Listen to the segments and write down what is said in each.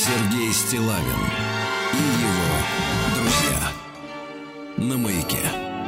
Сергей Стиллавин и его друзья на Маяке.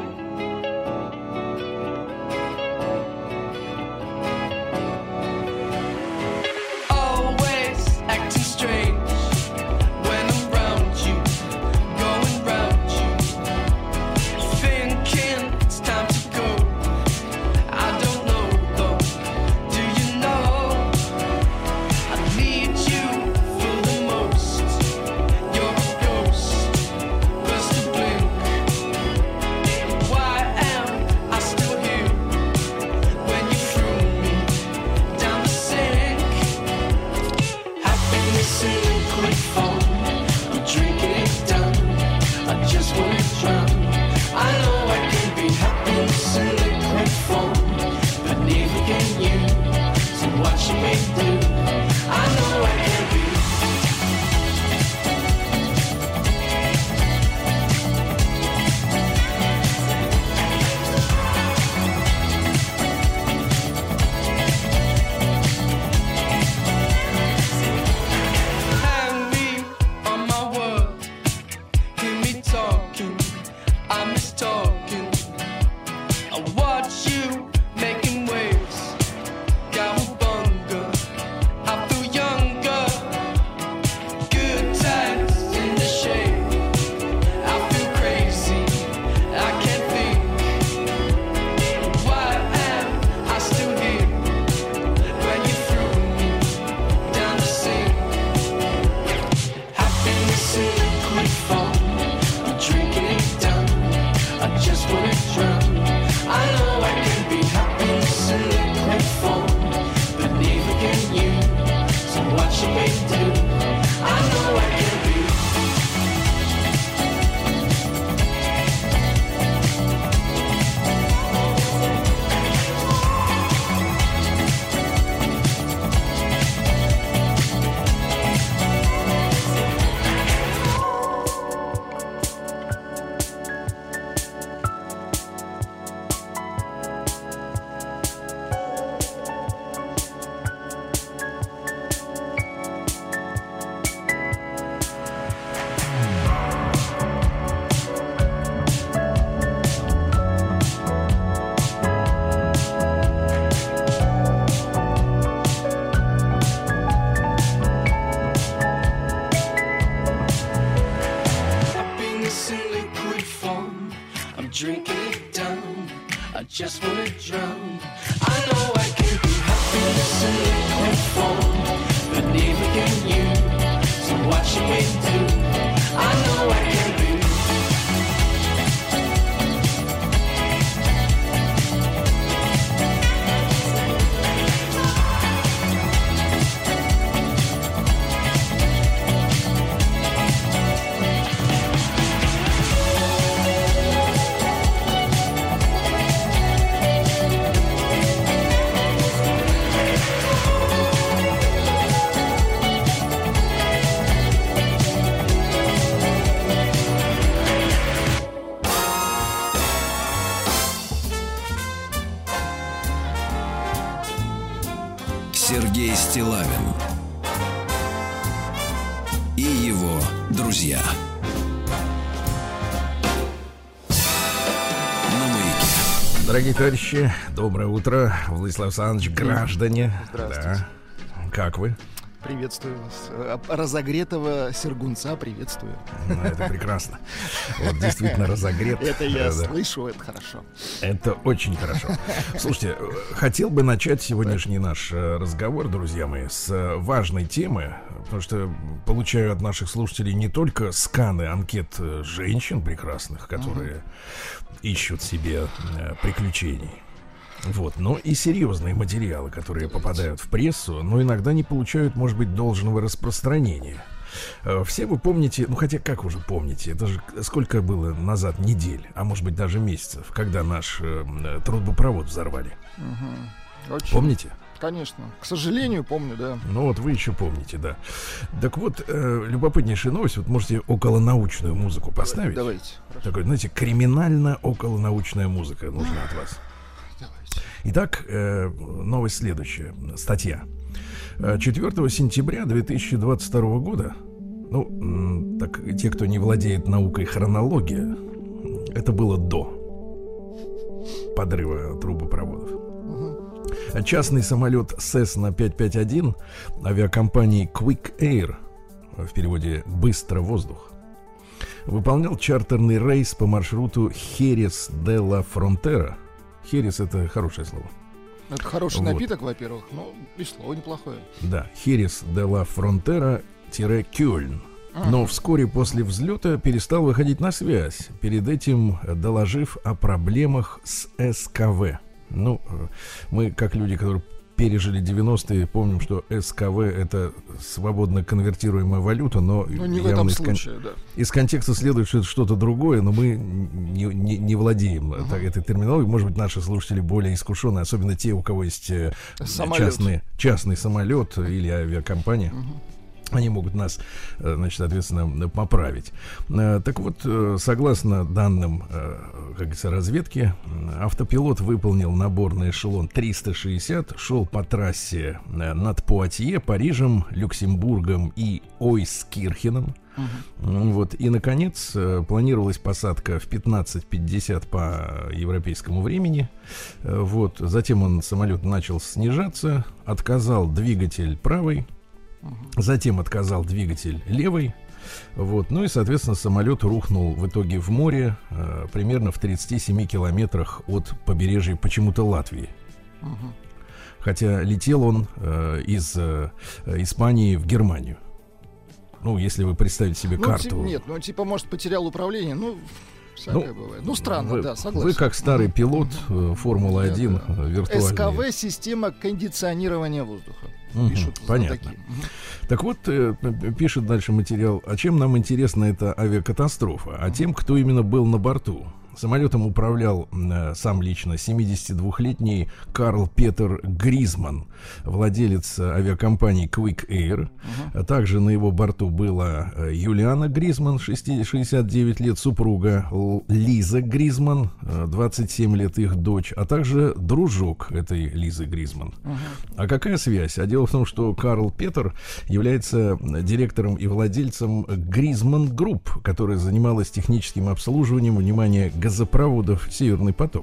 Сергей Стиллавин и его друзья на Маяке. Дорогие товарищи, доброе утро. Владислав Александрович, граждане. Здравствуйте. Да. Как вы? Приветствую вас. Разогретого сергунца приветствую. Это прекрасно. Вот действительно разогрет. Это я слышу, это хорошо. Это очень хорошо. Слушайте, хотел бы начать сегодняшний наш разговор, друзья мои, с важной темы, потому что получаю от наших слушателей не только сканы анкет женщин прекрасных, которые ищут себе приключений. Вот, но и серьезные материалы, которые попадают в прессу, но иногда не получают, может быть, должного распространения. Все вы помните, ну хотя как уже помните, это же сколько было назад недель, а может быть даже месяцев, когда наш трубопровод взорвали. Помните? Конечно. К сожалению, помню, да. Ну вот вы еще помните, да. Так вот, любопытнейшая новость. Вот можете околонаучную музыку поставить. Давайте. Такой, знаете, криминально-околонаучная музыка нужна от вас. Итак, новость следующая, статья. 4 сентября 2022 года Ну, так те, кто не владеет наукой хронология, это было до подрыва трубопроводов. Частный самолет Cessna 551 авиакомпании Quick Air, в переводе «Быстро воздух», выполнял чартерный рейс по маршруту Херес де ла Фронтера. Херес — это хорошее слово. Это хороший напиток, во-первых, но и слово неплохое. Да, Херес де ла Фронтера-Кёльн. Но вскоре после взлета перестал выходить на связь, перед этим доложив о проблемах с СКВ. Ну, мы, как люди, которые пережили 90-е, помним, что СКВ — это свободно конвертируемая валюта, но не в этом случае, да. Из контекста следует, что это что-то другое, но мы не владеем этой терминологией. Может быть, наши слушатели более искушенные, особенно те, у кого есть частный самолет или авиакомпания. Они могут нас, значит, соответственно, поправить. Так вот, согласно данным, как говорится, разведки, автопилот выполнил наборный эшелон 360, шел по трассе над Пуатье, Парижем, Люксембургом и Ойскирхеном. Вот. И, наконец, планировалась посадка в 15:50 по европейскому времени. Вот. Затем самолет начал снижаться, отказал двигатель правый, затем отказал двигатель левый. Вот. Ну и, соответственно, самолет рухнул в итоге в море примерно в 37 километрах от побережья почему-то Латвии. Хотя летел он из Испании в Германию. Ну, если вы представите себе карту. Нет, типа, может, потерял управление. Всякое бывает. Странно, да, согласен. Вы, как старый пилот Формулы-1, виртуальный. СКВ — система кондиционирования воздуха. Пишут. Понятно. Так вот, пишет дальше материал. А чем нам интересна эта авиакатастрофа? А тем, кто именно был на борту. Самолетом управлял сам лично 72-летний Карл Петер Гризман, владелец авиакомпании Quick Air. Также на его борту была Юлиана Гризман, 69 лет, супруга, Лиза Гризман, 27 лет, их дочь, а также дружок этой Лизы Гризман. А какая связь? А дело в том, что Карл Петер является директором и владельцем Гризман Групп, которая занималась техническим обслуживанием, внимание, газопроводов «Северный поток».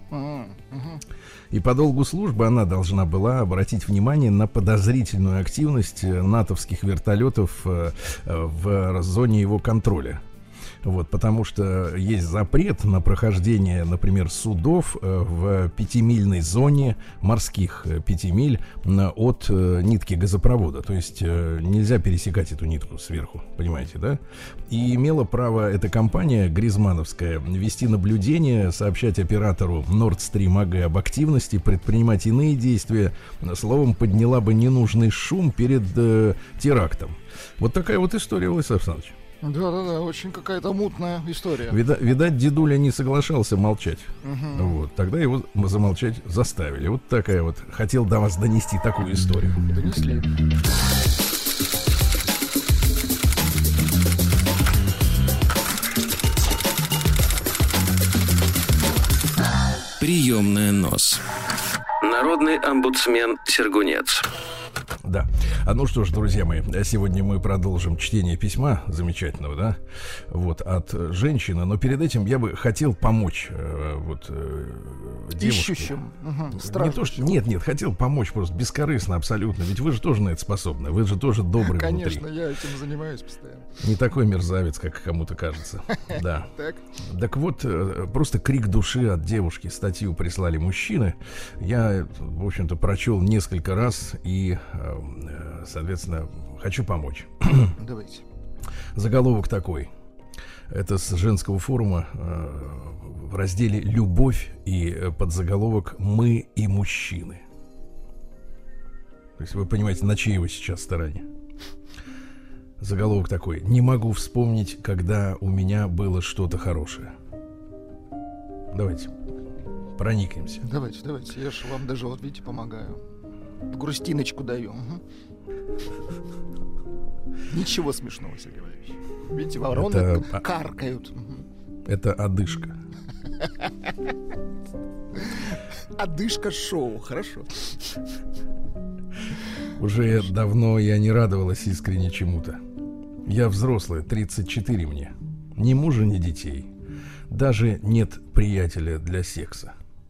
И по долгу службы она должна была обратить внимание на подозрительную активность натовских вертолетов в зоне его контроля. Вот, потому что есть запрет на прохождение, например, судов в 5-мильной зоне, морских 5 миль от нитки газопровода. То есть нельзя пересекать эту нитку сверху, понимаете, да? И имела право эта компания гризмановская вести наблюдение, сообщать оператору Nord Stream AG об активности, предпринимать иные действия. Словом, подняла бы ненужный шум перед терактом. Вот такая вот история, Владислав Александрович. Да, очень какая-то мутная история. Видать, дедуля не соглашался молчать. Вот, тогда его замолчать заставили. Вот такая вот. Хотел до вас донести такую историю. Донесли. Приемная нос. Народный омбудсмен Сергунец. Да. Ну что ж, друзья мои, сегодня мы продолжим чтение письма замечательного, да, вот, от женщины. Но перед этим я бы хотел помочь девушке. Ищущим. Нет, хотел помочь просто бескорыстно абсолютно. Ведь вы же тоже на это способны. Вы же тоже добрый внутри. Конечно, я этим занимаюсь постоянно. Не такой мерзавец, как кому-то кажется. Да. Так вот, просто крик души от девушки. Статью прислали мужчины. Я, в общем-то, прочел несколько раз и, соответственно, хочу помочь. Давайте. Заголовок такой. Это с женского форума в разделе «Любовь» и подзаголовок «Мы и мужчины». То есть вы понимаете, на чьей вы сейчас стороне. Заголовок такой. «Не могу вспомнить, когда у меня было что-то хорошее». Давайте проникнемся. Давайте. Я же вам даже, вот видите, помогаю. Грустиночку даю. Ничего смешного, Сергей Валерьевич. Видите, вороны каркают. Это одышка. Одышка шоу, хорошо. Уже давно я не радовалась искренне чему-то. Я взрослая, 34 мне. Ни мужа, ни детей. Даже нет приятеля для секса.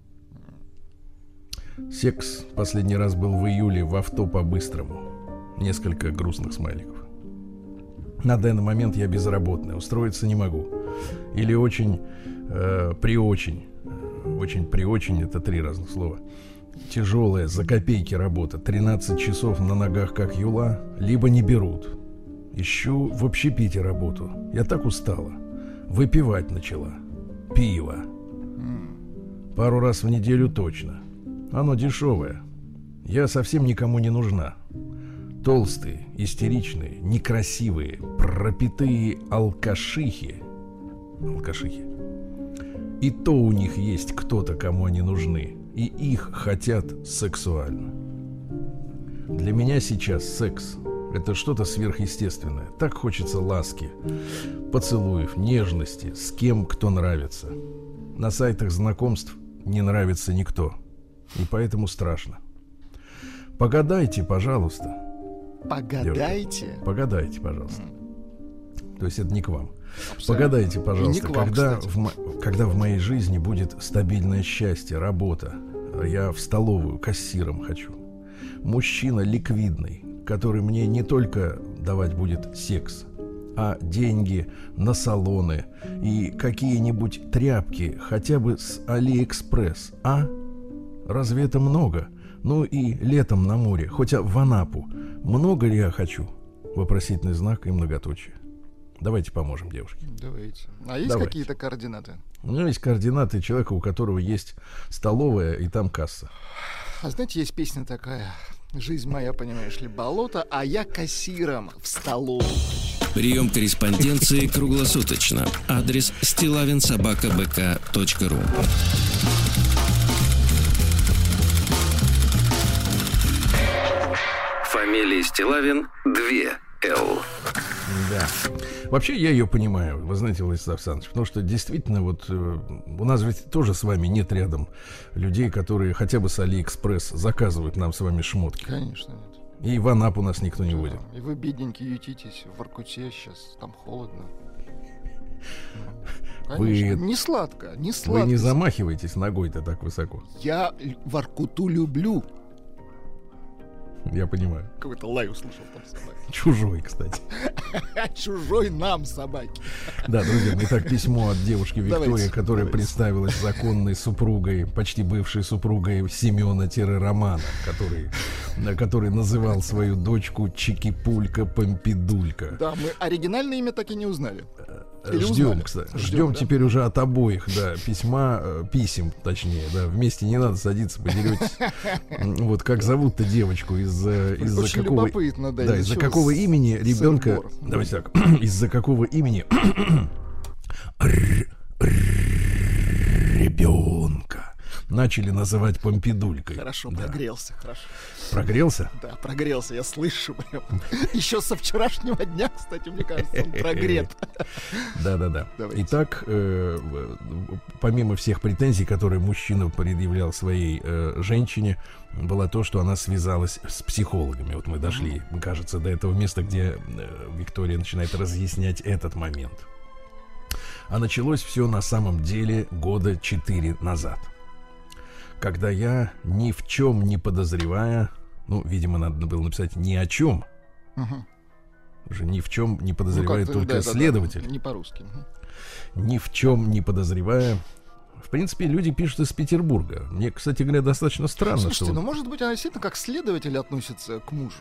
Секс последний раз был в июле в авто по-быстрому. Несколько грустных смайликов. На данный момент я безработный, устроиться не могу. Или очень при-очень. Очень при-очень — это 3 разных слова. Тяжелая, за копейки работа. 13 часов на ногах, как юла. Либо не берут. Ищу в общепите работу. Я так устала. Выпивать начала. Пиво. Пару раз в неделю точно. Оно дешевое. Я совсем никому не нужна. Толстые, истеричные, некрасивые, пропитые алкашихи. Алкашихи. И то у них есть кто-то, кому они нужны. И их хотят сексуально. Для меня сейчас секс — это что-то сверхъестественное. Так хочется ласки, поцелуев, нежности, с кем кто нравится. На сайтах знакомств не нравится никто. И поэтому страшно. Погадайте, пожалуйста. Погадайте? Девушка, погадайте, пожалуйста. То есть это не к вам. Абсолютно. Погадайте, пожалуйста, вам, когда в моей жизни будет стабильное счастье, работа. Я в столовую кассиром хочу. Мужчина ликвидный, который мне не только давать будет секс, а деньги на салоны и какие-нибудь тряпки хотя бы с Алиэкспресс. А? Разве это много? Ну и летом на море, хоть в Анапу. Много ли я хочу? Вопросительный знак и многоточие. Давайте поможем девушке. Давайте. А есть какие-то координаты? У меня есть координаты человека, у которого есть столовая и там касса. А знаете, есть песня такая: «Жизнь моя, понимаешь ли, болото, а я кассиром в столовую». Прием корреспонденции круглосуточно. Адрес stilavinsobakabk.ru. Фамилия Стилавин 2 Л. Да. Вообще я ее понимаю, вы знаете, Владислав Александрович, потому что действительно вот у нас ведь тоже с вами нет рядом людей, которые хотя бы с Алиэкспресс заказывают нам с вами шмотки. Конечно нет. И в Анапу нас никто не водит. И вы, бедненькие, ютитесь в Воркуте, сейчас там холодно. Конечно, не сладко, не сладко. Вы не замахиваетесь ногой-то так высоко. Я Воркуту люблю. Я понимаю. Какой-то лай услышал там собаки. Чужой, кстати. Чужой нам собаки. Да, друзья, итак, письмо от девушки Виктории, которая представилась законной супругой, почти бывшей супругой Семена-Романа, который называл свою дочку Чики-Пулька Помпидулька. Да, мы оригинальное имя так и не узнали. Ждем, кстати. Ждем да? Теперь уже от обоих, да, писем, точнее, да, вместе не надо садиться, поделитесь. Вот как зовут-то девочку, из-за какого, да, из-за какого имени ребенка, давайте так, из-за какого имени ребенка начали называть Помпидулькой. Хорошо, да. Прогрелся, хорошо. Прогрелся? Да, прогрелся, я слышу. Еще со вчерашнего дня, кстати, мне кажется, он прогрет. Да. Итак, помимо всех претензий, которые мужчина предъявлял своей женщине, было то, что она связалась с психологами. Вот мы дошли, кажется, до этого места, где Виктория начинает разъяснять этот момент. А началось все на самом деле 4 года назад. Когда я, ни в чем не подозревая, ну, видимо, надо было написать ни о чем, уже ни в чем не подозревает только следователь. Да, не по-русски. Ни в чем не подозревая. В принципе, люди пишут из Петербурга. Мне, кстати говоря, достаточно странно. Слушайте, ну, может быть, она действительно как следователь относится к мужу.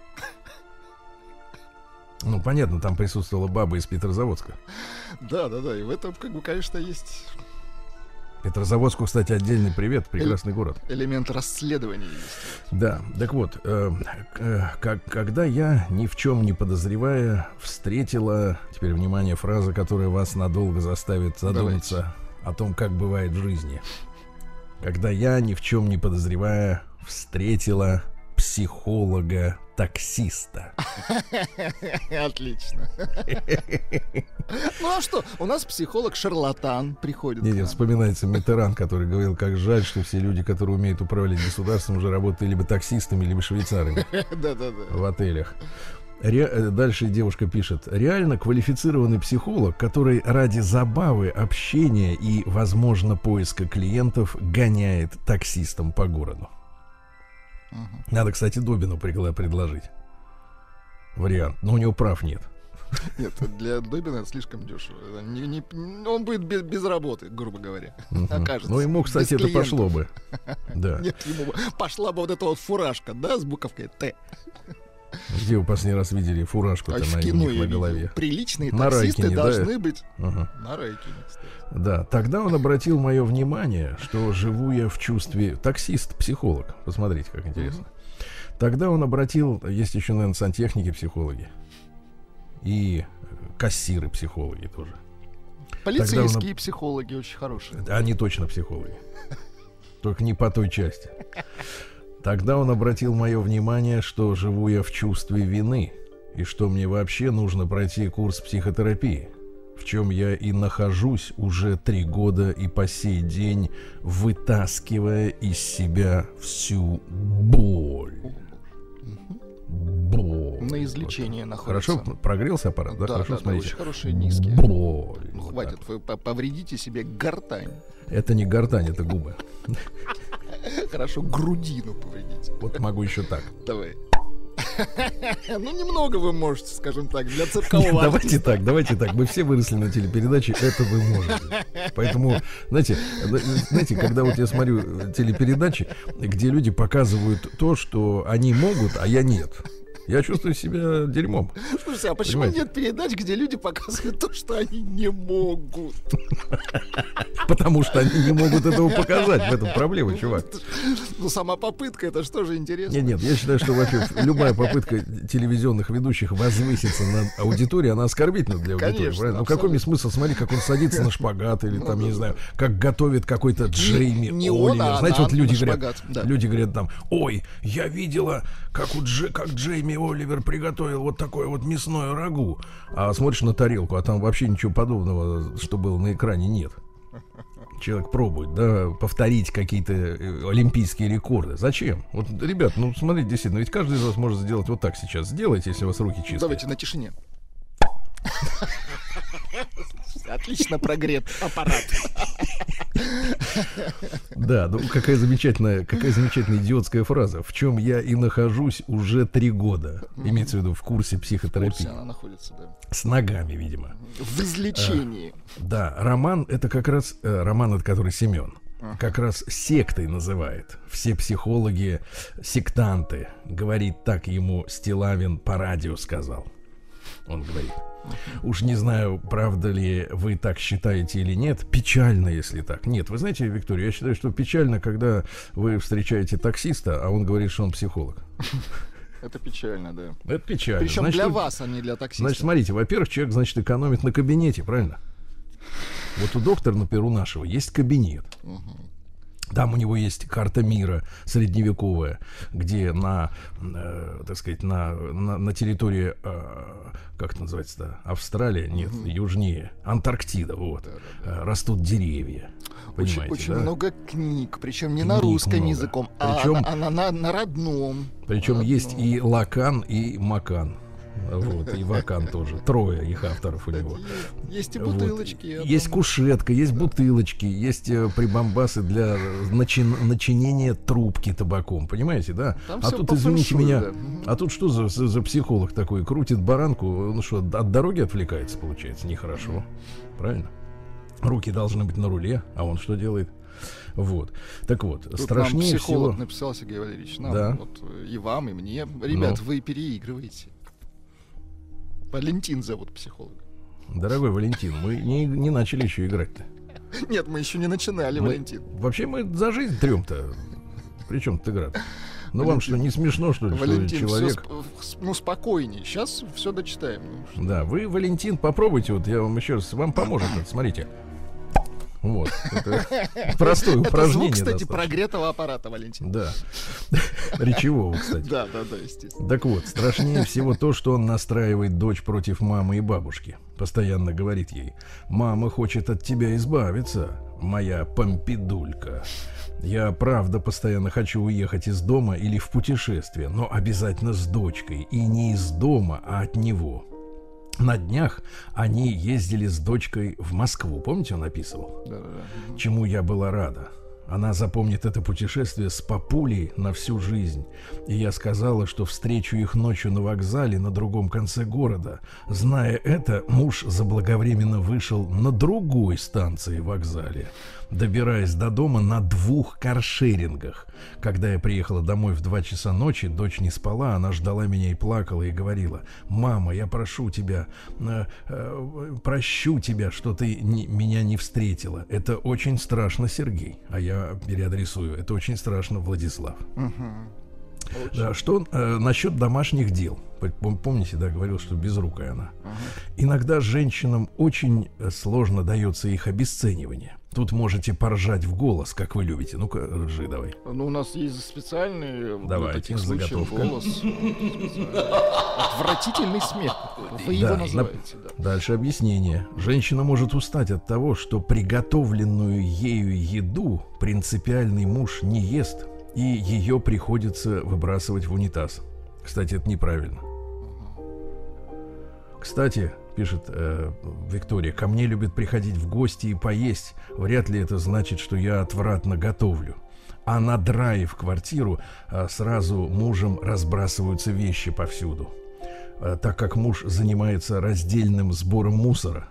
Ну, понятно, там присутствовала баба из Петрозаводска. Да, и в этом, конечно, есть... Петрозаводску, кстати, отдельный привет, прекрасный город. Элемент расследования есть. Да, так вот, когда я, ни в чем не подозревая, встретила, теперь, внимание, фраза, которая вас надолго заставит задуматься о том, как бывает в жизни. Когда я, ни в чем не подозревая, встретила психолога-таксиста. Отлично. Ну а что? У нас психолог-шарлатан приходит. Нет, вспоминается Миттеран, который говорил, как жаль, что все люди, которые умеют управлять государством, уже работают либо таксистами, либо швейцарами. Да. В отелях. Дальше девушка пишет: реально квалифицированный психолог, который ради забавы, общения и, возможно, поиска клиентов гоняет таксистам по городу. Надо, кстати, Добину предложить вариант, но у него прав нет. Нет, для Добина это слишком дешево. Он будет без работы, грубо говоря. Окажется. Ну, ему, кстати, это пошло бы. Да. Нет, ему пошла бы вот эта вот фуражка, да, с буковкой Т. Где вы последний раз видели фуражку-то на них на голове? Приличные на таксисты Райкине, должны быть на Райкине, кстати. Да, тогда он обратил мое внимание, что живу я в чувстве... Таксист-психолог. Посмотрите, как интересно. Тогда он обратил... Есть еще, наверное, сантехники-психологи. И кассиры-психологи тоже. Полицейские психологи очень хорошие. Они точно психологи. Только не по той части. Тогда он обратил мое внимание, что живу я в чувстве вины, и что мне вообще нужно пройти курс психотерапии, в чем я и нахожусь уже 3 года и по сей день, вытаскивая из себя всю боль. Боль. На излечение находится. Хорошо прогрелся аппарат, да? Да, Хорошо, да, смотрите. очень хорошие, низкие. Боль. Ну, хватит, вы повредите себе гортань. Это не гортань, это губы. Хорошо, грудину повредите. Вот могу еще так. Давай. Ну, немного вы можете, скажем так, для циркового Давайте так. Мы все выросли на телепередаче, это вы можете. Поэтому, знаете, когда вот я смотрю телепередачи, где люди показывают то, что они могут, а я нет, я чувствую себя дерьмом. Слушайте, а почему нет передач, где люди показывают то, что они не могут? Потому что они не могут этого показать. В этом проблема, чувак. Ну, сама попытка, это что же интересно? Нет, я считаю, что вообще любая попытка телевизионных ведущих возвыситься на аудитории, она оскорбительна для аудитории. Конечно, правильно? Ну, какой мне смысл смотреть, как он садится на шпагат или там, я не знаю, как готовит какой-то Джейми Оливер. Знаете, вот люди говорят там: ой, я видела, как Джейми Оливер приготовил вот такое вот мясное рагу. А смотришь на тарелку, а там вообще ничего подобного, что было на экране, нет. Человек пробует, да, повторить какие-то олимпийские рекорды. Зачем? Вот, ребят, ну смотрите, действительно, ведь каждый из вас может сделать вот так сейчас. Сделайте, если у вас руки чистые. Давайте на тишине. Отлично прогрет аппарат. Да, ну какая замечательная идиотская фраза. В чем я и нахожусь уже 3 года. Имеется в виду в курсе психотерапии. Она находится, да. С ногами, видимо. В излечении. Да, Роман, это как раз Роман, это который Семен. Как раз сектой называет. Все психологи сектанты. Говорит так ему Стилавин по радио сказал. Он говорит: уж не знаю, правда ли вы так считаете или нет. Печально, если так. Нет, вы знаете, Виктория, я считаю, что печально, когда вы встречаете таксиста, а он говорит, что он психолог. Это печально, да. Это печально. Причем значит, для вас, а не для таксиста. Значит, смотрите, во-первых, человек, значит, экономит на кабинете, правильно? Вот у доктора, например, у нашего есть кабинет. Там у него есть карта мира средневековая, где так сказать, на территории, как это называется-то, Австралия, нет, южнее, Антарктида, вот, растут деревья. Понимаете, очень да? много книг, причем не на русском языком, причем, а на родном. Причем есть и Лакан, и Макан. Вот, и Вакан тоже. 3 их авторов у него. Есть и бутылочки. Вот. Есть кушетка, есть бутылочки, есть прибамбасы для начинения трубки табаком. Понимаете, да? Там а тут, извините меня, а тут что за психолог такой? Крутит баранку, ну что, от дороги отвлекается, получается? Нехорошо. Правильно? Руки должны быть на руле, а он что делает? Вот. Так вот, тут страшнее нам психолог всего... написал, Сергей Валерьевич, нам, да. вот, и вам, и мне. Ребят, вы переигрываете. Валентин зовут психолога. Дорогой Валентин, мы не начали еще играть-то. Нет, мы еще не начинали, Валентин. Вообще мы за жизнь трем-то. При чем тут игра? Ну вам что, не смешно, что ли, Валентин, что человек... ну спокойней, сейчас все дочитаем. Да, вы, Валентин, попробуйте, вот я вам еще раз, вам поможет, вот, смотрите. Вот. Это простое упражнение. Это звук, кстати, прогретого аппарата, Валентин. Да. Речевого, кстати. Да, естественно. Так вот, страшнее всего то, что он настраивает дочь против мамы и бабушки. Постоянно говорит ей: мама хочет от тебя избавиться, моя помпидулька. Я правда постоянно хочу уехать из дома или в путешествие, но обязательно с дочкой. И не из дома, а от него. На днях они ездили с дочкой в Москву. Помните, он описывал? Да. Чему я была рада. Она запомнит это путешествие с папулей на всю жизнь. И я сказала, что встречу их ночью на вокзале на другом конце города. Зная это, муж заблаговременно вышел на другой станции вокзале, добираясь до дома на 2 каршерингах. Когда я приехала домой в 2 часа ночи, дочь не спала, она ждала меня и плакала, и говорила: «Мама, я прошу тебя, прощу тебя, что ты меня не встретила. Это очень страшно, Сергей». А я переадресую: это очень страшно, Владислав. Да, что насчет домашних дел? Помните, да, говорил, что безрукая она. Иногда женщинам очень сложно дается их обесценивание. Тут можете поржать в голос, как вы любите. Ну-ка, ржи давай. Ну, у нас есть специальный давайте, заготовка. Голос. Отвратительный смех. Вы его называете. Да. Дальше объяснение. Женщина может устать от того, что приготовленную ею еду принципиальный муж не ест, и ее приходится выбрасывать в унитаз. Кстати, это неправильно. Кстати, пишет Виктория, ко мне любят приходить в гости и поесть. Вряд ли это значит, что я отвратно готовлю. А на драйв в квартиру сразу мужем разбрасываются вещи повсюду. Так как муж занимается раздельным сбором мусора.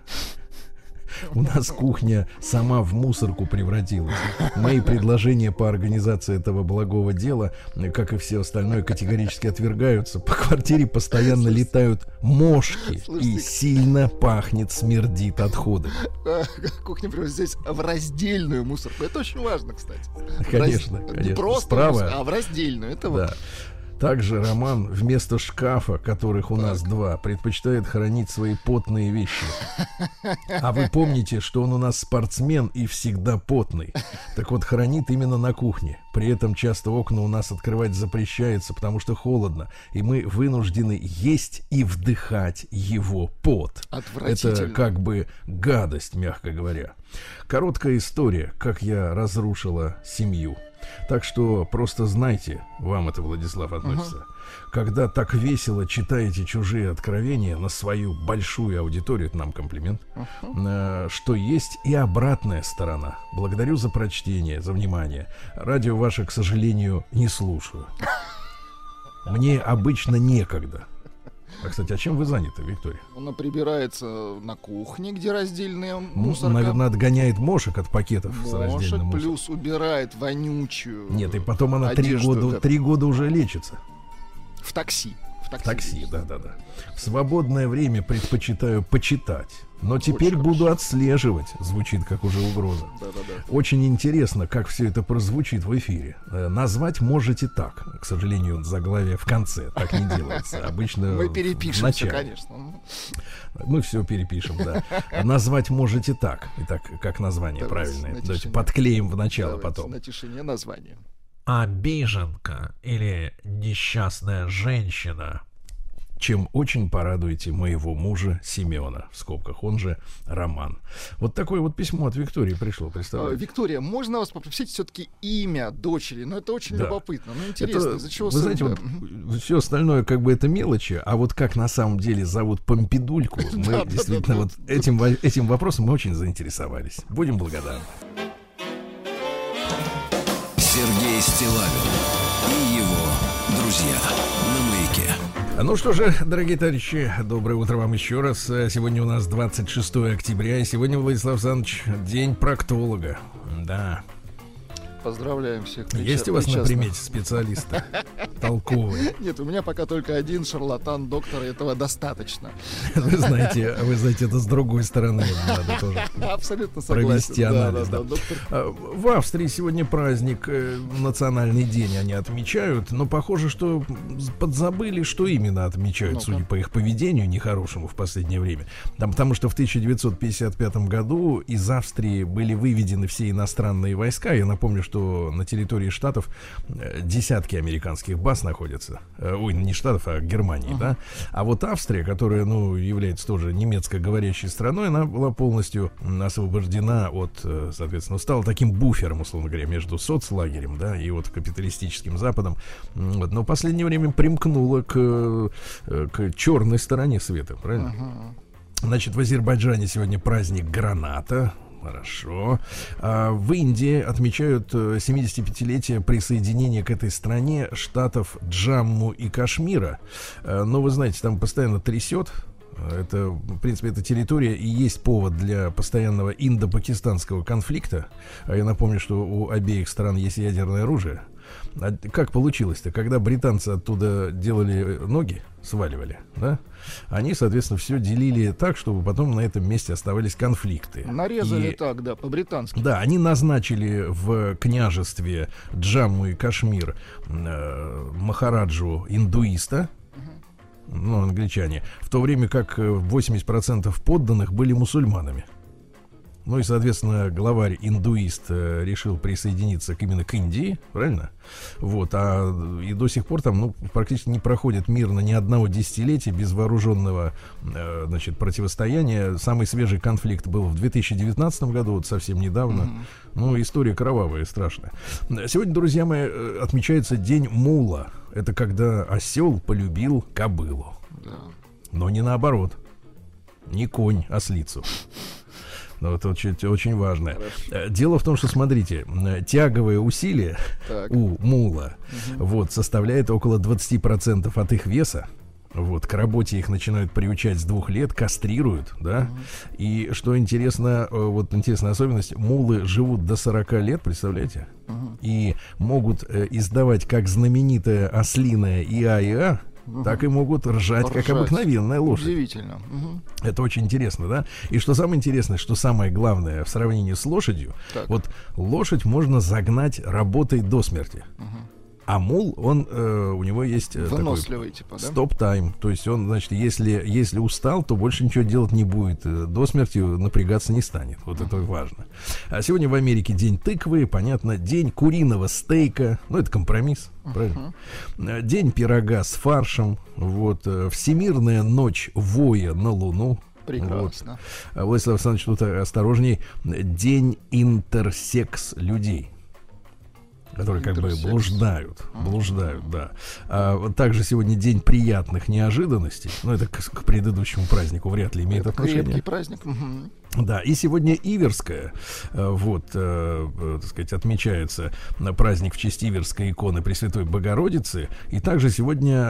У нас кухня сама в мусорку превратилась. Мои предложения по организации этого благого дела, как и все остальное, категорически отвергаются. По квартире постоянно летают мошки. И сильно пахнет, смердит отходами. Кухня превратилась в раздельную мусорку. Это очень важно, кстати. Конечно. Не просто справа, мусор, а в раздельную. Это да. Также Роман вместо шкафа, которых у нас 2, предпочитает хранить свои потные вещи. А вы помните, что он у нас спортсмен и всегда потный. Так вот, хранит именно на кухне. При этом часто окна у нас открывать запрещается, потому что холодно. И мы вынуждены есть и вдыхать его пот. Это как бы гадость, мягко говоря. Короткая история, как я разрушила семью. Так что просто знайте, вам это, Владислав, относится. Когда так весело читаете чужие откровения на свою большую аудиторию, это нам комплимент, что есть и обратная сторона. Благодарю за прочтение, за внимание. Радио ваше, к сожалению, не слушаю. Мне обычно некогда. А, кстати, а чем вы заняты, Виктория? Она прибирается на кухне, где раздельная мусорка. Наверное, отгоняет мошек от пакетов с раздельным мусором. Плюс убирает вонючую. Нет, и потом она 3 года уже лечится. В такси. В такси, да. В свободное время предпочитаю почитать. Но теперь буду отслеживать. Звучит как уже угроза. Да. Очень интересно, как все это прозвучит в эфире. Назвать можете так. К сожалению, заглавие в конце. Так не делается. Обычно мы перепишемся, конечно. Мы все перепишем, да. Назвать можете так. Итак, как название правильное. Давайте подклеим в начало потом. На тишине название. Обиженка или несчастная женщина. Чем очень порадуете моего мужа Семена, в скобках, он же Роман. Вот такое вот письмо от Виктории пришло, представляете? Виктория, можно вас попросить все-таки имя дочери? Ну, это очень любопытно. Ну, интересно, из-за чего... Вы знаете, вот, все остальное как бы это мелочи, а вот как на самом деле зовут Помпидульку, мы действительно вот этим вопросом мы очень заинтересовались. Будем благодарны. Сергей Стиллавин и его друзья на Маяке. Ну что же, дорогие товарищи, доброе утро вам еще раз. Сегодня у нас 26 октября, и сегодня, Владислав Александрович, день проктолога. Да. Поздравляем всех. Есть у вас на примете специалисты толковые? Нет, у меня пока только один шарлатан, доктор, и этого достаточно. Вы знаете, это с другой стороны надо тоже абсолютно согласен. Провести анализ. Да. В Австрии сегодня праздник, национальный день они отмечают, но похоже, что подзабыли, что именно отмечают, судя по их поведению нехорошему в последнее время. Потому что в 1955 году из Австрии были выведены все иностранные войска. Я напомню, что что на территории штатов десятки американских баз находятся. Ой, не штатов, а Германии, да. А вот Австрия, которая, ну, является тоже немецкоговорящей страной, она была полностью освобождена от, соответственно, стала таким буфером, условно говоря, между соцлагерем, да, и вот капиталистическим Западом. Вот. Но в последнее время примкнула к черной стороне света, правильно? Значит, в Азербайджане сегодня праздник граната. Хорошо. В Индии отмечают 75-летие присоединения к этой стране штатов Джамму и Кашмира. Но вы знаете, там постоянно трясет. Это, в принципе, эта территория и есть повод для постоянного индо-пакистанского конфликта. А я напомню, что у обеих стран есть ядерное оружие. А как получилось-то? Когда британцы оттуда делали ноги, сваливали, да? Они, соответственно, все делили так, чтобы потом на этом месте оставались конфликты. Нарезали так, да, по-британски. Да, они назначили в княжестве Джамму и Кашмир махараджу индуиста, ну, англичане, в то время как 80% подданных были мусульманами. Ну и, соответственно, главарь индуист решил присоединиться именно к Индии, правильно? Вот, и до сих пор там, ну, практически не проходит мирно ни одного десятилетия без вооруженного, значит, противостояния. Самый свежий конфликт был в 2019 году, вот совсем недавно. Ну, история кровавая, страшная. Сегодня, друзья мои, отмечается День Мула. Это когда осел полюбил кобылу. Да. Но не наоборот. Не конь, ослицу. Ну, это очень важное. Хорошо. Дело в том, что, смотрите, тяговое усилие у мула вот, составляет около 20% от их веса. Вот, к работе их начинают приучать с 2 лет, кастрируют, да. И что интересно, вот интересная особенность, мулы живут до 40 лет, представляете? И могут издавать как знаменитая ослиная иа-иа, так и могут ржать, как обыкновенная лошадь. Удивительно. Это очень интересно, да? И что самое интересное, что самое главное в сравнении с лошадью, вот лошадь можно загнать работой до смерти. А мул, он, у него есть выносливый, типа, да? Стоп-тайм. То есть он, значит, если устал, то больше ничего делать не будет. До смерти напрягаться не станет. Вот это важно. А сегодня в Америке день тыквы, понятно, день куриного стейка. Ну, это компромисс, правильно? День пирога с фаршем. Вот. Всемирная ночь воя на Луну. Прекрасно. Вот. Владислав Александрович, тут осторожней. День интерсекс людей, которые как бы блуждают, да. Также сегодня день приятных неожиданностей. Ну, это к предыдущему празднику вряд ли имеет отношение. Крепкий праздник. Да, и сегодня Иверская, вот, так сказать, отмечается праздник в честь Иверской иконы Пресвятой Богородицы. И также сегодня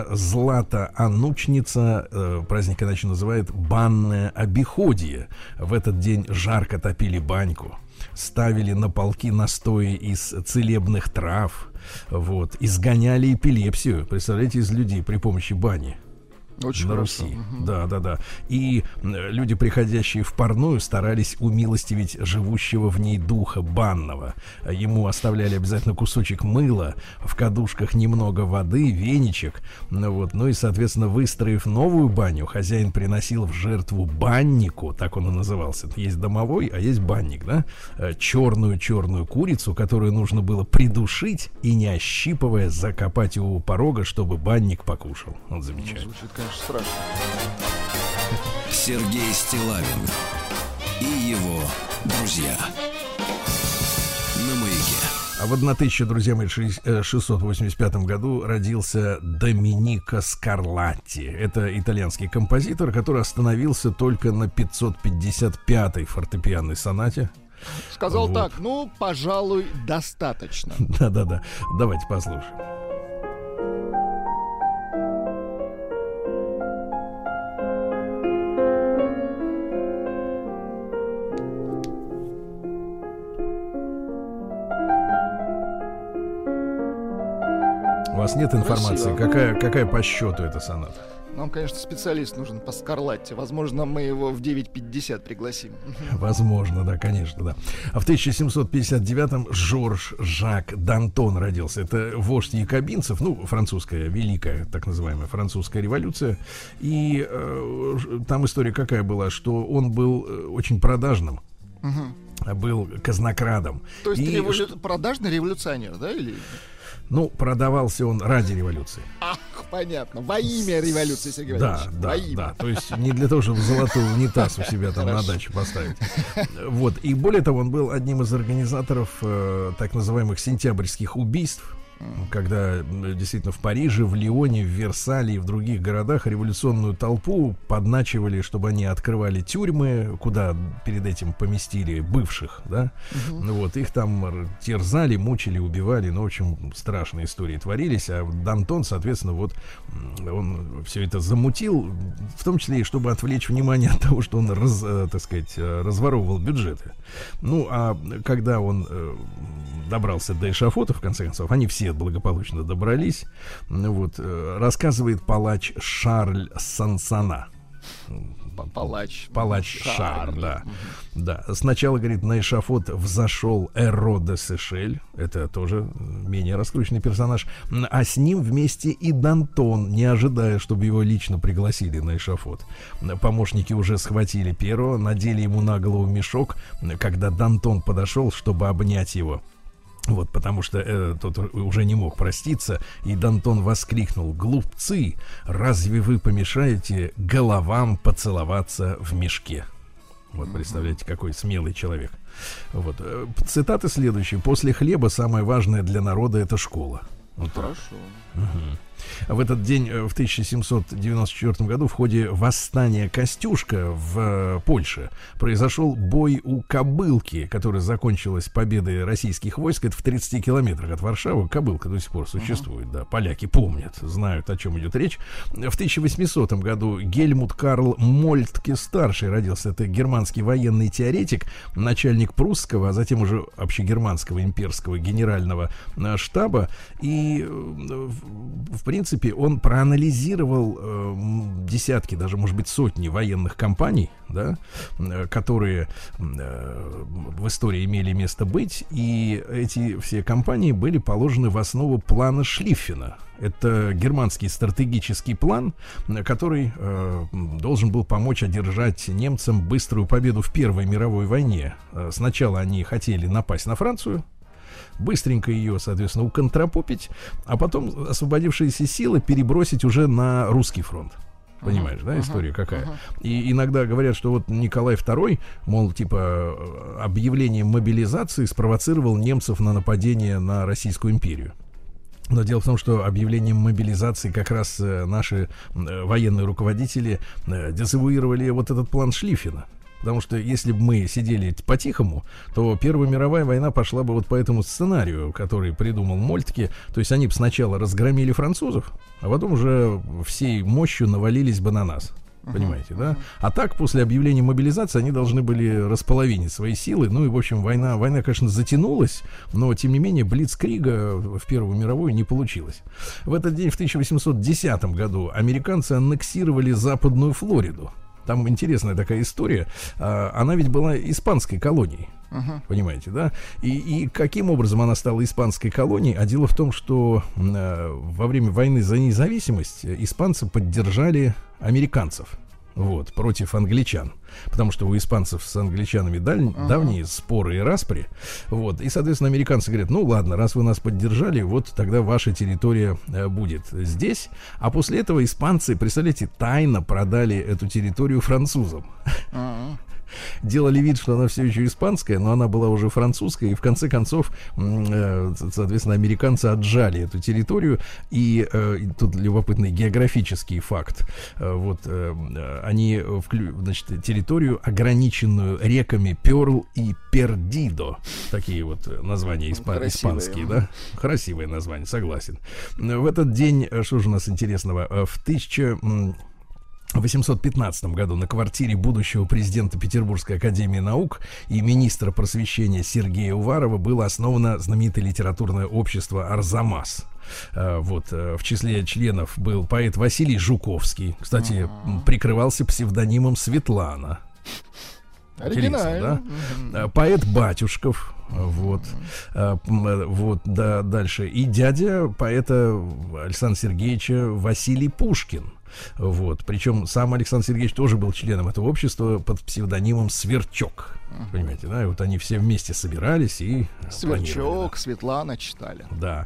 Злата-Анучница, праздник иначе называют банное обиходие. В этот день жарко топили баньку, ставили на полки настои из целебных трав, вот, изгоняли эпилепсию, представляете, из людей при помощи бани. Очень на хорошо. Руси. Да. И люди, приходящие в парную, старались умилостивить живущего в ней духа банного. Ему оставляли обязательно кусочек мыла, в кадушках немного воды, веничек. Вот. Ну и, соответственно, выстроив новую баню, хозяин приносил в жертву баннику, так он и назывался. Есть домовой, а есть банник, да? Черную курицу, которую нужно было придушить и, не ощипывая, закопать у порога, чтобы банник покушал. Вот замечательно. Звучит, конечно, страшно. Сергей Стиллавин и его друзья на Маяке. А в 1685 году родился Доменико Скарлатти. Это итальянский композитор, который остановился только на 555-й фортепианной сонате. Сказал вот. Так, ну, пожалуй, достаточно. Да. Давайте послушаем. У вас нет информации, какая по счету эта соната? Нам, конечно, специалист нужен по Скарлатте. Возможно, мы его в 9:50 пригласим. Возможно, да, конечно, да. А в 1759-м Жорж Жак Д'Антон родился. Это вождь якобинцев, ну, французская, великая, так называемая французская революция. И там история какая была, что он был очень продажным. был казнокрадом. То есть продажный революционер, да? Или... Ну, продавался он ради революции. Ах, понятно. Во имя революции, Сергей Валерьевич. Да. То есть не для того, чтобы золотой унитаз у себя там на даче поставить. Вот. И более того, он был одним из организаторов так называемых сентябрьских убийств, когда действительно в Париже, в Лионе, в Версале и в других городах революционную толпу подначивали, чтобы они открывали тюрьмы, куда перед этим поместили бывших, да, вот, их там терзали, мучили, убивали, ну, в общем, страшные истории творились, а Д'Антон, соответственно, вот, он все это замутил, в том числе и чтобы отвлечь внимание от того, что он, так сказать, разворовывал бюджеты. Ну, а когда он добрался до эшафота, в конце концов, они все благополучно добрались. Вот, рассказывает палач Шарль Сансана. Палач Шарль, да. Да. Сначала, говорит, на эшафот взошел Эро де Сешель. Это тоже менее раскрученный персонаж. А с ним вместе и Д'Антон, не ожидая, чтобы его лично пригласили на эшафот. Помощники уже схватили перо, надели ему на голову мешок, когда Д'Антон подошел, чтобы обнять его. Вот, потому что тот уже не мог проститься, и Д'Антон воскликнул: «Глупцы, разве вы помешаете головам поцеловаться в мешке?» Вот, представляете, какой смелый человек. Вот. Цитаты следующие: «После хлеба самое важное для народа — это школа». Вот. Хорошо. В этот день, в 1794 году, в ходе восстания Костюшка в Польше, произошел бой у Кобылки, которая закончилась победой российских войск. Это в 30 километрах от Варшавы. Кобылка до сих пор существует, да. Поляки помнят, знают, о чем идет речь. В 1800 году Гельмут Карл Мольтке-старший родился. Это германский военный теоретик, начальник прусского, а затем уже общегерманского имперского генерального штаба. И в принципе, он проанализировал десятки, даже, может быть, сотни военных кампаний, да, которые в истории имели место быть, и эти все кампании были положены в основу плана Шлиффена. Это германский стратегический план, который должен был помочь одержать немцам быструю победу в Первой мировой войне. Сначала они хотели напасть на Францию, быстренько ее, соответственно, уконтропопить, а потом освободившиеся силы перебросить уже на русский фронт. Понимаешь, да, история какая? И иногда говорят, что вот Николай II, мол, типа, объявлением мобилизации спровоцировал немцев на нападение на Российскую империю. Но дело в том, что объявлением мобилизации как раз наши военные руководители дезавуировали вот этот план Шлиффена. Потому что если бы мы сидели по-тихому, то Первая мировая война пошла бы вот по этому сценарию, который придумал Мольтке. То есть они бы сначала разгромили французов, а потом уже всей мощью навалились бы на нас. Понимаете, да? А так, после объявления мобилизации, они должны были располовинить свои силы. Ну и, в общем, война, конечно, затянулась, но, тем не менее, блицкрига в Первую мировую не получилось. В этот день, в 1810 году, американцы аннексировали Западную Флориду. Там интересная такая история. Она ведь была испанской колонией. Понимаете, да? И каким образом она стала испанской колонией? А дело в том, что во время войны за независимость испанцы поддержали американцев. Вот, против англичан. Потому что у испанцев с англичанами давние споры и распри. Вот, и, соответственно, американцы говорят: ну ладно, раз вы нас поддержали, вот тогда ваша территория будет здесь. А после этого испанцы, представляете, тайно продали эту территорию французам. Делали вид, что она все еще испанская, но она была уже французская, и в конце концов, соответственно, американцы отжали эту территорию. И тут любопытный географический факт. Вот они, значит, территорию, ограниченную реками Перл и Пердидо, такие вот названия испанские, да? Красивое название, согласен. В этот день, что же у нас интересного, в 1815 году на квартире будущего президента Петербургской академии наук и министра просвещения Сергея Уварова было основано знаменитое литературное общество «Арзамас». Вот, в числе членов был поэт Василий Жуковский. Кстати, прикрывался псевдонимом Светлана. Оригинально, да? Поэт Батюшков. Вот, да, дальше. И дядя поэта Александра Сергеевича Василий Пушкин. Вот. Причем сам Александр Сергеевич тоже был членом этого общества под псевдонимом Сверчок. Понимаете, да? И вот они все вместе собирались и... Сверчок, да. Светлана читали. Да.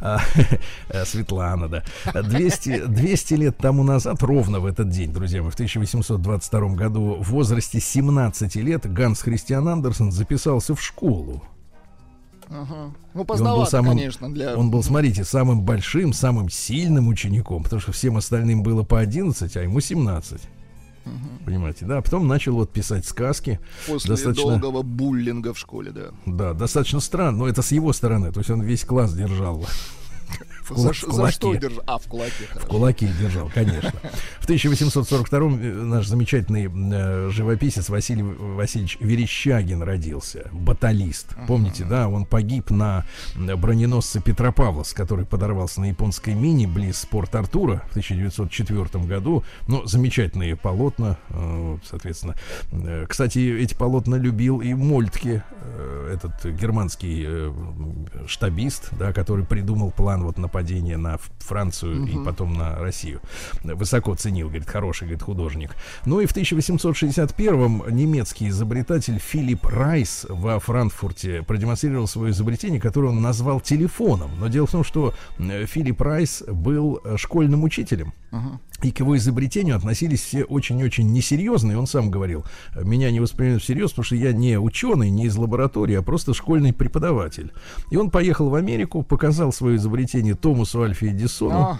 Светлана, да. 200 лет тому назад, ровно в этот день, друзья мои, в 1822 году, в возрасте 17 лет Ганс Христиан Андерсен записался в школу. Ага. Ну, поздновато, конечно, для... Он был, смотрите, самым большим, самым сильным учеником, потому что всем остальным было по 11, а ему 17. Понимаете, да? Потом начал вот писать сказки. После долгого буллинга в школе, да. Да, достаточно странно, но это с его стороны. То есть он весь класс держал. За что держал? В кулаке. В кулаке держал, конечно. В 1842-м наш замечательный живописец Василий Васильевич Верещагин родился. Баталист. Помните, да? Он погиб на броненосце Петропавловск, который подорвался на японской мине близ Порт-Артура в 1904 году. Ну, замечательные полотна, соответственно. Кстати, эти полотна любил и Мольтке, этот германский штабист, да, который придумал план вот нападения на Францию и потом на Россию. Высоко ценил, говорит, хороший, говорит, художник. Ну и в 1861-м немецкий изобретатель Филипп Райс во Франкфурте продемонстрировал свое изобретение, которое он назвал телефоном. Но дело в том, что Филипп Райс был школьным учителем. И к его изобретению относились все очень-очень несерьезно. И он сам говорил, меня не воспринимают всерьез, потому что я не ученый, не из лаборатории, а просто школьный преподаватель. И он поехал в Америку, показал свое изобретение Томасу Альфе Эдисону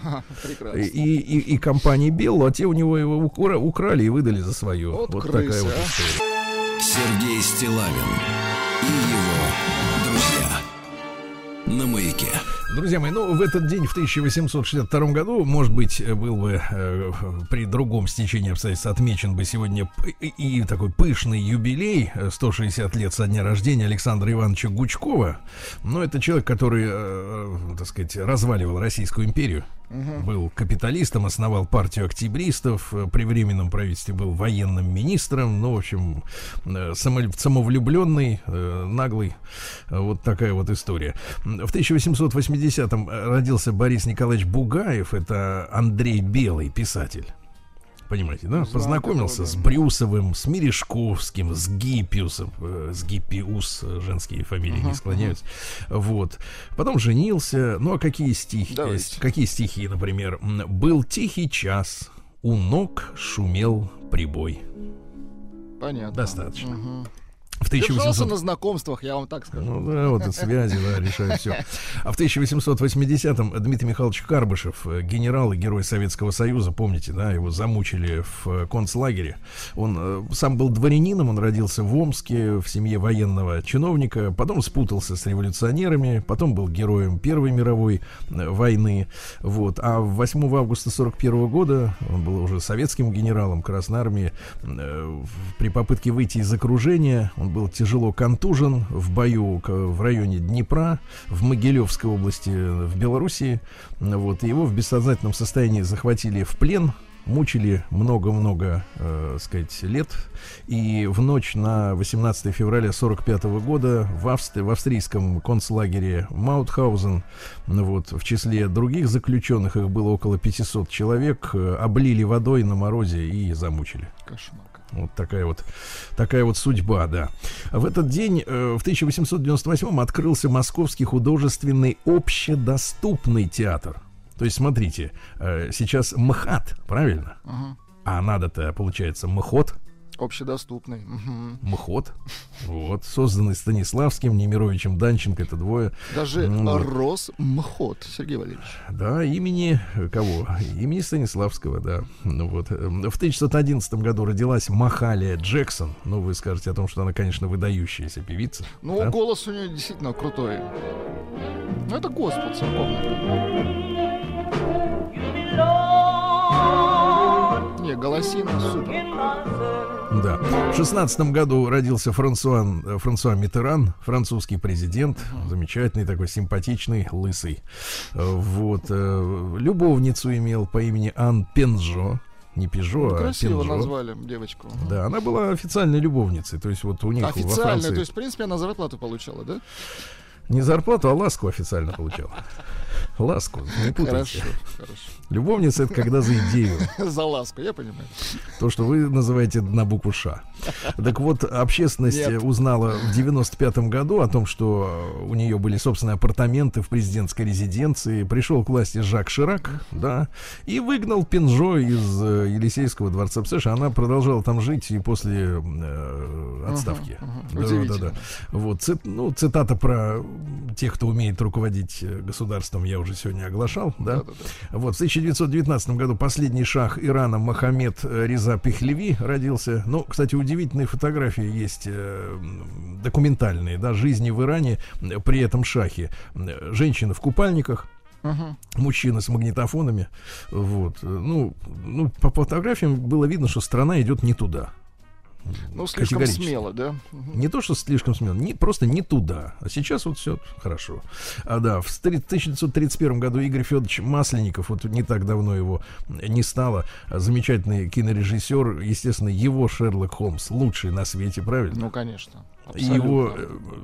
и компании Беллу, а те у него его украли и выдали за свое. Вот такая вот история. Сергей Стиллавин и его друзья на Маяке. Друзья мои, ну, в этот день, в 1862 году, может быть, был бы при другом стечении обстоятельств отмечен бы сегодня и такой пышный юбилей, 160 лет со дня рождения Александра Ивановича Гучкова. Но это человек, который, так сказать, разваливал Российскую империю. Был капиталистом, основал партию октябристов, при временном правительстве был военным министром, ну, в общем, самовлюбленный, наглый, вот такая вот история. В 1880-м родился Борис Николаевич Бугаев, это Андрей Белый, писатель. Понимаете, да? Познакомился с Брюсовым, с Мережковским, с Гиппиусом. С Гиппиус, женские фамилии не склоняются. Вот. Потом женился. Ну, а какие стихи? Какие стихи, например? «Был тихий час, у ног шумел прибой». Понятно. Достаточно. Держался на знакомствах, я вам так скажу. Ну да, вот это связи, да, решают все. А в 1880-м Дмитрий Михайлович Карбышев, генерал и герой Советского Союза, помните, да, его замучили в концлагере. Он сам был дворянином, он родился в Омске в семье военного чиновника, потом спутался с революционерами, потом был героем Первой мировой войны. Вот. А 8 августа 1941 года он был уже советским генералом Красной Армии. При попытке выйти из окружения он был тяжело контужен в бою в районе Днепра, в Могилевской области в Белоруссии. Вот, его в бессознательном состоянии захватили в плен, мучили много-много, сказать, лет. И в ночь на 18 февраля 1945 года в австрийском концлагере Маутхаузен, вот, в числе других заключенных, их было около 500 человек, облили водой на морозе и замучили. Кошмар. Вот такая вот судьба, да. В этот день, в 1898-м, открылся Московский художественный общедоступный театр. То есть, смотрите, сейчас МХАТ, правильно? А надо-то, получается, МХОТ. Общедоступный. МХОТ. Вот, созданный Станиславским, Немировичем Данченко, это двое. Даже Росмхот, Сергей Валерьевич. Да, имени кого? Имени Станиславского, да. Ну, вот. В 1911 году родилась Махалия Джексон. Ну, вы скажете о том, что она, конечно, выдающаяся певица. Ну, да? Голос у нее действительно крутой. Ну, это госпел церковный. Не, голосина супер. Да. В 16 году родился Франсуа Миттеран, французский президент, замечательный такой, симпатичный, лысый. Вот. Любовницу имел по имени Ан Пенжо. Не Пежо, а красиво Пенжо. назвали девочку. Да, она была официальной любовницей. То есть вот у них во Франции... То есть, в принципе, она зарплату получала, да? Не зарплату, а ласку официально получала. Ласку, не путайте. Хорошо. Любовница — это когда за идею. За ласку, я понимаю. То, что вы называете на букву «Ш». Так вот, общественность узнала в 95-м году о том, что у нее были собственные апартаменты в президентской резиденции. Пришел к власти Жак Ширак, да, и выгнал Пинжо из Елисейского дворца. Представляешь, она продолжала там жить и после отставки. Да. Вот, цитата про тех, кто умеет руководить государством, я уже сегодня оглашал, да. Вот, в 1919 году последний шах Ирана Мохаммед Реза Пехлеви родился. Ну, кстати, удивительные фотографии есть, документальные, да, жизни в Иране при этом шахе. Женщины в купальниках, мужчины с магнитофонами. Вот. Ну, по фотографиям было видно, что страна идет не туда. Ну, слишком смело, да? Не то, что слишком смело, просто не туда. А сейчас вот все хорошо. В 1931 году Игорь Федорович Масленников, вот не так давно его не стало, замечательный кинорежиссер, естественно, его Шерлок Холмс лучший на свете, правильно? Ну, конечно. Абсолютно. Его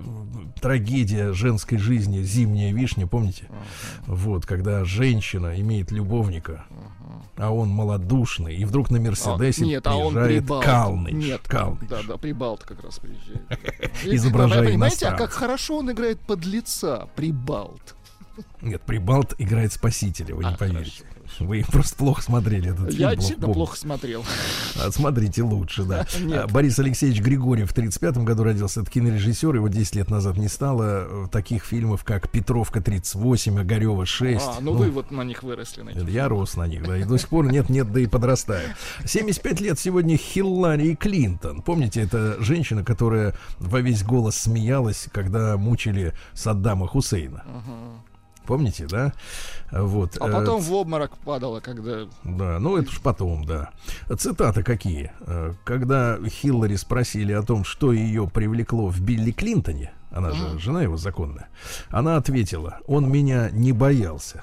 трагедия женской жизни «Зимняя вишня», помните? Вот, когда женщина имеет любовника, а он малодушный, и вдруг на Мерседесе приезжает Калныч. Да, Прибалт как раз приезжает. Изображая понимаете, иностранца. а как хорошо он играет подлеца, Прибалт. Нет, Прибалт играет спасителя, вы не поверите. Вы просто плохо смотрели этот фильм. Я действительно плохо смотрел. Смотрите лучше, да. Борис Алексеевич Григорьев в 1935 году родился. Это кинорежиссер, его 10 лет назад не стало. Таких фильмов, как «Петровка 38», «Огарева 6». Вы вот на них выросли. Я рос на них, да, и до сих пор нет, да и подрастаю. 75 лет сегодня Хиллари Клинтон. Помните, это женщина, которая во весь голос смеялась, когда мучили Саддама Хусейна. Помните, да? Вот. А потом в обморок падала, когда... Да, это уж потом, да. Цитаты какие? Когда Хиллари спросили о том, что ее привлекло в Билли Клинтоне, она же жена его законная, она ответила: он меня не боялся.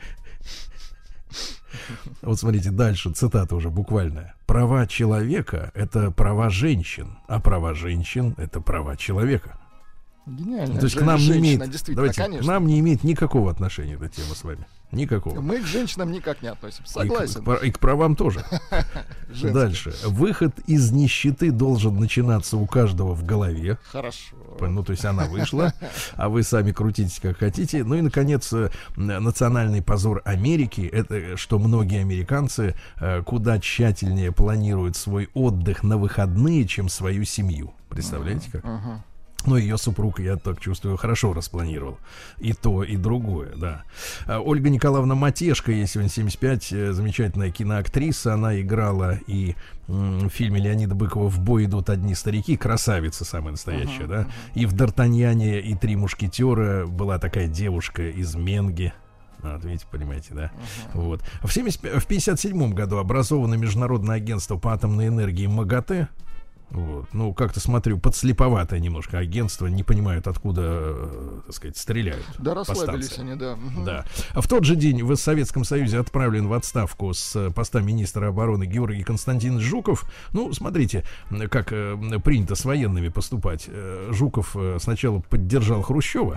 Вот смотрите, дальше цитата уже буквальная. Права человека — это права женщин, а права женщин — это права человека. Гениально. То есть к нам не имеет, конечно. к нам не имеет никакого отношения эта тема с вами. Никакого. Мы к женщинам никак не относимся. Согласен. И к правам тоже. Дальше. Выход из нищеты должен начинаться у каждого в голове. Хорошо. То есть она вышла, а вы сами крутитесь как хотите. Ну и, наконец, национальный позор Америки — это что многие американцы куда тщательнее планируют свой отдых на выходные, чем свою семью. Представляете как? Но ее супруг, я так чувствую, хорошо распланировал. И то, и другое, да. Ольга Николаевна Матешко, ей сегодня 75, замечательная киноактриса. Она играла и в фильме Леонида Быкова «В бой идут одни старики». Красавица самая настоящая, да. И в «Д'Артаньяне и три мушкетера» была такая девушка из Менги. Видите, понимаете, да? Вот. В 1957 году образовано Международное агентство по атомной энергии МАГАТЭ. Вот. Как-то смотрю, подслеповатое немножко агентство, не понимают, откуда, так сказать, стреляют. Да, расслабились они, да. Да. А в тот же день в Советском Союзе отправлен в отставку с поста министра обороны Георгий Константинович Жуков. Смотрите, как принято с военными поступать. Жуков сначала поддержал Хрущева,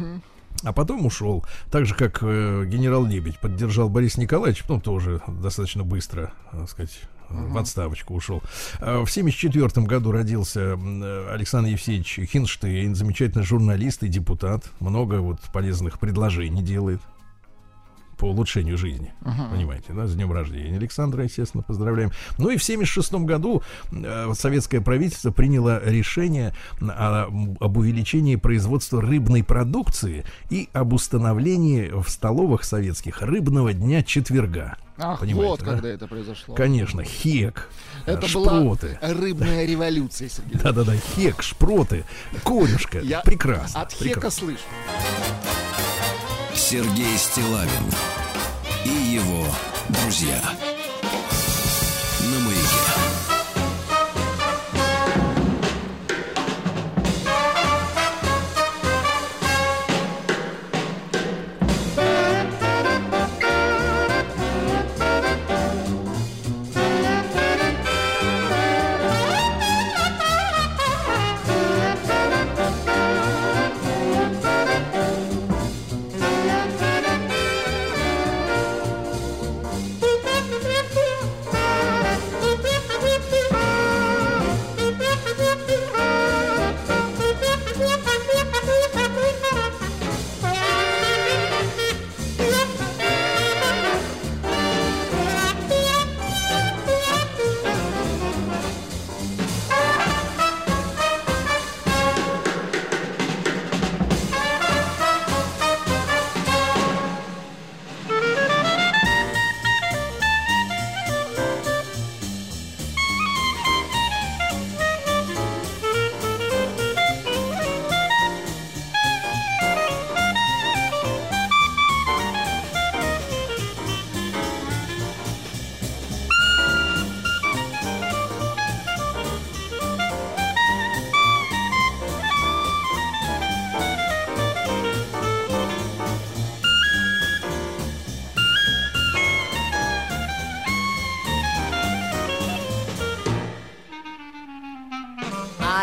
а потом ушел. Так же, как генерал Лебедь поддержал Бориса Николаевича, потом тоже достаточно быстро, так сказать, в отставочку ушел. В 1974 году родился Александр Евсеевич Хинштейн, замечательный журналист и депутат. Много полезных предложений делает по улучшению жизни. Понимаете, да? С днем рождения Александра, естественно, поздравляем. И в 1976 году советское правительство приняло решение об увеличении производства рыбной продукции и об установлении в столовых советских рыбного дня четверга. Понимаете, вот да? когда это произошло. Конечно, хек, это шпроты. Была рыбная революция, Сергей. Да-да-да, хек, шпроты, корюшка. Я прекрасно. От хека слышу. Сергей Стиллавин и его друзья на Маяке.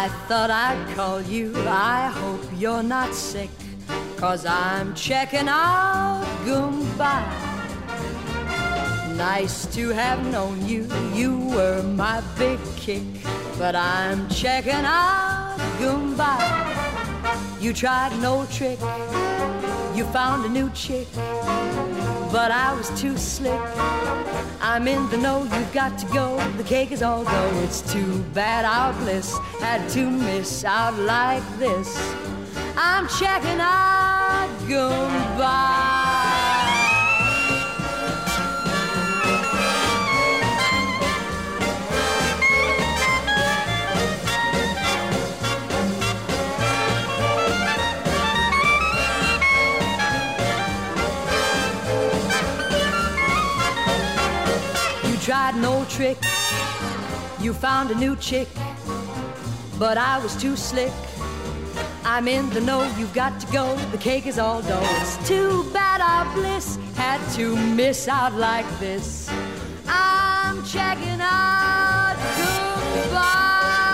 I thought I'd call you. I hope you're not sick, 'cause I'm checking out goodbye. Nice to have known you. You were my big kick, but I'm checking out goodbye. You tried no trick. You found a new chick, but I was too slick. I'm in the know, you've got to go. The cake is all go. It's too bad our bliss had to miss out like this. I'm checking out goodbye. Tried no trick, you found a new chick, but I was too slick. I'm in the know, you've got to go. The cake is all dough. It's too bad our bliss had to miss out like this. I'm checking out goodbye.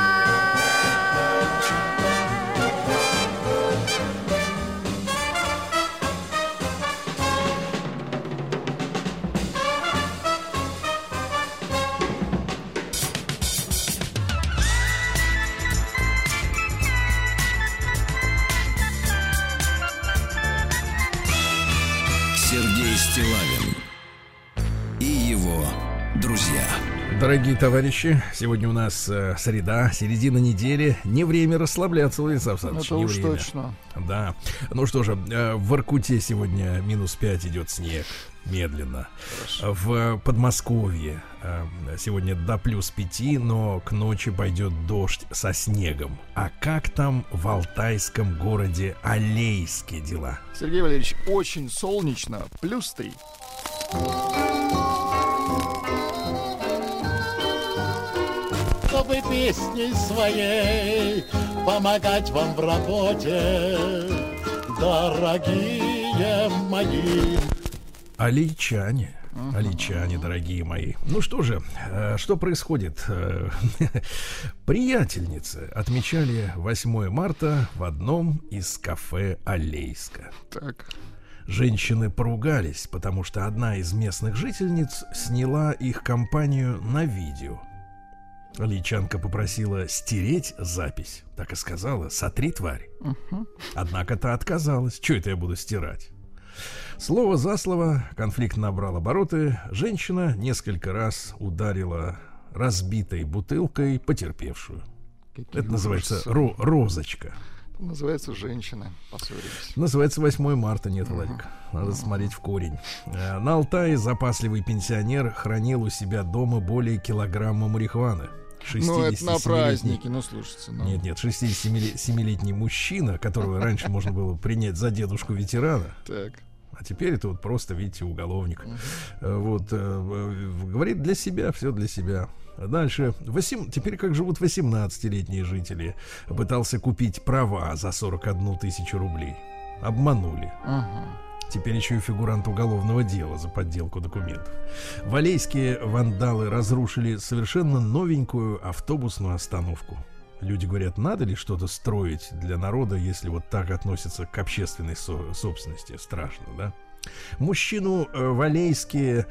Сергей Стиллавин и его друзья. Дорогие товарищи, сегодня у нас среда, середина недели. Не время расслабляться, Владислав Александрович. Это не уж время. точно. Да. Ну что же, в Воркуте сегодня -5 идет снег. Медленно. Хорошо. В Подмосковье сегодня до +5, но к ночи пойдет дождь со снегом. А как там в алтайском городе Алейске дела? Сергей Валерьевич, очень солнечно, +3. Чтобы песней своей помогать вам в работе, дорогие мои. Алейчане, дорогие мои. Ну что же, что происходит? Приятельницы отмечали 8 марта в одном из кафе Алейска. Так. Женщины поругались, потому что одна из местных жительниц сняла их компанию на видео. Алейчанка попросила стереть запись. Так и сказала: сотри, тварь. Однако та отказалась. Чё это я буду стирать? Слово за слово, конфликт набрал обороты. Женщина несколько раз ударила разбитой бутылкой потерпевшую. Какие Это называется ужасы. розочка. Называется «Женщины поссорились». Называется 8 марта. Нет, Владик, надо смотреть в корень. На Алтае запасливый пенсионер хранил у себя дома более килограмма марихуаны. Ну, это на 67-летний праздники, ну, слушайте. Ну. Нет, 67-летний мужчина, которого раньше можно было принять за дедушку ветерана. Так. А теперь это вот просто, видите, уголовник. Вот, говорит, для себя, все для себя. Дальше. Теперь как живут 18-летние жители. Пытался купить права за 41 тысячу рублей. Обманули. Теперь еще и фигурант уголовного дела за подделку документов. В Алейске вандалы разрушили совершенно новенькую автобусную остановку. Люди говорят, надо ли что-то строить для народа, если вот так относятся к общественной собственности? Страшно, да? Мужчину в Алейске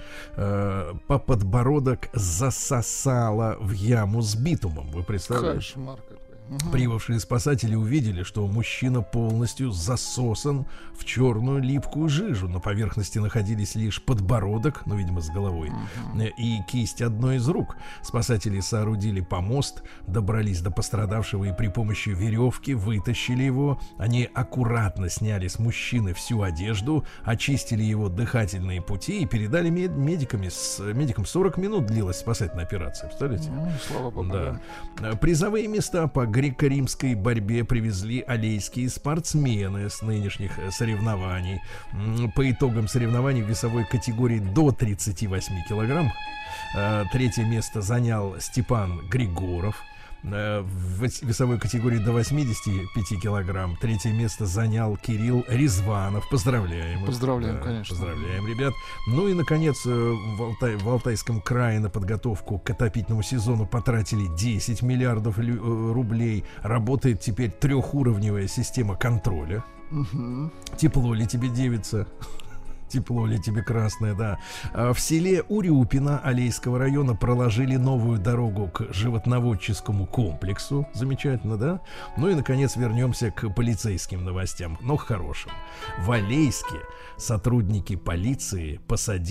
по подбородок засосало в яму с битумом. Вы представляете? Кошмар какой. Прибывшие спасатели увидели, что мужчина полностью засосан в черную липкую жижу. На поверхности находились лишь подбородок, ну, видимо, с головой, и кисть одной из рук. Спасатели соорудили помост, добрались до пострадавшего и при помощи веревки вытащили его. Они аккуратно сняли с мужчины всю одежду, очистили его дыхательные пути и передали медикам. 40 минут длилась спасательная операция. Представляете? Слава богу. Да. Призовые места по греко-римской борьбе привезли алейские спортсмены с нынешних соревнований. По итогам соревнований в весовой категории до 38 килограмм третье место занял Степан Григоров. В весовой категории до 85 килограмм. Третье место занял Кирилл Резванов. Поздравляем. Поздравляем, конечно. Поздравляем, ребят. Ну и, наконец, в Алтайском крае на подготовку к отопительному сезону потратили 10 миллиардов рублей. Работает теперь трехуровневая система контроля. Тепло ли тебе, девица? Тепло ли тебе, красное, да. В селе Урюпино Алейского района проложили новую дорогу к животноводческому комплексу. Замечательно, да? Ну и, наконец, вернемся к полицейским новостям, но к хорошим. В Алейске сотрудники полиции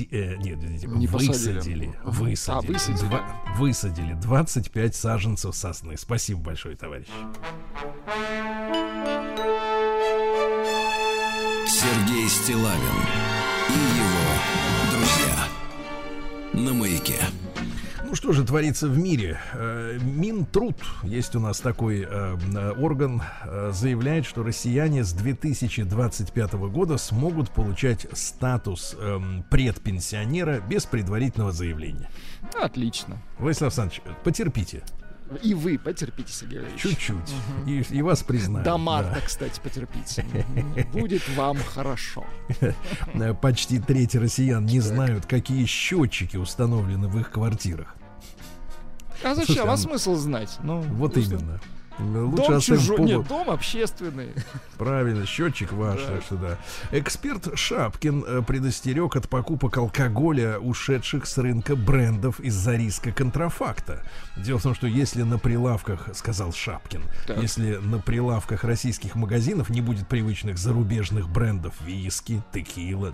высадили 25 саженцев сосны. Спасибо большое, товарищ. Сергей Стиллавин и его друзья на Маяке. Ну что же творится в мире? Минтруд, есть у нас такой орган, заявляет, что россияне с 2025 года смогут получать статус предпенсионера без предварительного заявления. Отлично. Владислав Александрович, потерпите. И вы потерпите, Сергей Ильич. Чуть-чуть. И вас признают. До марта, кстати, потерпите. Будет вам хорошо. Почти треть россиян не знают, какие счетчики установлены в их квартирах. А зачем? А смысл знать? Ну, вот именно. Лучше дом чужой, нет, дом общественный. Правильно, счетчик ваш, так что да. Эксперт Шапкин предостерег от покупок алкоголя, ушедших с рынка брендов из-за риска контрафакта. Дело в том, что если на прилавках, сказал Шапкин, если на прилавках российских магазинов не будет привычных зарубежных брендов виски, текила,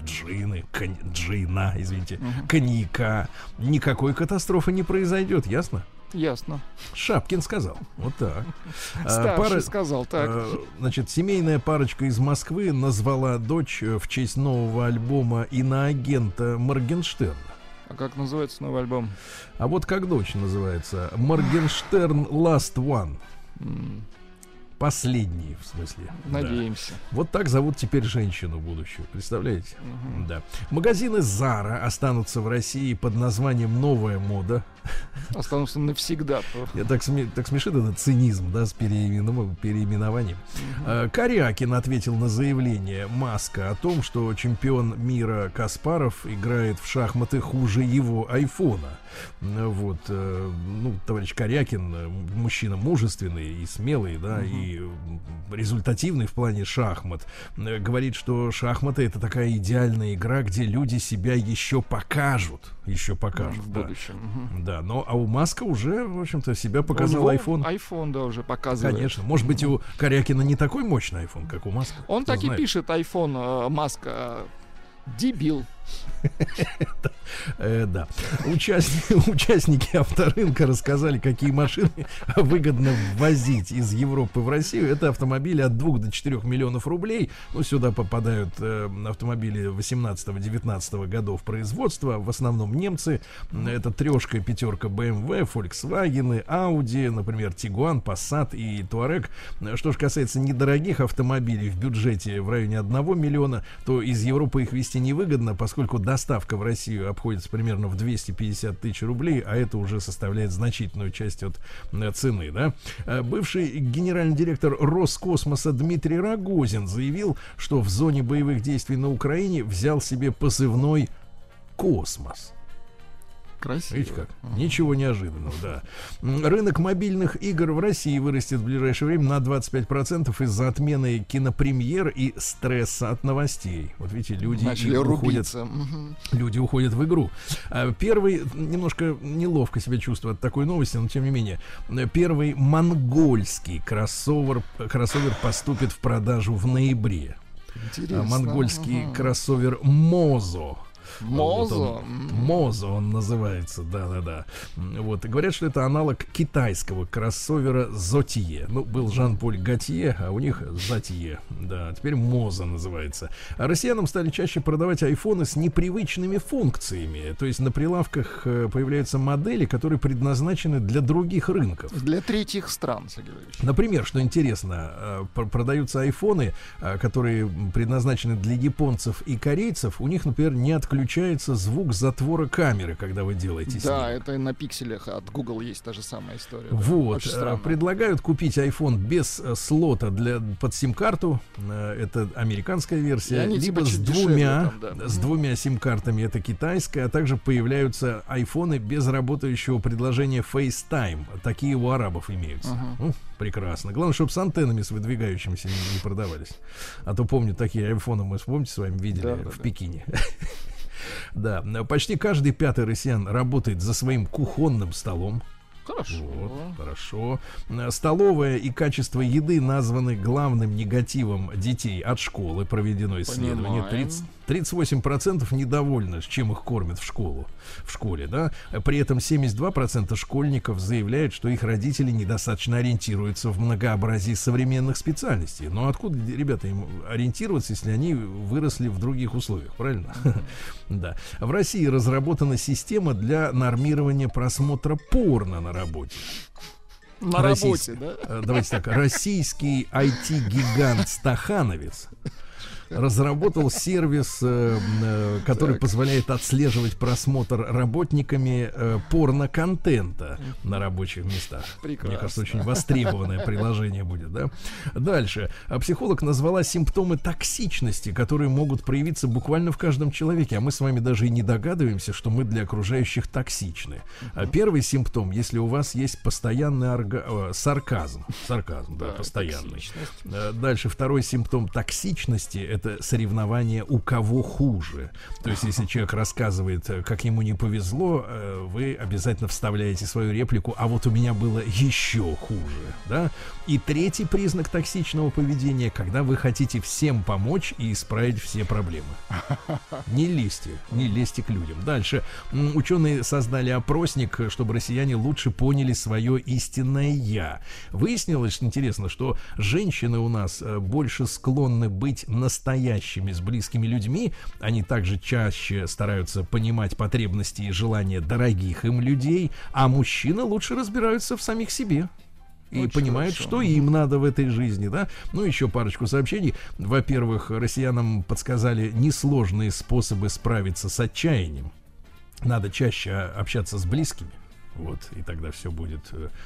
джина, коньяка, никакой катастрофы не произойдет, ясно? Ясно. Шапкин сказал. Вот так. Старший сказал так. Значит, семейная парочка из Москвы назвала дочь в честь нового альбома иноагента Моргенштерна. А как называется новый альбом? А вот как дочь называется. Моргенштерн Last One. Последний, в смысле. Надеемся. Да. Вот так зовут теперь женщину будущую. Представляете? Да. Магазины Zara останутся в России под названием «Новая мода». Останутся навсегда. Я так смешит этот цинизм, да, с переименованием. Корякин ответил на заявление Маска о том, что чемпион мира Каспаров играет в шахматы хуже его айфона. Вот, ну, товарищ Корякин, мужчина мужественный и смелый, да, и результативный в плане шахмат. Говорит, что шахматы — это такая идеальная игра, где люди себя еще покажут. В будущем. Да, но а у Маска уже, в общем-то, себя показал iPhone. iPhone, да, уже показывает. Конечно. Может быть, у Корякина не такой мощный iPhone, как у Маска. Он так и пишет iPhone Маска. Дебил. Да. Участники авторынка рассказали, какие машины выгодно ввозить из Европы в Россию. Это автомобили от 2 до 4 миллионов рублей. Ну, сюда попадают автомобили 18-19 годов производства. В основном немцы. Это трешка, пятерка BMW, Volkswagen, Audi, например, Tiguan, Passat и Touareg. Что же касается недорогих автомобилей в бюджете в районе 1 миллиона, то из Европы их везти невыгодно, поскольку доставка в Россию обходится примерно в 250 тысяч рублей, а это уже составляет значительную часть от цены, да? Бывший генеральный директор Роскосмоса Дмитрий Рогозин заявил, что в зоне боевых действий на Украине взял себе позывной «Космос». Красиво. Видите как? Ничего неожиданного, да. Рынок мобильных игр в России вырастет в ближайшее время на 25% из-за отмены кинопремьер и стресса от новостей. Вот видите, люди уходят в игру. Первый, немножко неловко себя чувствую от такой новости, но тем не менее, первый монгольский кроссовер поступит в продажу в ноябре. Интересно. Монгольский кроссовер Мозо. Мозо он называется, да. Вот, и говорят, что это аналог китайского кроссовера Зотье. Ну, был Жан-Поль Готье, а у них Зотье. Да, теперь Мозо называется. А россиянам стали чаще продавать айфоны с непривычными функциями. То есть на прилавках появляются модели, которые предназначены для других рынков. Для третьих стран, Сергей Ильич. Например, что интересно, продаются айфоны, которые предназначены для японцев и корейцев. У них, например, не отключены выключается звук затвора камеры, когда вы делаете снимок. Да, это на пикселях от Google есть та же самая история. Вот, Очень странно. предлагают купить iPhone без слота под сим-карту, это американская версия, они либо типа с чуть двумя, дешевле там, да. с двумя сим-картами, это китайская, а также появляются айфоны без работающего предложения FaceTime, такие у арабов имеются. Ну, прекрасно. Главное, чтобы с антеннами с выдвигающимися не продавались. А то помню, такие айфоны мы, помните, с вами видели в Пекине. Да, почти каждый пятый россиян работает за своим кухонным столом. Хорошо. Вот, хорошо. Столовая и качество еды названы главным негативом детей от школы. Проведено исследование. 38% недовольны, чем их кормят в школе, да. При этом 72% школьников заявляют, что их родители недостаточно ориентируются в многообразии современных специальностей. Но откуда, ребята, им ориентироваться, если они выросли в других условиях, правильно? Да. В России разработана система для нормирования просмотра порно на работе. На работе, да? Давайте так. Российский IT-гигант Стахановец разработал сервис, который позволяет отслеживать просмотр работниками порно-контента на рабочих местах. Прекрасно. Мне кажется, очень востребованное приложение будет, да? Дальше. Психолог назвала симптомы токсичности, которые могут проявиться буквально в каждом человеке, а мы с вами даже и не догадываемся, что мы для окружающих токсичны. Первый симптом, если у вас есть постоянный сарказм, да, постоянный. Дальше второй симптом токсичности — это соревнование, у кого хуже. То есть, если человек рассказывает, как ему не повезло, вы обязательно вставляете свою реплику: а вот у меня было еще хуже, да? И третий признак токсичного поведения, когда вы хотите всем помочь и исправить все проблемы. Не лезьте к людям. Дальше. Ученые создали опросник, чтобы россияне лучше поняли свое истинное «я». Выяснилось, интересно, что женщины у нас больше склонны быть настоящими с близкими людьми. Они также чаще стараются понимать потребности и желания дорогих им людей, а мужчины лучше разбираются в самих себе и очень понимают, хорошо, что им надо в этой жизни, да. Ну, еще парочку сообщений. Во-первых, россиянам подсказали несложные способы справиться с отчаянием. Надо чаще общаться с близкими, вот, и тогда все будет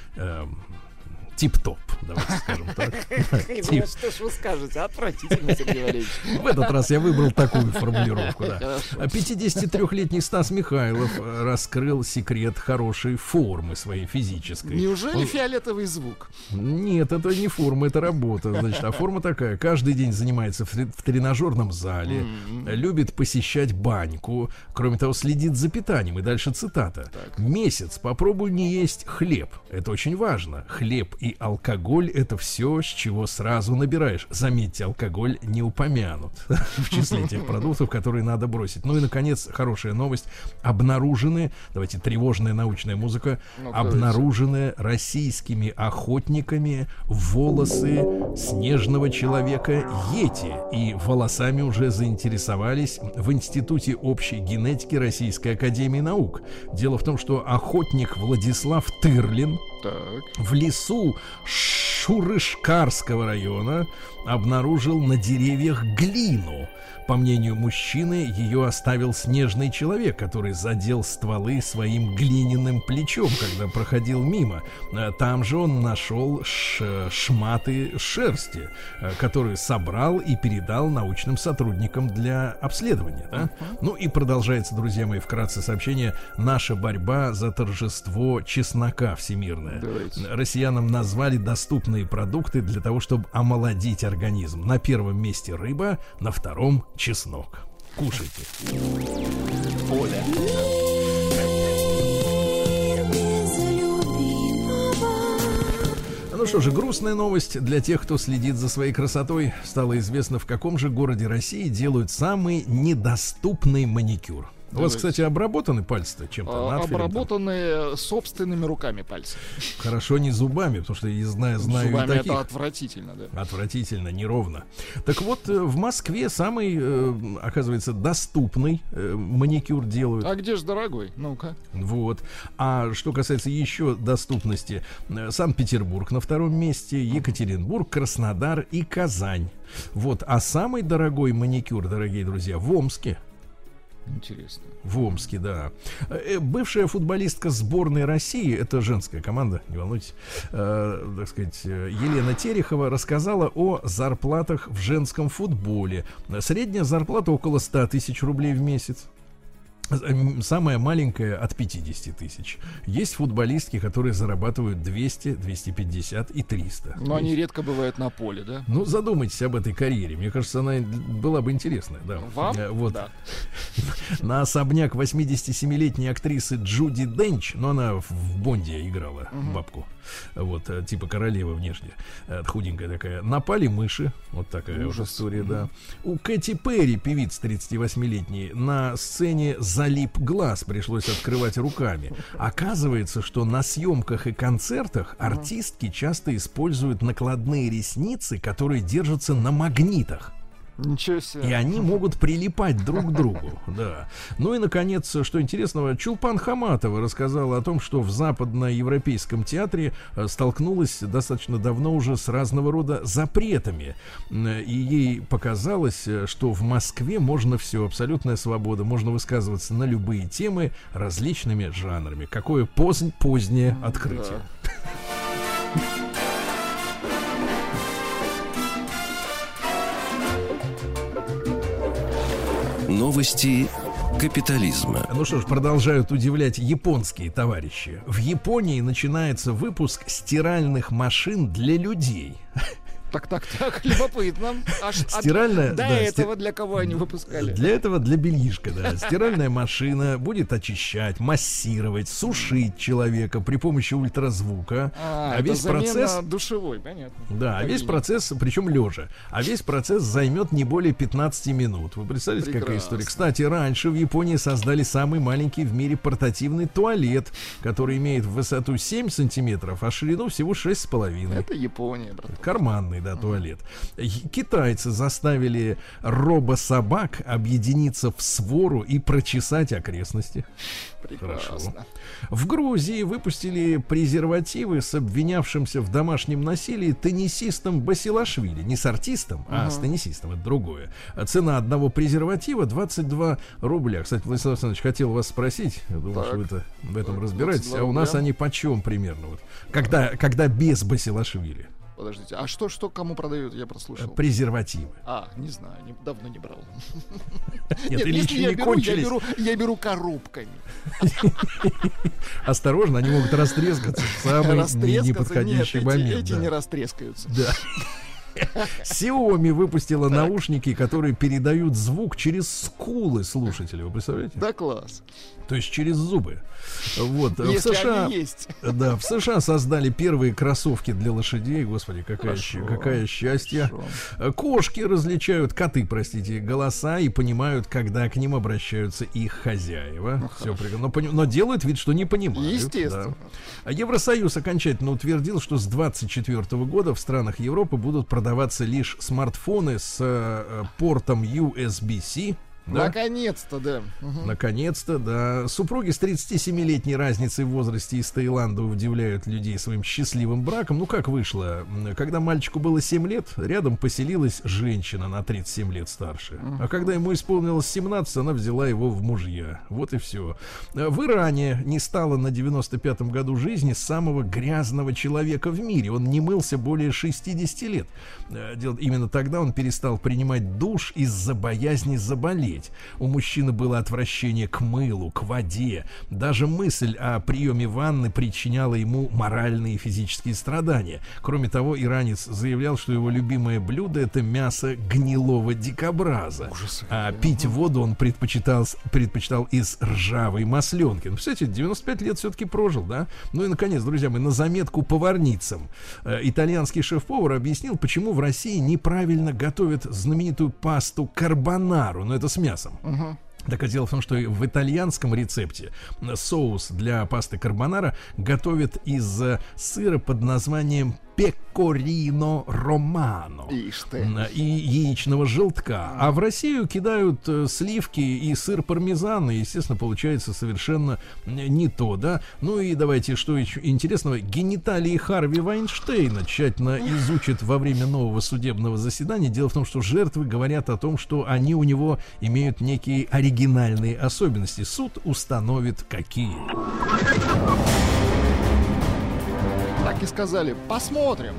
тип-топ, давайте скажем так. Что ж вы скажете? Отвратительно, Сергей Валерьевич. В этот раз я выбрал такую формулировку, да. 53-летний Стас Михайлов раскрыл секрет хорошей формы своей физической. Неужели фиолетовый звук? Нет, это не форма, это работа. Значит, а форма такая: каждый день занимается в тренажерном зале, любит посещать баньку, кроме того, следит за питанием. И дальше цитата: месяц попробуй не есть хлеб. Это очень важно. Хлеб и алкоголь — это все, с чего сразу набираешь. Заметьте, алкоголь не упомянут в числе тех продуктов, которые надо бросить. Ну и, наконец, хорошая новость. Обнаружены, давайте, тревожная научная музыка, обнаружены российскими охотниками волосы снежного человека Йети. И волосами уже заинтересовались в Институте общей генетики Российской академии наук. Дело в том, что охотник Владислав Тырлин в лесу Шурышкарского района обнаружил на деревьях глину. По мнению мужчины, ее оставил снежный человек, который задел стволы своим глиняным плечом, когда проходил мимо. Там же он нашел шматы шерсти, которые собрал и передал научным сотрудникам для обследования. Да? Ну и продолжается, друзья мои, вкратце сообщение: наша борьба за торжество чеснока всемирная. Россиянам назвали доступные продукты для того, чтобы омолодить организм. На первом месте рыба, на втором чеснок. Кушайте. Оля. Ну что же, грустная новость для тех, кто следит за своей красотой. Стало известно, в каком же городе России делают самый недоступный маникюр. У вас, кстати, обработаны пальцы-то чем-то? Обработаны собственными руками пальцы. Хорошо, не зубами, потому что я знаю зубами и таких. Это отвратительно, да. Отвратительно, неровно. Так вот, в Москве самый, оказывается, доступный маникюр делают. А где же дорогой? Ну-ка. Вот. А что касается еще доступности, Санкт-Петербург на втором месте, Екатеринбург, Краснодар и Казань. Вот. А самый дорогой маникюр, дорогие друзья, в Омске. Интересно. В Омске, да. Бывшая футболистка сборной России, это женская команда, не волнуйтесь, так сказать, Елена Терехова рассказала о зарплатах в женском футболе. Средняя зарплата около 100 тысяч рублей в месяц. Самая маленькая от 50 тысяч. Есть футболистки, которые зарабатывают 200, 250 и 300. Но они редко бывают на поле, да? Ну, задумайтесь об этой карьере. Мне кажется, она была бы интересная. Да. Вам? Вот. Да. На особняк 87-летней актрисы Джуди Денч, но она в Бонде играла бабку. Вот, типа королева внешне, худенькая такая. Напали мыши. Вот такая уже история, да. У Кэти Перри, певиц 38-летней, на сцене залип глаз, пришлось открывать руками. Оказывается, что на съемках и концертах артистки часто используют накладные ресницы, которые держатся на магнитах. Ничего себе. И они могут прилипать друг к другу. Да. Ну и, наконец, что интересного, Чулпан Хаматова рассказала о том, что в западноевропейском театре столкнулась достаточно давно уже с разного рода запретами. И ей показалось, что в Москве можно все, абсолютная свобода, можно высказываться на любые темы различными жанрами. Какое позднее открытие. Да. Новости капитализма. Ну что ж, продолжают удивлять японские товарищи. В Японии начинается выпуск стиральных машин для людей. Так, любопытно. Стиральная, до этого для кого они выпускали? Для этого для бельишка, да. Стиральная машина будет очищать, массировать, сушить человека при помощи ультразвука. А весь процесс душевой, понятно. Да, весь процесс, причем лежа. А весь процесс займет не более 15 минут. Вы представляете, какая история? Кстати, раньше в Японии создали самый маленький в мире портативный туалет, который имеет высоту 7 сантиметров, а ширину всего 6,5. Это Япония, брат. Карманный, да, туалет. Китайцы заставили робособак объединиться в свору и прочесать окрестности. Прекрасно. Хорошо. В Грузии выпустили презервативы с обвинявшимся в домашнем насилии теннисистом Басилашвили. Не с артистом, а с теннисистом. Это другое. Цена одного презерватива 22 рубля. Кстати, Владислав Александрович, хотел вас спросить. Я думаю, что вы в этом разбираетесь. А у нас они почем примерно? Вот, когда без Басилашвили? Подождите, а что кому продают, я прослушал? Презервативы. Не знаю, давно не брал. Нет, или еще не кончились. Я беру коробками. Осторожно, они могут растрескаться в самый неподходящий момент. Эти не растрескаются. Да. Xiaomi выпустила наушники, которые передают звук через скулы слушателя. Вы представляете? Да, класс. То есть через зубы. Вот. Если в США, они есть. Да, в США создали первые кроссовки для лошадей. Господи, какое счастье. Хорошо. Кошки различают, коты, простите, голоса и понимают, когда к ним обращаются их хозяева. Все прекрасно. Но делают вид, что не понимают. Естественно. Да. Евросоюз окончательно утвердил, что с 2024 года в странах Европы будут продаваться лишь смартфоны с портом USB-C. Да? Наконец-то, да. Наконец-то, да. Супруги с 37-летней разницей в возрасте из Таиланда удивляют людей своим счастливым браком. Ну, как вышло? Когда мальчику было 7 лет, рядом поселилась женщина на 37 лет старше. А когда ему исполнилось 17, она взяла его в мужья. Вот и все. В Иране не стало на 95-м году жизни самого грязного человека в мире. Он не мылся более 60 лет. Именно тогда он перестал принимать душ из-за боязни заболеть. У мужчины было отвращение к мылу, к воде. Даже мысль о приеме ванны причиняла ему моральные и физические страдания. Кроме того, иранец заявлял, что его любимое блюдо — это мясо гнилого дикобраза. Ужас. А пить воду он предпочитал из ржавой масленки. Ну, представляете, 95 лет все-таки прожил, да? Ну и, наконец, друзья мои, на заметку поварницам. Итальянский шеф-повар объяснил, почему в России неправильно готовят знаменитую пасту карбонару. Но это с мясом. Так, дело в том, что в итальянском рецепте соус для пасты карбонара готовят из сыра под названием пекорино романо и яичного желтка. А в Россию кидают сливки и сыр пармезан, и, естественно, получается совершенно не то, да? Ну и давайте, что еще интересного. Гениталии Харви Вайнштейна тщательно изучат во время нового судебного заседания. Дело в том, что жертвы говорят о том, что они у него имеют некие оригинальные особенности. Суд установит, какие. Так и сказали, посмотрим.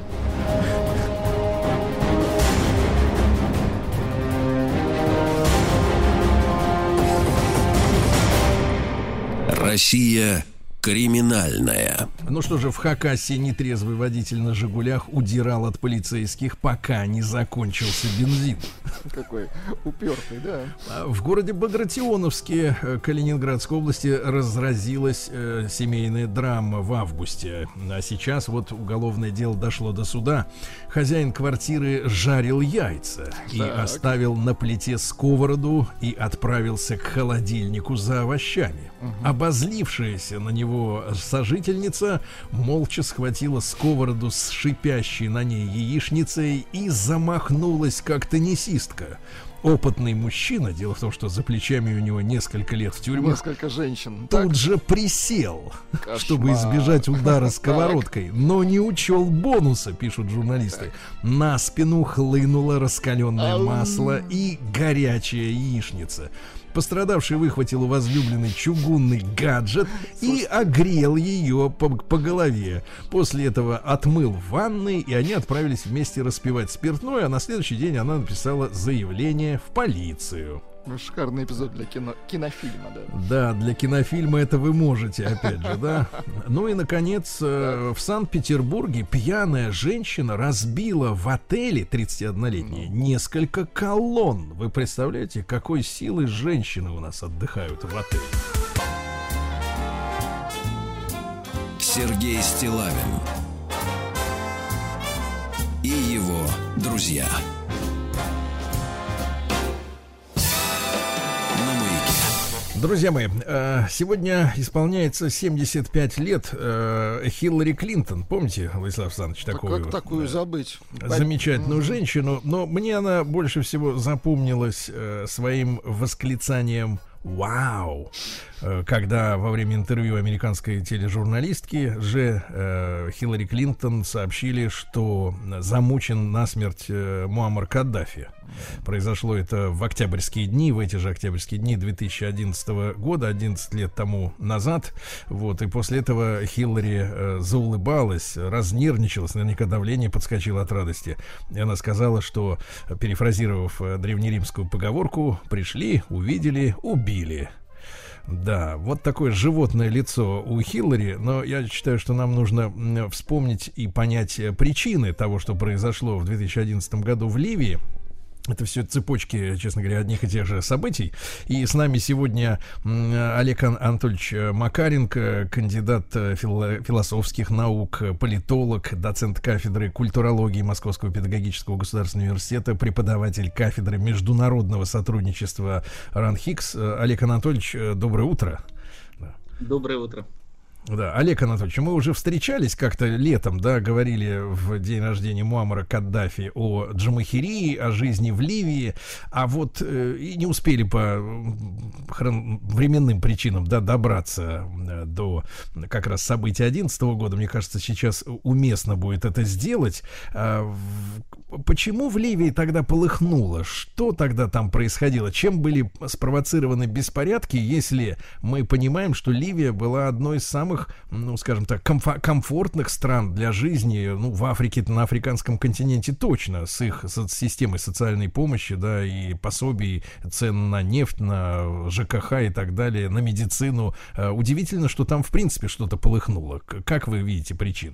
Россия криминальная. Ну что же, в Хакасии нетрезвый водитель на «Жигулях» удирал от полицейских, пока не закончился бензин. Какой упертый, да. В городе Багратионовске Калининградской области разразилась семейная драма в августе. А сейчас вот уголовное дело дошло до суда. Хозяин квартиры жарил яйца и оставил на плите сковороду и отправился к холодильнику за овощами. Обозлившаяся на него сожительница молча схватила сковороду с шипящей на ней яичницей и замахнулась, как теннисистка. Опытный мужчина, дело в том, что за плечами у него несколько лет в тюрьме, несколько женщин, тут же присел, чтобы избежать удара сковородкой, но не учел бонуса, пишут журналисты. На спину хлынуло раскаленное масло и горячая яичница. Пострадавший выхватил у возлюбленной чугунный гаджет и огрел ее по голове. После этого отмыл в ванной, и они отправились вместе распивать спиртное, а на следующий день она написала заявление в полицию. Шикарный эпизод для кинофильма, да. Да, для кинофильма это вы можете, опять же, да. Ну и, наконец, в Санкт-Петербурге пьяная женщина разбила в отеле 31-летняя несколько колонн. Вы представляете, какой силой женщины у нас отдыхают в отеле? Сергей Стиллавин и его друзья. Друзья мои, сегодня исполняется 75 лет Хиллари Клинтон. Помните, Владислав Александрович, такую? Как такую забыть? Замечательную женщину. Но мне она больше всего запомнилась своим восклицанием «Вау!», когда во время интервью американской тележурналистки Хиллари Клинтон сообщили, что замучен насмерть Муаммар Каддафи. Произошло это в октябрьские дни, в эти же октябрьские дни 2011 года, 11 лет тому назад. Вот, и после этого Хиллари заулыбалась, разнервничалась, наверняка давление подскочило от радости. И она сказала, что, перефразировав древнеримскую поговорку, пришли, увидели, убили. Да, вот такое животное лицо у Хиллари, но я считаю, что нам нужно вспомнить и понять причины того, что произошло в 2011 году в Ливии. Это все цепочки, честно говоря, одних и тех же событий. И с нами сегодня Олег Анатольевич Макаренко, кандидат философских наук, политолог, доцент кафедры культурологии Московского педагогического государственного университета, преподаватель кафедры международного сотрудничества РАНХИКС. Олег Анатольевич, доброе утро. Доброе утро. Да, Олег Анатольевич, мы уже встречались как-то летом, да, говорили в день рождения Муаммара Каддафи о Джамахирии, о жизни в Ливии, а вот и не успели по временным причинам, да, добраться до как раз событий 2011 года. Мне кажется, сейчас уместно будет это сделать. Почему в Ливии тогда полыхнуло? Что тогда там происходило? Чем были спровоцированы беспорядки, если мы понимаем, что Ливия была одной из самых, ну, скажем так, комфортных стран для жизни, ну, в Африке, на африканском континенте точно, с их системой социальной помощи, да, и пособий, цен на нефть, на ЖКХ и так далее, на медицину. Удивительно, что там, в принципе, что-то полыхнуло. Как вы видите причину?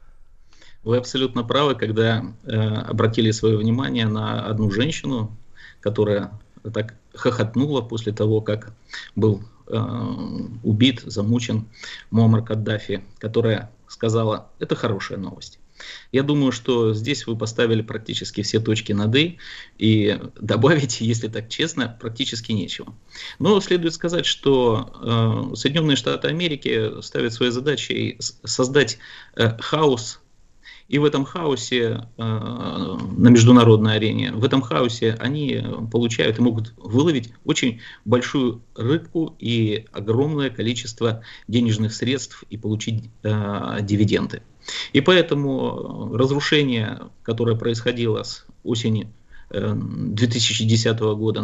Вы абсолютно правы, когда обратили свое внимание на одну женщину, которая так хохотнула после того, как был убит, замучен Муаммар Каддафи, которая сказала: это хорошая новость. Я думаю, что здесь вы поставили практически все точки над и добавить, если так честно, практически нечего. Но следует сказать, что Соединенные Штаты Америки ставят своей задачей создать хаос И в этом хаосе на международной арене, в этом хаосе они получают и могут выловить очень большую рыбку и огромное количество денежных средств и получить дивиденды. И поэтому разрушение, которое происходило с осени 2010 года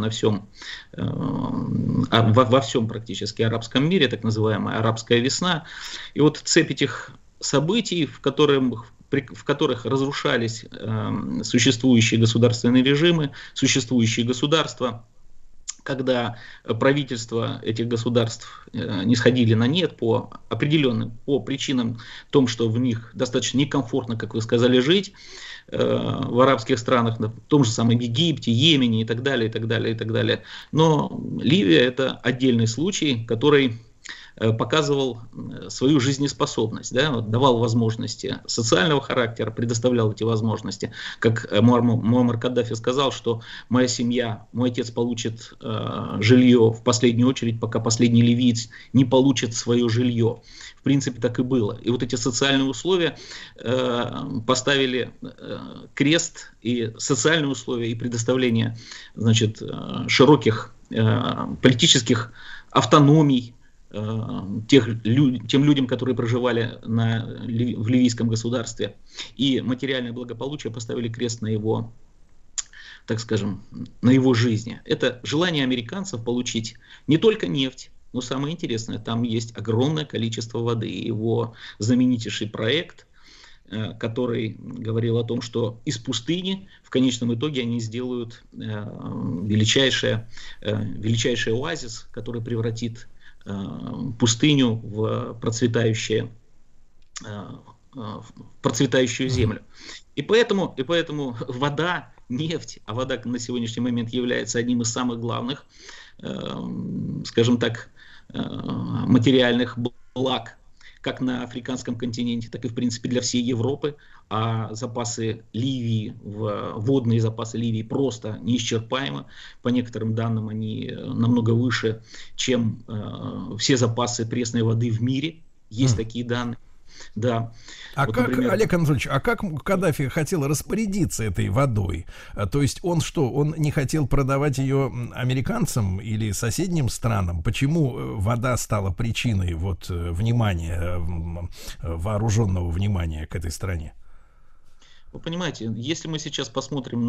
во всем практически арабском мире, так называемая арабская весна, и вот цепь этих событий, в которых разрушались существующие государственные режимы, существующие государства, когда правительства этих государств не сходили на нет по причинам том, что в них достаточно некомфортно, как вы сказали, жить в арабских странах, в том же самом Египте, Йемене и так далее, и так далее, и так далее. Но Ливия — это отдельный случай, который показывал свою жизнеспособность, да, давал возможности социального характера, предоставлял эти возможности. Как Муаммар Каддафи сказал, что моя семья, мой отец получит жилье в последнюю очередь, пока последний ливиец не получит свое жилье. В принципе, так и было. И вот эти социальные условия поставили крест, и социальные условия, и предоставление, значит, широких политических автономий тем людям, которые проживали в ливийском государстве, и материальное благополучие поставили крест на его, так скажем, на его жизни. Это желание американцев получить не только нефть, но самое интересное, там есть огромное количество воды. Его знаменитейший проект, который говорил о том, что из пустыни в конечном итоге они сделают величайший оазис, который превратит пустыню в процветающую землю. И поэтому вода, нефть, а вода на сегодняшний момент является одним из самых главных, скажем так, материальных благ, как на африканском континенте, так и в принципе для всей Европы. А запасы Ливии, водные запасы Ливии просто неисчерпаемы. По некоторым данным они намного выше, чем все запасы пресной воды в мире. Есть такие данные. Да. А вот, как, например, Олег Анатольевич, а как Каддафи хотел распорядиться этой водой? То есть он что, он не хотел продавать ее американцам или соседним странам? Почему вода стала причиной вот внимания, вооруженного внимания к этой стране? Вы понимаете, если мы сейчас посмотрим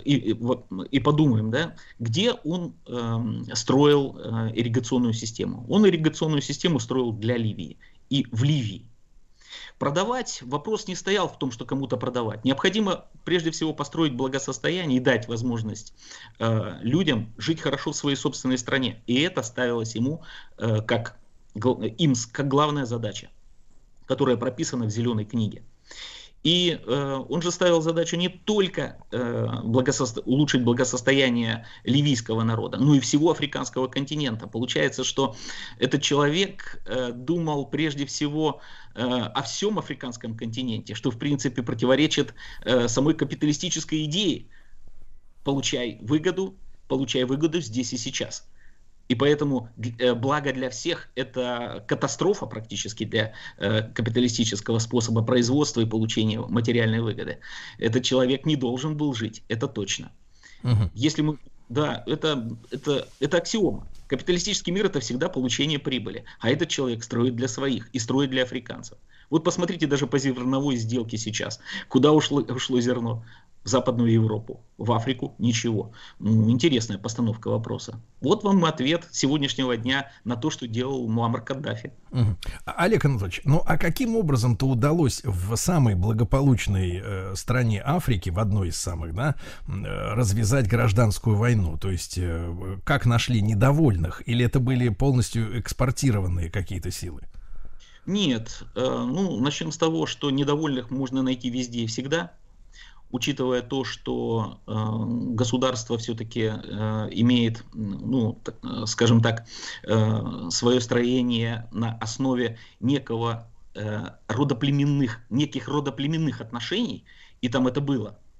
и подумаем, да, где он строил ирригационную систему? Он ирригационную систему строил для Ливии и в Ливии. Продавать вопрос не стоял в том, что кому-то продавать. Необходимо прежде всего построить благосостояние и дать возможность людям жить хорошо в своей собственной стране. И это ставилось ему как главная задача, которая прописана в Зеленой книге. И он же ставил задачу не только улучшить благосостояние ливийского народа, но и всего африканского континента. Получается, что этот человек думал прежде всего о всем африканском континенте, что в принципе противоречит самой капиталистической идее. Получай выгоду здесь и сейчас. И поэтому благо для всех – это катастрофа практически для капиталистического способа производства и получения материальной выгоды. Этот человек не должен был жить, это точно. Если мы, да, это аксиома. Капиталистический мир – это всегда получение прибыли. А этот человек строит для своих и строит для африканцев. Вот посмотрите даже по зерновой сделке сейчас. Куда ушло зерно? В Западную Европу, в Африку ничего. Интересная постановка вопроса. Вот вам ответ сегодняшнего дня на то, что делал Муаммар Каддафи. Олег Анатольевич, ну а каким образом-то удалось в самой благополучной стране Африки, в одной из самых, да, развязать гражданскую войну? То есть как нашли недовольных? Или это были полностью экспортированные какие-то силы? Нет. Начнем с того, что недовольных можно найти везде и всегда. Учитывая то, что государство все-таки имеет, скажем так, свое строение на основе неких родоплеменных отношений, и там это было.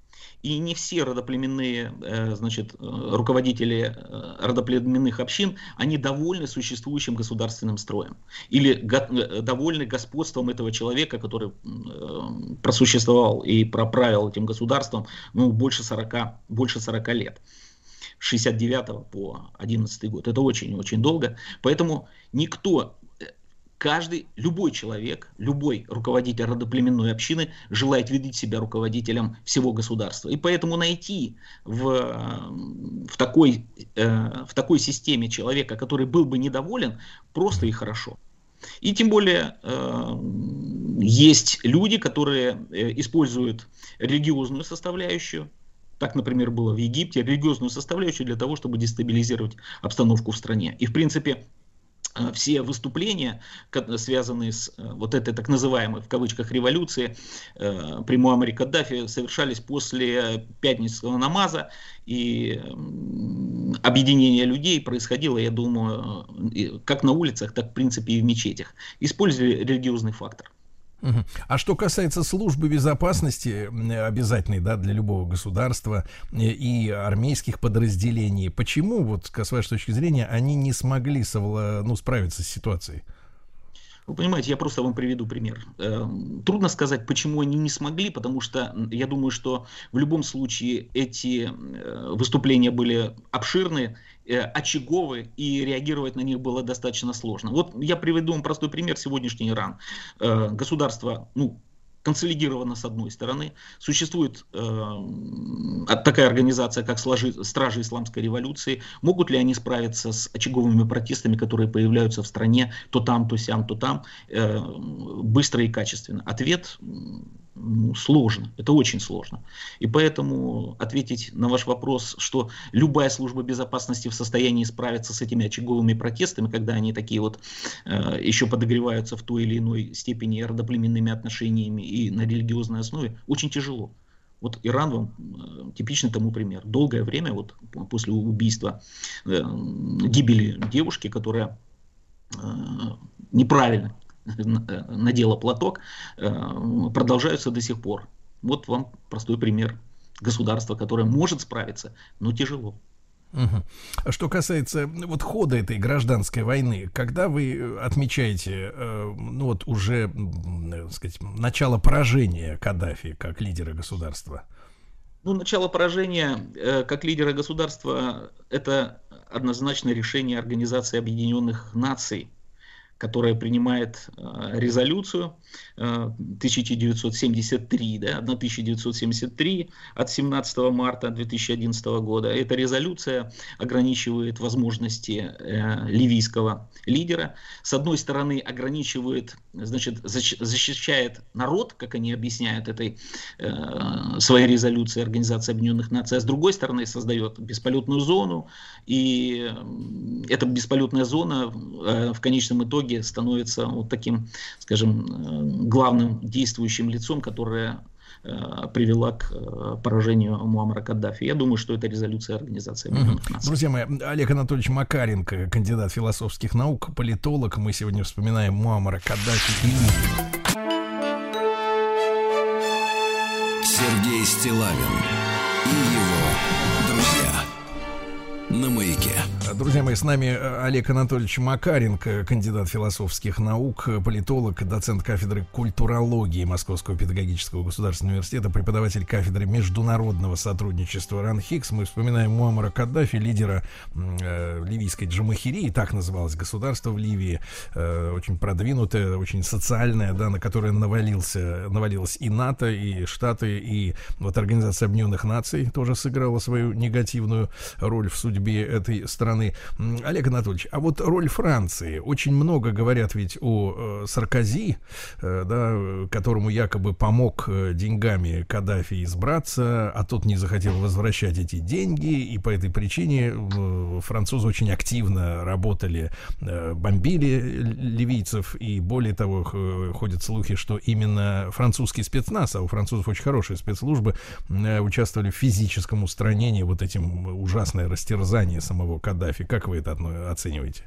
и не все родоплеменные, руководители родоплеменных общин, они довольны существующим государственным строем или довольны господством этого человека, который просуществовал и проправил этим государством больше 40 лет. С 69 по 11 год. Это очень-очень долго. Поэтому любой человек, любой руководитель родоплеменной общины желает видеть себя руководителем всего государства. И поэтому найти в такой системе человека, который был бы недоволен, просто и хорошо. И тем более есть люди, которые используют религиозную составляющую. Так, например, было в Египте, религиозную составляющую для того, чтобы дестабилизировать обстановку в стране. И, в принципе, все выступления, связанные с вот этой так называемой, в кавычках, революции при Муаммаре Каддафи, совершались после пятничного намаза, и объединение людей происходило, я думаю, как на улицах, так, в принципе, и в мечетях. Использовали религиозный фактор. А что касается службы безопасности, обязательной, да, для любого государства, и армейских подразделений, почему, вот, с вашей точки зрения, они не смогли справиться с ситуацией? Вы понимаете, я просто вам приведу пример. Трудно сказать, почему они не смогли, потому что я думаю, что в любом случае эти выступления были обширные, очаговые, и реагировать на них было достаточно сложно. Вот я приведу вам простой пример. Сегодняшний Иран. Государство, консолидировано с одной стороны. Существует такая организация, как Стражи Исламской революции. Могут ли они справиться с очаговыми протестами, которые появляются в стране то там, то сям, то там, быстро и качественно? Ответ сложно. Это очень сложно. И поэтому ответить на ваш вопрос, что любая служба безопасности в состоянии справиться с этими очаговыми протестами, когда они такие вот еще подогреваются в той или иной степени родоплеменными отношениями и на религиозной основе, очень тяжело. Вот Иран вам типичный тому пример. Долгое время, вот после убийства, гибели девушки, которая неправильно надела платок, продолжаются до сих пор. Вот вам простой пример государства, которое может справиться, но тяжело. А что касается вот хода этой гражданской войны, когда вы отмечаете уже, так сказать, начало поражения Каддафи как лидера государства? Начало поражения как лидера государства — это однозначно решение Организации Объединенных Наций, которая принимает резолюцию 1973 от 17 марта 2011 года. Эта резолюция ограничивает возможности ливийского лидера. С одной стороны, ограничивает, защищает народ, как они объясняют этой своей резолюции Организации Объединенных Наций, а с другой стороны, создает бесполетную зону. И эта бесполетная зона в конечном итоге становится вот таким, скажем, главным действующим лицом, которое привела к поражению Муаммара Каддафи. Я думаю, что это резолюция Организации Объединенных Наций. Друзья мои, Олег Анатольевич Макаренко, кандидат философских наук, политолог. Мы сегодня вспоминаем Муаммара Каддафи. Сергей Стиллавин и его друзья на Маяке. Друзья мои, с нами Олег Анатольевич Макаренко, кандидат философских наук, политолог, доцент кафедры культурологии Московского педагогического государственного университета, преподаватель кафедры международного сотрудничества РАН-ХИКС. Мы вспоминаем Муаммара Каддафи, лидера ливийской Джамахирии, так называлось государство в Ливии, очень продвинутое, очень социальное, да, на которое навалилось и НАТО, и Штаты, и вот Организация Объединенных Наций тоже сыграла свою негативную роль в судьбе этой страны. Олег Анатольевич, а вот роль Франции. Очень много говорят ведь о Саркози, да, которому якобы помог деньгами Каддафи избраться, а тот не захотел возвращать эти деньги, и по этой причине французы очень активно работали, бомбили ливийцев, и более того, ходят слухи, что именно французский спецназ, а у французов очень хорошие спецслужбы, участвовали в физическом устранении вот этим ужасное растерзание самого Каддафи. Как вы это оцениваете?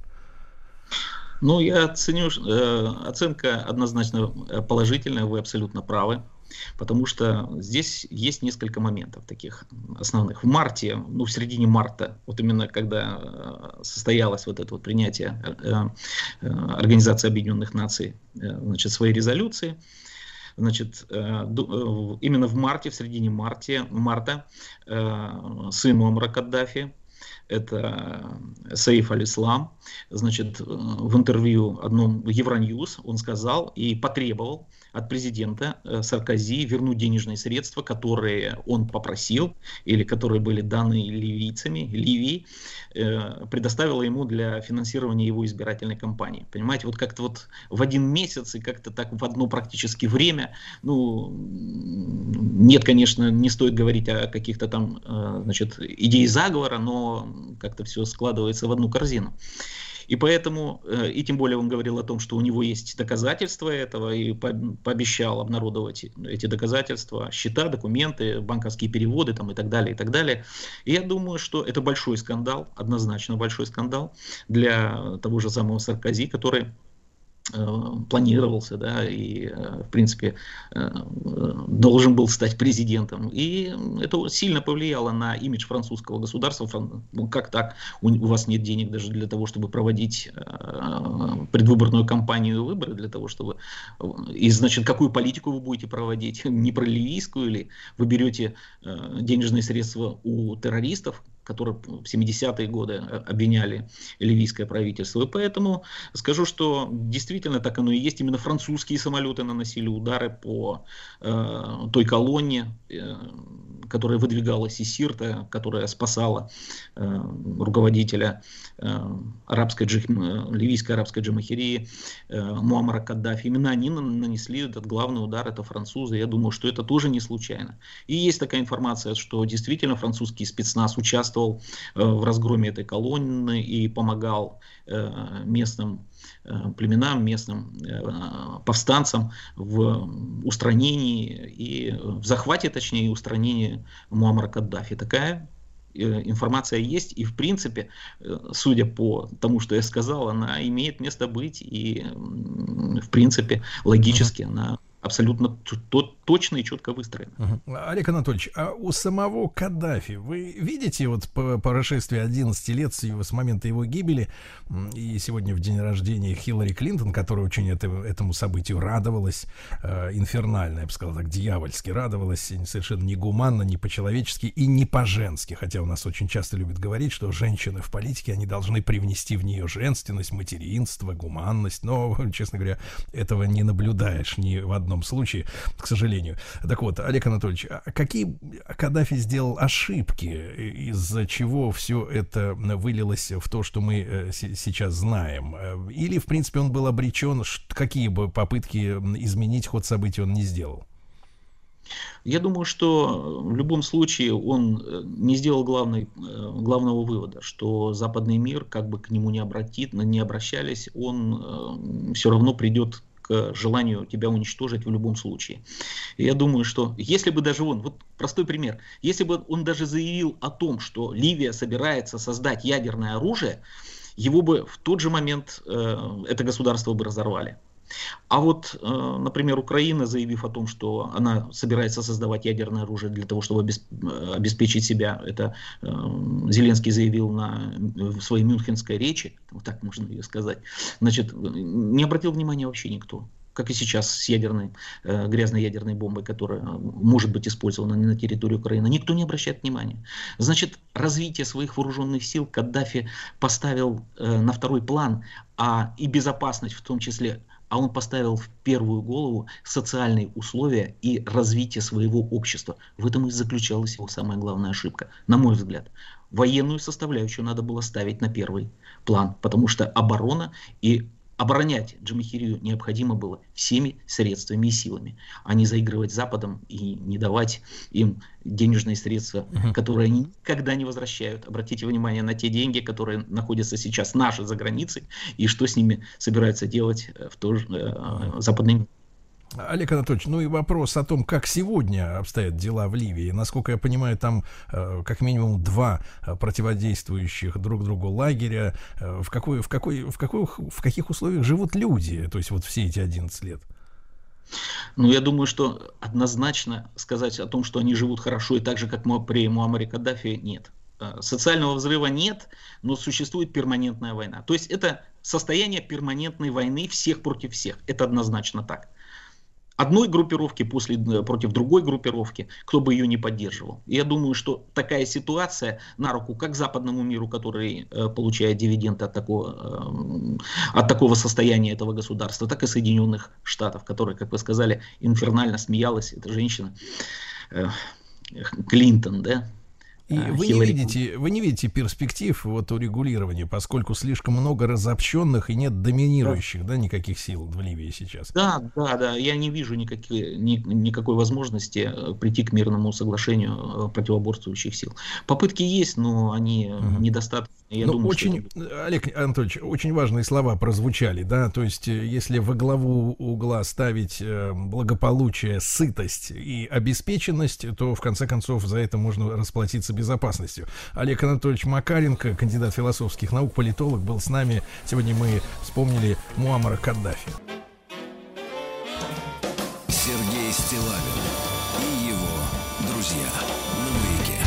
Я оценю, оценка однозначно положительная, вы абсолютно правы. Потому что здесь есть несколько моментов таких основных. В марте, в середине марта, вот именно когда состоялось вот это вот принятие Организации Объединенных Наций, значит, своей резолюции, значит, именно в марте, в середине марта, сын Муаммара Каддафи, это Саиф аль-Ислам, значит, в интервью одном в Евроньюз он сказал и потребовал от президента Саркози вернуть денежные средства, которые он попросил или которые были даны Ливии, предоставила ему для финансирования его избирательной кампании. Понимаете, вот как-то вот в один месяц и как-то так в одно практически время, нет, конечно, не стоит говорить о каких-то там, значит, идее заговора, но как-то все складывается в одну корзину. И поэтому, и тем более он говорил о том, что у него есть доказательства этого, и пообещал обнародовать эти доказательства, счета, документы, банковские переводы там, и так далее, и так далее. И я думаю, что это большой скандал, однозначно большой скандал для того же самого Саркози, который планировался, да, и, в принципе, должен был стать президентом. И это сильно повлияло на имидж французского государства. Как так? У вас нет денег даже для того, чтобы проводить предвыборную кампанию и выборы, для того, чтобы... И, значит, какую политику вы будете проводить? Не проливийскую или вы берете денежные средства у террористов, которые в 70-е годы обвиняли ливийское правительство. И поэтому скажу, что действительно так оно и есть. Именно французские самолеты наносили удары по той колонне, которая выдвигалась из Сирта, которая спасала руководителя ливийской арабской джамахирии Муаммара Каддафи. Именно они нанесли этот главный удар, это французы. Я думаю, что это тоже не случайно. И есть такая информация, что действительно французский спецназ участвовал в разгроме этой колонны и помогал местным племенам, местным повстанцам в устранении и в захвате, точнее, и устранении Муаммара Каддафи. Такая информация есть, и в принципе, судя по тому, что я сказал, она имеет место быть, и в принципе логически она абсолютно точно и четко выстроено. Олег Анатольевич, а у самого Каддафи вы видите вот по прошествии 11 лет с момента его гибели, и сегодня в день рождения Хиллари Клинтон, которая очень этому событию радовалась, инфернально, я бы сказал так, дьявольски радовалась, совершенно не гуманно, не по-человечески и не по-женски, хотя у нас очень часто любят говорить, что женщины в политике, они должны привнести в нее женственность, материнство, гуманность, но, честно говоря, этого не наблюдаешь ни в одном случае, к сожалению. Так вот, Олег Анатольевич, а какие Каддафи сделал ошибки, из-за чего все это вылилось в то, что мы сейчас знаем? Или, в принципе, он был обречен, какие бы попытки изменить ход событий он не сделал? Я думаю, что в любом случае он не сделал главного вывода, что западный мир, как бы к нему не обращались, он все равно придет к желанию тебя уничтожить в любом случае. И я думаю, что если бы даже он, вот простой пример, если бы он даже заявил о том, что Ливия собирается создать ядерное оружие, его бы в тот же момент это государство бы разорвали. А вот, например, Украина, заявив о том, что она собирается создавать ядерное оружие для того, чтобы обеспечить себя, это Зеленский заявил в своей мюнхенской речи, вот так можно ее сказать, значит, не обратил внимания вообще никто. Как и сейчас с грязной ядерной бомбой, которая может быть использована на территории Украины. Никто не обращает внимания. Значит, развитие своих вооруженных сил Каддафи поставил на второй план, и безопасность в том числе. А он поставил в первую голову социальные условия и развитие своего общества. В этом и заключалась его самая главная ошибка, на мой взгляд. Военную составляющую надо было ставить на первый план, потому что оборона и оборонять Джамахирию необходимо было всеми средствами и силами, а не заигрывать с Западом и не давать им денежные средства, которые они никогда не возвращают. Обратите внимание на те деньги, которые находятся сейчас наши за границей, и что с ними собираются делать в западный мир. Олег Анатольевич, ну и вопрос о том, как сегодня обстоят дела в Ливии. Насколько я понимаю, там как минимум два противодействующих друг другу лагеря. В каких условиях живут люди, то есть вот все эти 11 лет? Ну, я думаю, что однозначно сказать о том, что они живут хорошо и так же, как при Муаммаре Каддафи, нет. Социального взрыва нет, но существует перманентная война. То есть это состояние перманентной войны всех против всех. Это однозначно так. Одной группировки против другой группировки, кто бы ее не поддерживал. Я думаю, что такая ситуация на руку как западному миру, который получает дивиденды от такого состояния этого государства, так и Соединенных Штатов, которые, как вы сказали, инфернально смеялась эта женщина Клинтон, да? И вы не видите перспектив вот урегулирования, поскольку слишком много разобщенных и нет доминирующих, да, никаких сил в Ливии сейчас. Да, я не вижу никакой возможности прийти к мирному соглашению противоборствующих сил. Попытки есть, но они недостаточны. Я думаю, Олег Анатольевич, очень важные слова прозвучали, да, то есть если во главу угла ставить благополучие, сытость и обеспеченность, то в конце концов за это можно расплатиться безопасностью. Олег Анатольевич Макаренко, кандидат философских наук, политолог, был с нами. Сегодня мы вспомнили Муаммара Каддафи. Сергей Стиллавин и его друзья на Маяке.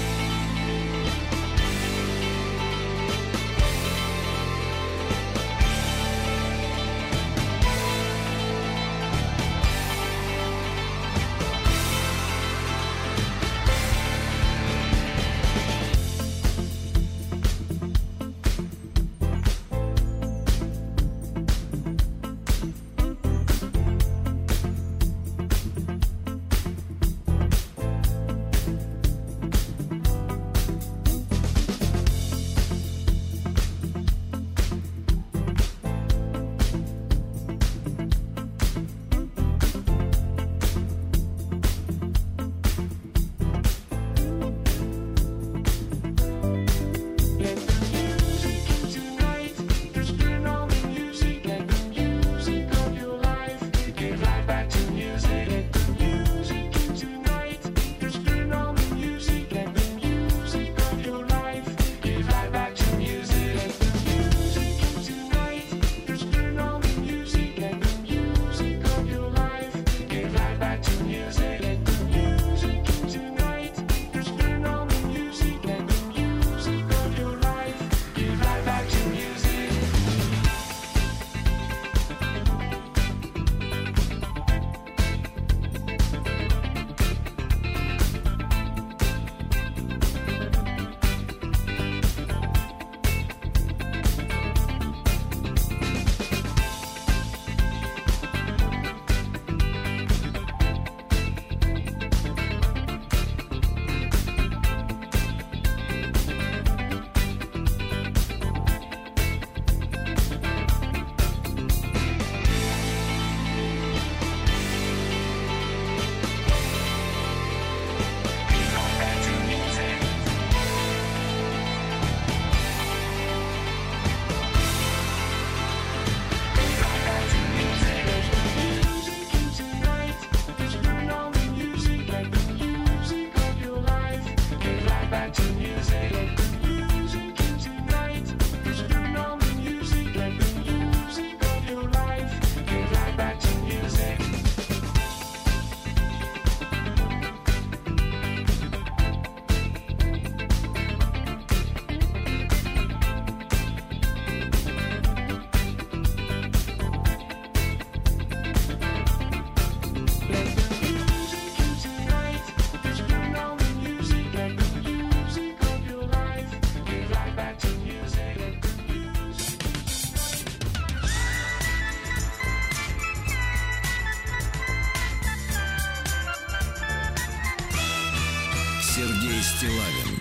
Сергей Стиллавин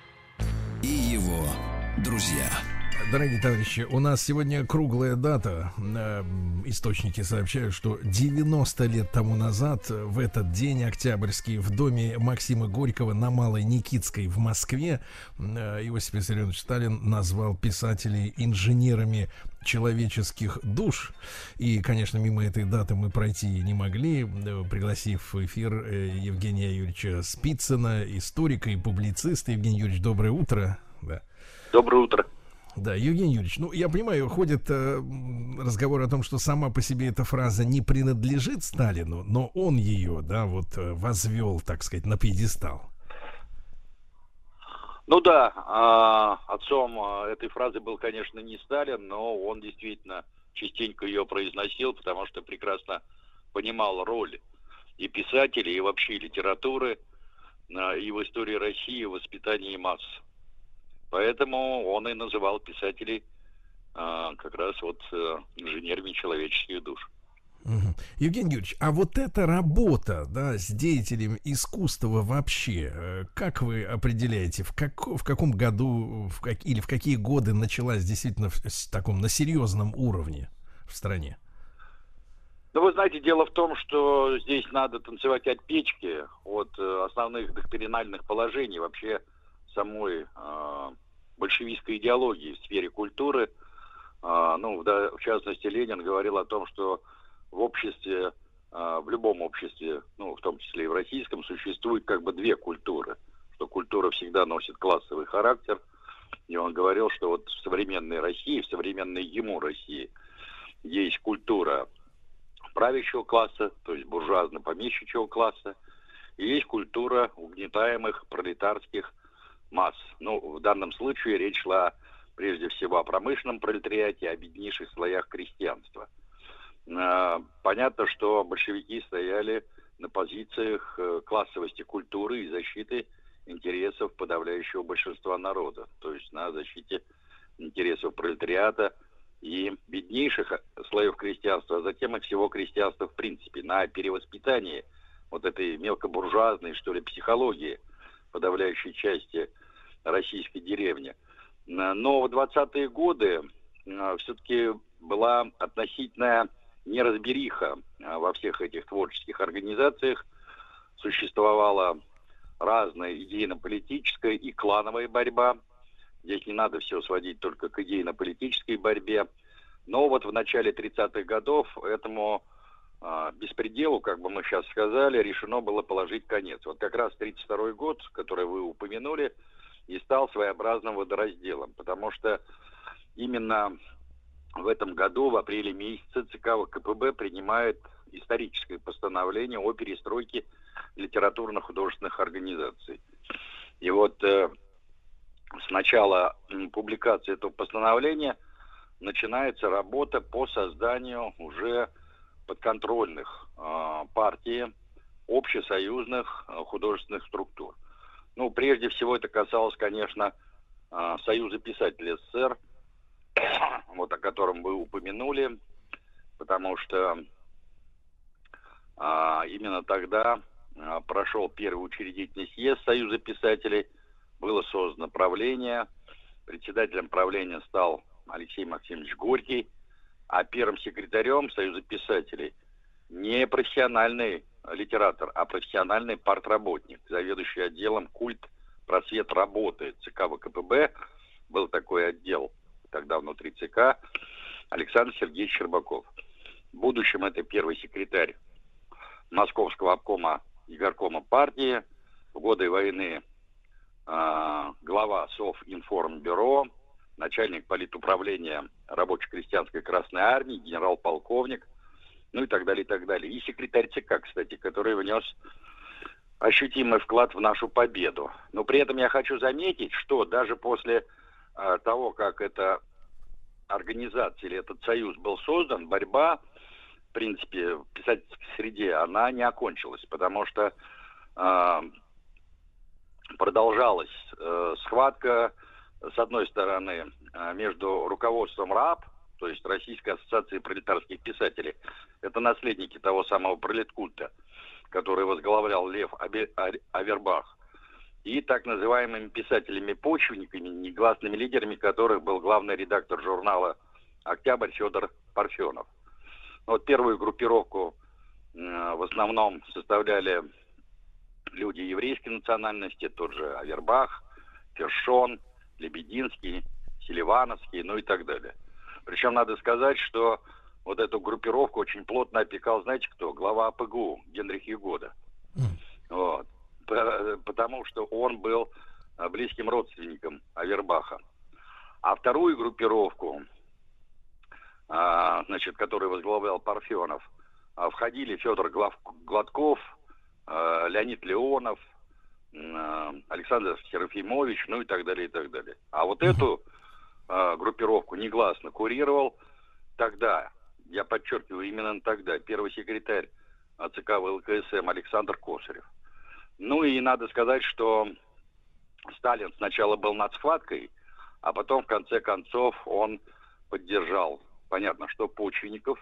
и его друзья. Дорогие товарищи, у нас сегодня круглая дата. Источники сообщают, что 90 лет тому назад, в этот день октябрьский, в доме Максима Горького на Малой Никитской в Москве Иосиф Виссарионович Сталин назвал писателей инженерами человеческих душ. И, конечно, мимо этой даты мы пройти не могли, пригласив в эфир Евгения Юрьевича Спицына, историка и публициста. Евгений Юрьевич, доброе утро. Да. Доброе утро. Да, Евгений Юрьевич, ну, я понимаю, ходит разговор о том, что сама по себе эта фраза не принадлежит Сталину, но он ее, да, вот возвел, так сказать, на пьедестал. Ну да, отцом этой фразы был, конечно, не Сталин, но он действительно частенько ее произносил, потому что прекрасно понимал роль и писателей, и вообще литературы, и в истории России, и в воспитании масс. Поэтому он и называл писателей как раз вот инженерами человеческих душ. Угу. Евгений Юрьевич, а вот эта работа, да, с деятелем искусства вообще, как вы определяете, в каком году или в какие годы началась действительно на серьезном уровне в стране? Ну, вы знаете, дело в том, что здесь надо танцевать от печки, от основных доктринальных положений вообще самой большевистской идеологии в сфере культуры. В частности, Ленин говорил о том, что в обществе, в любом обществе, в том числе и в российском, существует как бы две культуры. Что культура всегда носит классовый характер. И он говорил, что вот в современной России, в современной ему России есть культура правящего класса, то есть буржуазно-помещичьего класса, и есть культура угнетаемых пролетарских масс. В данном случае речь шла прежде всего о промышленном пролетариате, о беднейших слоях крестьянства. Понятно, что большевики стояли на позициях классовости культуры и защиты интересов подавляющего большинства народа, то есть на защите интересов пролетариата и беднейших слоев крестьянства, а затем и всего крестьянства в принципе, на перевоспитании вот этой мелкобуржуазной, что ли, психологии подавляющей части российской деревни. Но в 20-е годы все-таки была относительная неразбериха во всех этих творческих организациях. Существовала разная идейно-политическая и клановая борьба. Здесь не надо все сводить только к идейно-политической борьбе. Но вот в начале 30-х годов этому беспределу, как бы мы сейчас сказали, решено было положить конец. Вот как раз 32-й год, который вы упомянули, и стал своеобразным водоразделом, потому что именно в этом году, в апреле месяце, ЦК ВКПБ принимает историческое постановление о перестройке литературно-художественных организаций. И вот с начала публикации этого постановления начинается работа по созданию уже подконтрольных партии общесоюзных художественных структур. Прежде всего это касалось, конечно, Союза писателей СССР, вот о котором вы упомянули, потому что именно тогда прошел первый учредительный съезд Союза писателей, было создано правление, председателем правления стал Алексей Максимович Горький, а первым секретарем Союза писателей не профессиональный литератор, а профессиональный партработник, заведующий отделом «Культ, просвет, работы» ЦК ВКПБ, был такой отдел тогда внутри ЦК, Александр Сергеевич Щербаков. В будущем это первый секретарь Московского обкома и горкома партии, в годы войны глава Совинформбюро, начальник политуправления рабоче-крестьянской Красной Армии, генерал-полковник, и так далее, и так далее. И секретарь ЦК, кстати, который внес ощутимый вклад в нашу победу. Но при этом я хочу заметить, что даже после того, как эта организация или этот союз был создан, борьба, в принципе, в писательской среде, она не окончилась, потому что продолжалась схватка, с одной стороны, между руководством РАП, то есть Российской ассоциации пролетарских писателей, это наследники того самого пролеткульта, который возглавлял Лев Авербах, и так называемыми писателями-почвенниками, негласными лидерами которых был главный редактор журнала «Октябрь» Федор Парфенов. Вот первую группировку в основном составляли люди еврейской национальности, тот же Авербах, Кершон, Лебединский, Селивановский, и так далее. Причем надо сказать, что вот эту группировку очень плотно опекал, знаете кто? Глава АПГУ Генрих Ягода. Вот. Потому что он был близким родственником Авербаха. А вторую группировку, значит, которую возглавлял Парфенов, входили Федор Гладков, Леонид Леонов, Александр Серафимович, ну и так далее, и так далее. А вот эту группировку негласно курировал тогда, я подчеркиваю, именно тогда, первый секретарь ЦК ВЛКСМ Александр Косарев. Ну и надо сказать, что Сталин сначала был над схваткой, а потом, в конце концов, он поддержал, понятно, что почвенников.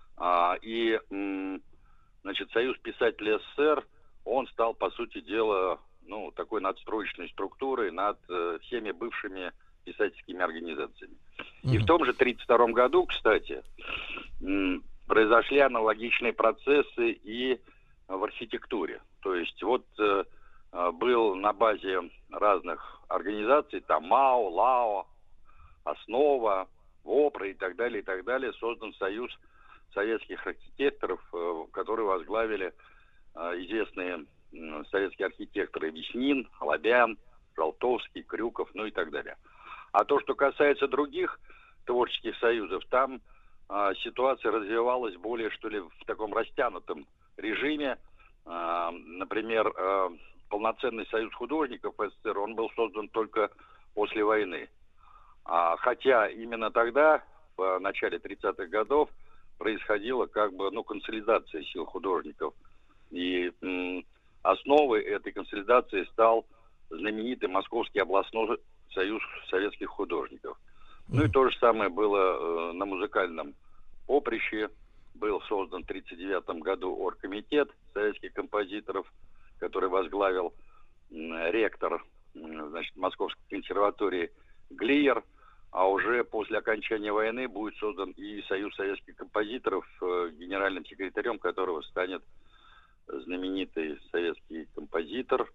И, значит, Союз писателей СССР, он стал, по сути дела, ну, такой надстроечной структурой над всеми бывшими писательскими организациями. И в том же 1932 году, кстати, произошли аналогичные процессы и в архитектуре. То есть вот был на базе разных организаций, там МАО, ЛАО, Основа, ВОПРА и так далее, создан союз советских архитекторов, который возглавили известные советские архитекторы Веснин, Лобян, Жолтовский, Крюков, ну и так далее. А то, что касается других творческих союзов, там ситуация развивалась более, что ли, в таком растянутом режиме. Например, полноценный союз художников СССР, он был создан только после войны. Хотя именно тогда, в начале 30-х годов, происходила как бы, ну, консолидация сил художников. И основой этой консолидации стал знаменитый Московский областной союз советских художников. Ну и то же самое было на музыкальном поприще. Был создан в 1939 году оргкомитет советских композиторов, который возглавил ректор, значит, Московской консерватории Глиер. А уже после окончания войны будет создан и Союз советских композиторов, генеральным секретарем которого станет знаменитый советский композитор.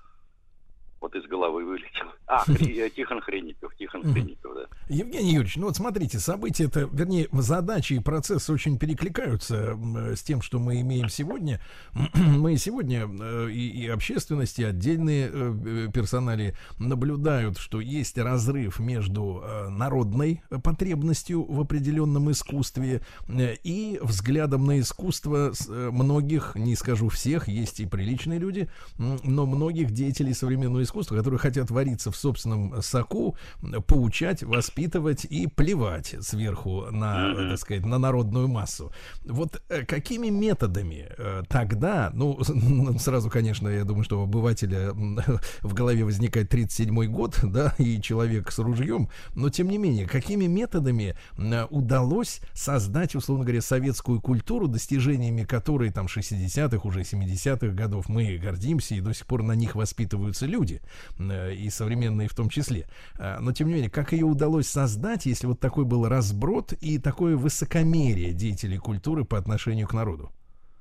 Вот из головы вылетел. Тихон Хренников, да. Евгений Юрьевич, ну вот смотрите, события-то, вернее, задачи и процессы очень перекликаются с тем, что мы имеем сегодня. Мы сегодня и общественность, и отдельные персонали наблюдают, что есть разрыв между народной потребностью в определенном искусстве и взглядом на искусство многих, не скажу всех, есть и приличные люди, но многих деятелей современного искусства, которые хотят вариться в собственном соку, поучать, воспитывать и плевать сверху на, так сказать, на народную массу. Вот какими методами тогда, ну, сразу, конечно, я думаю, что у обывателя в голове возникает 37-й год, да, и человек с ружьем, но тем не менее, какими методами удалось создать, условно говоря, советскую культуру, достижениями которой там 60-х, уже 70-х годов мы гордимся, и до сих пор на них воспитываются люди, и современные в том числе. Но, тем не менее, как ее удалось создать, если вот такой был разброд и такое высокомерие деятелей культуры по отношению к народу?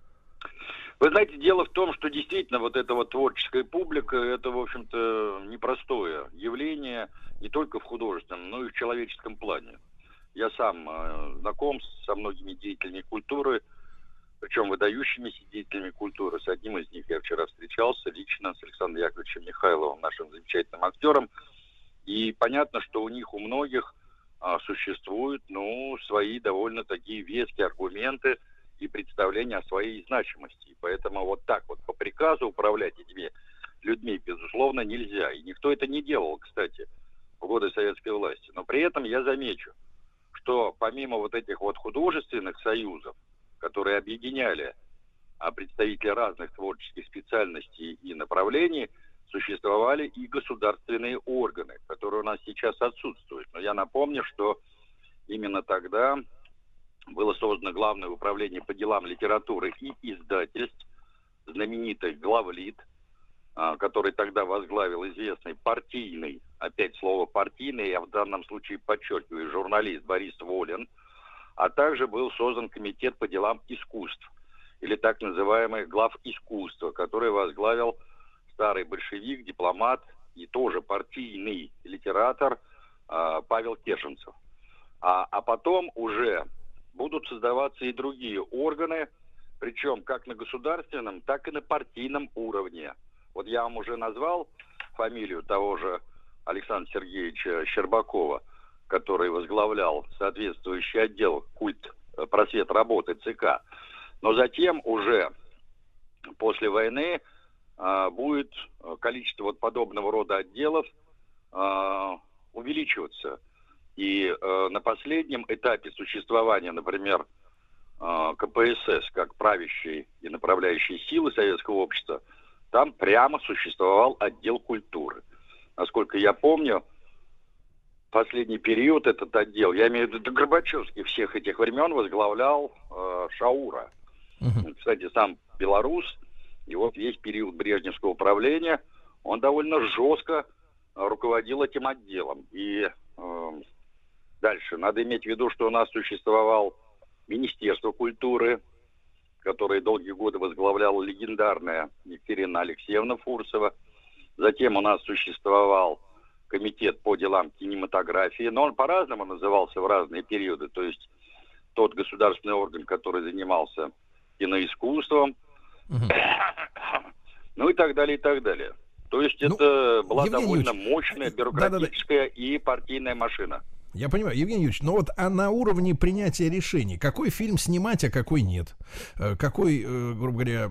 Вы знаете, дело в том, что действительно вот эта вот творческая публика, это, в общем-то, непростое явление, не только в художественном, но и в человеческом плане. Я сам знаком со многими деятелями культуры, причем выдающимися деятелями культуры. С одним из них я вчера встречался лично, с Александром Яковлевичем Михайловым, нашим замечательным актером. И понятно, что у них, у многих существуют, ну, свои довольно такие веские аргументы и представления о своей значимости. И поэтому вот так вот по приказу управлять этими людьми, безусловно, нельзя. И никто это не делал, кстати, в годы советской власти. Но при этом я замечу, что помимо вот этих вот художественных союзов, которые объединяли представителей разных творческих специальностей и направлений, существовали и государственные органы, которые у нас сейчас отсутствуют. Но я напомню, что именно тогда было создано Главное управление по делам литературы и издательств, знаменитый главлит, который тогда возглавил известный партийный, опять слово партийный, я в данном случае подчеркиваю, журналист Борис Волин, а также был создан комитет по делам искусств, или так называемый главискусство, который возглавил старый большевик, дипломат и тоже партийный литератор Павел Кершенцев. А потом уже будут создаваться и другие органы, причем как на государственном, так и на партийном уровне. Вот я вам уже назвал фамилию того же Александра Сергеевича Щербакова. который возглавлял соответствующий отдел культ, просвет работы ЦК. Но затем уже после войны будет количество вот подобного рода отделов увеличиваться. И на последнем этапе существования, например, КПСС, как правящей и направляющей силы советского общества, там прямо существовал отдел культуры. Насколько я помню, последний период этот отдел, я имею в виду Горбачевский всех этих времен, возглавлял Шаура. Кстати, сам белорус, и вот весь период брежневского правления, он довольно жестко руководил этим отделом. И дальше, надо иметь в виду, что у нас существовало Министерство культуры, которое долгие годы возглавляла легендарная Екатерина Алексеевна Фурсова. Затем у нас существовал комитет по делам кинематографии, но он по-разному назывался в разные периоды. То есть тот государственный орган, который занимался киноискусством, ну и так далее, и так далее. То есть это была Евгений довольно Юрьевич, мощная бюрократическая и партийная машина. Я понимаю, Евгений Юрьевич, но вот на уровне принятия решений, какой фильм снимать, а какой нет? Какой, грубо говоря,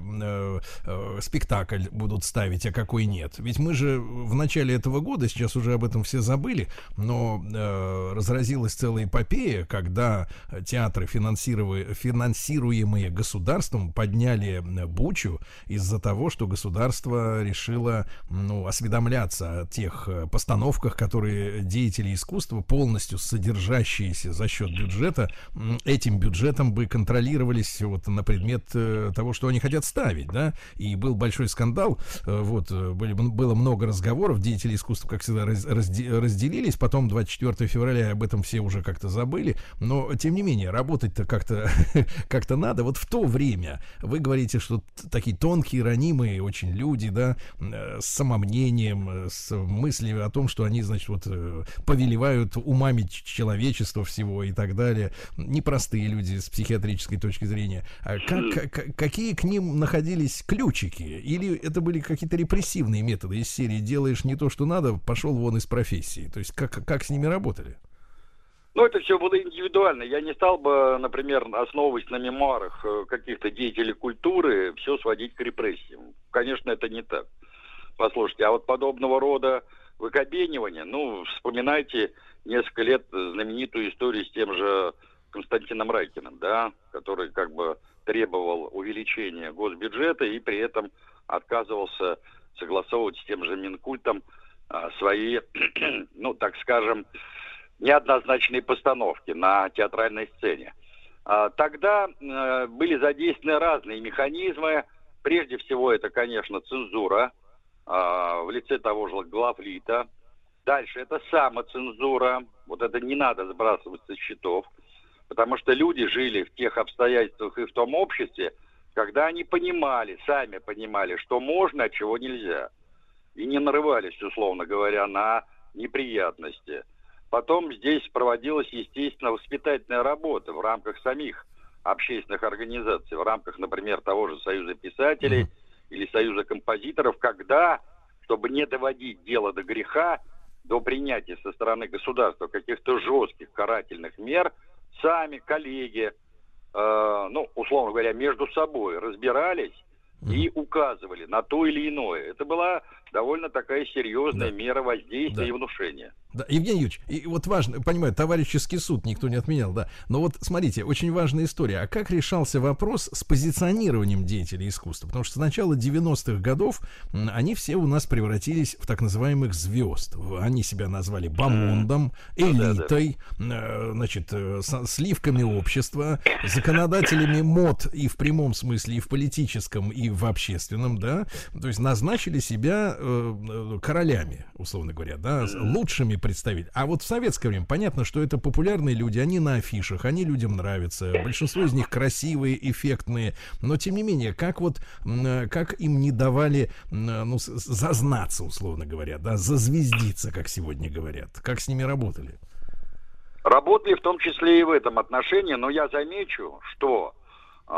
спектакль будут ставить, а какой нет? Ведь мы же в начале этого года, сейчас уже об этом все забыли, но разразилась целая эпопея, когда театры, финансируемые государством, подняли бучу из-за того, что государство решило осведомляться о тех постановках, которые деятели искусства полностью содержащиеся за счет бюджета, этим бюджетом бы контролировались вот на предмет того, что они хотят ставить, да, и был большой скандал, вот, было много разговоров, деятели искусства, как всегда, разделились, потом 24 февраля об этом все уже как-то забыли, но, тем не менее, работать-то как-то надо. Вот в то время вы говорите, что такие тонкие, ранимые очень люди, да, с самомнением, с мыслью о том, что они, значит, вот повелевают умами человечества всего и так далее. Непростые люди с психиатрической точки зрения. А какие к ним находились ключики? Или это были какие-то репрессивные методы из серии «делаешь не то, что надо, пошел вон из профессии»? То есть как с ними работали? Ну, это все было индивидуально. Я не стал бы, например, основываясь на мемуарах каких-то деятелей культуры, все сводить к репрессиям. Конечно, это не так. Послушайте, а вот подобного рода выкобенивание, вспоминайте несколько лет знаменитую историю с тем же Константином Райкиным, да, который как бы требовал увеличения госбюджета и при этом отказывался согласовывать с тем же Минкультом свои, так скажем, неоднозначные постановки на театральной сцене. Тогда были задействованы разные механизмы. Прежде всего, это, конечно, цензура в лице того же главлита. Дальше это самоцензура. Вот это не надо сбрасывать со счетов. Потому что люди жили в тех обстоятельствах и в том обществе, когда они сами понимали, что можно, а чего нельзя. И не нарывались, условно говоря, на неприятности. Потом здесь проводилась, естественно, воспитательная работа в рамках самих общественных организаций, в рамках, например, того же Союза писателей или Союза композиторов, когда, чтобы не доводить дело до греха, до принятия со стороны государства каких-то жестких карательных мер, сами коллеги, условно говоря, между собой разбирались и указывали на то или иное. Это была довольно такая серьезная мера воздействия и внушения. Да, Евгений Юрьевич, и вот важно, понимаю, товарищеский суд никто не отменял, да, но вот смотрите, очень важная история. А как решался вопрос с позиционированием деятелей искусства? Потому что с начала 90-х годов они все у нас превратились в так называемых звезд. Они себя назвали бомондом, элитой, значит, сливками общества, законодателями мод и в прямом смысле, и в политическом, и в общественном, да, то есть назначили себя королями, условно говоря, да, лучшими представителями. А вот в советское время понятно, что это популярные люди, они на афишах, они людям нравятся, большинство из них красивые, эффектные, но тем не менее, как им не давали, зазнаться, условно говоря, да, зазвездиться, как сегодня говорят, как с ними работали? Работали в том числе и в этом отношении, но я замечу, что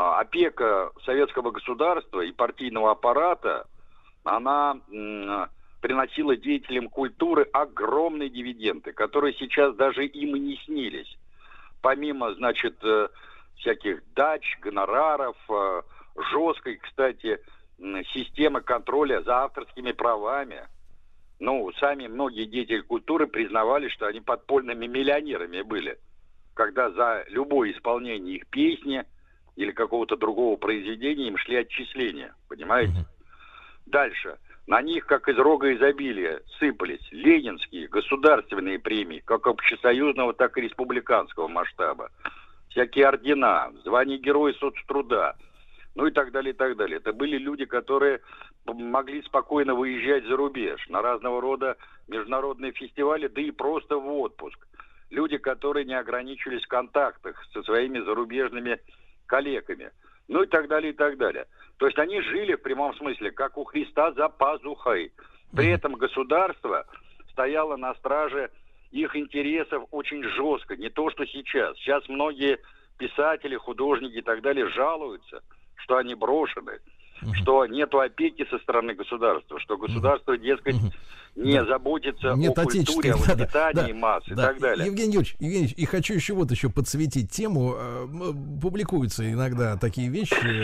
опека советского государства и партийного аппарата, она приносила деятелям культуры огромные дивиденды, которые сейчас даже им и не снились. Помимо, значит, всяких дач, гонораров, жесткой, кстати, системы контроля за авторскими правами. Ну, сами многие деятели культуры признавали, что они подпольными миллионерами были, когда за любое исполнение их песни или какого-то другого произведения им шли отчисления, понимаете? Дальше. На них, как из рога изобилия, сыпались ленинские государственные премии, как общесоюзного, так и республиканского масштаба. Всякие ордена, звания Героя соцтруда, ну и так далее, и так далее. Это были люди, которые могли спокойно выезжать за рубеж на разного рода международные фестивали, да и просто в отпуск. Люди, которые не ограничивались в контактах со своими зарубежными коллегами, ну и так далее, и так далее. То есть они жили в прямом смысле, как у Христа за пазухой. При этом государство стояло на страже их интересов очень жестко. Не то, что сейчас. Сейчас многие писатели, художники и так далее жалуются, что они брошены, что нету опеки со стороны государства, что государство, дескать, не заботится о культуре, о воспитании масс и так далее. Евгений Юрьевич, и хочу еще подсветить тему. Публикуются иногда такие вещи,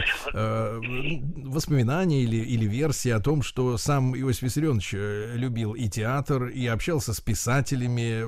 воспоминания или версии о том, что сам Иосиф Виссарионович любил и театр, и общался с писателями,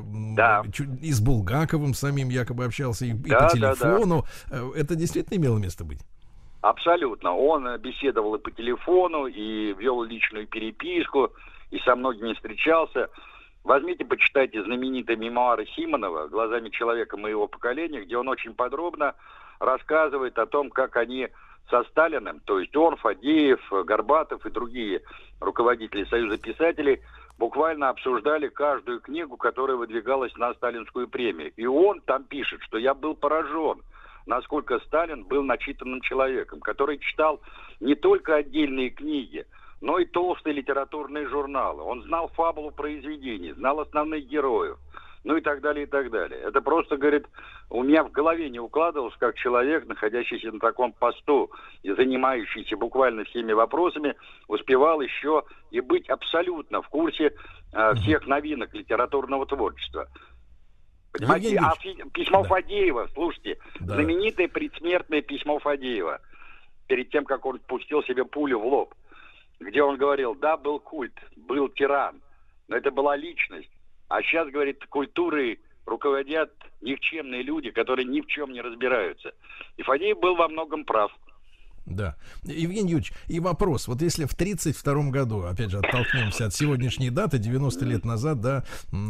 и с Булгаковым самим якобы общался, и по телефону. Это действительно имело место быть? Абсолютно. Он беседовал и по телефону, и вел личную переписку, и со многими встречался. Возьмите, почитайте знаменитые мемуары Симонова «Глазами человека моего поколения», где он очень подробно рассказывает о том, как они со Сталиным, то есть он, Фадеев, Горбатов и другие руководители Союза писателей, буквально обсуждали каждую книгу, которая выдвигалась на сталинскую премию. И он там пишет, что я был поражен, насколько Сталин был начитанным человеком, который читал не только отдельные книги, но и толстые литературные журналы. Он знал фабулу произведений, знал основных героев, ну и так далее, и так далее. Это просто, говорит, у меня в голове не укладывалось, как человек, находящийся на таком посту и занимающийся буквально всеми вопросами, успевал еще и быть абсолютно в курсе всех новинок литературного творчества. Понимаете? А письмо Фадеева, слушайте, знаменитое предсмертное письмо Фадеева, перед тем, как он пустил себе пулю в лоб, где он говорил, да, был культ, был тиран, но это была личность. А сейчас, говорит, культурой руководят никчемные люди, которые ни в чем не разбираются. И Фадеев был во многом прав. Да. Евгений Юрьевич, и вопрос. Вот если в 1932 году, опять же, оттолкнемся от сегодняшней даты, 90 лет назад, да,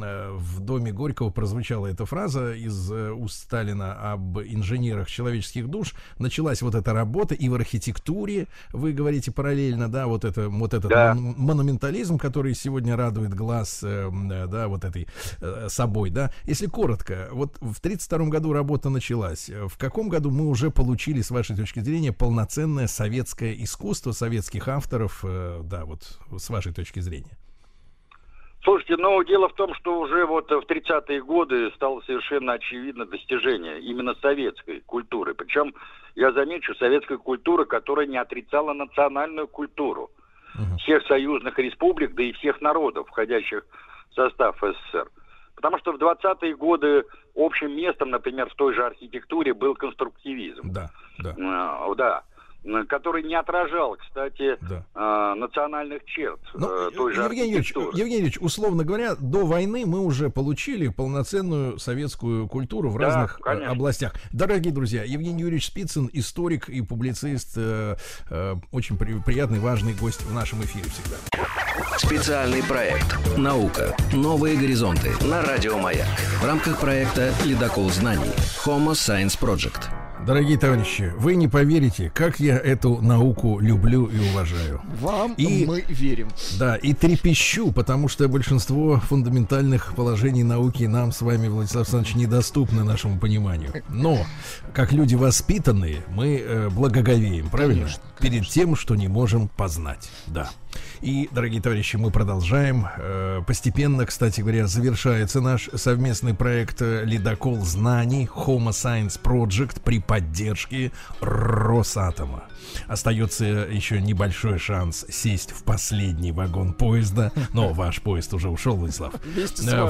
в доме Горького прозвучала эта фраза из уст Сталина об инженерах человеческих душ, началась вот эта работа, и в архитектуре, вы говорите параллельно, да, вот этот монументализм, который сегодня радует глаз, да, вот этой собой, да. Если коротко, вот в 1932 году работа началась. В каком году мы уже получили, с вашей точки зрения, полноценное советское искусство, советских авторов, да, вот с вашей точки зрения? Слушайте, ну, дело в том, что уже вот в 30-е годы стало совершенно очевидно достижение именно советской культуры. Причем, я замечу, советская культура, которая не отрицала национальную культуру всех союзных республик, да и всех народов, входящих в состав СССР. Потому что в 20-е годы общим местом, например, в той же архитектуре был конструктивизм. Да. Который не отражал, кстати, национальных черт той же архитектуры. Евгений Юрьевич, условно говоря, до войны мы уже получили полноценную советскую культуру в разных областях. Дорогие друзья, Евгений Юрьевич Спицын, историк и публицист, очень приятный, важный гость в нашем эфире всегда. Специальный проект «Наука. Новые горизонты» на Радио Маяк. В рамках проекта «Ледокол знаний» Homo Science Project. Дорогие товарищи, вы не поверите, как я эту науку люблю и уважаю. Мы верим. Да, и трепещу, потому что большинство фундаментальных положений науки нам с вами, Владислав Александрович, недоступны нашему пониманию. Но, как люди воспитанные, мы благоговеем, правильно? Конечно. Перед тем, что не можем познать. Да. И, дорогие товарищи, мы продолжаем. Постепенно, кстати говоря, завершается наш совместный проект «Ледокол знаний» Homo Science Project при поддержке Росатома. Остается еще небольшой шанс сесть в последний вагон поезда, но ваш поезд уже ушел, Владислав. В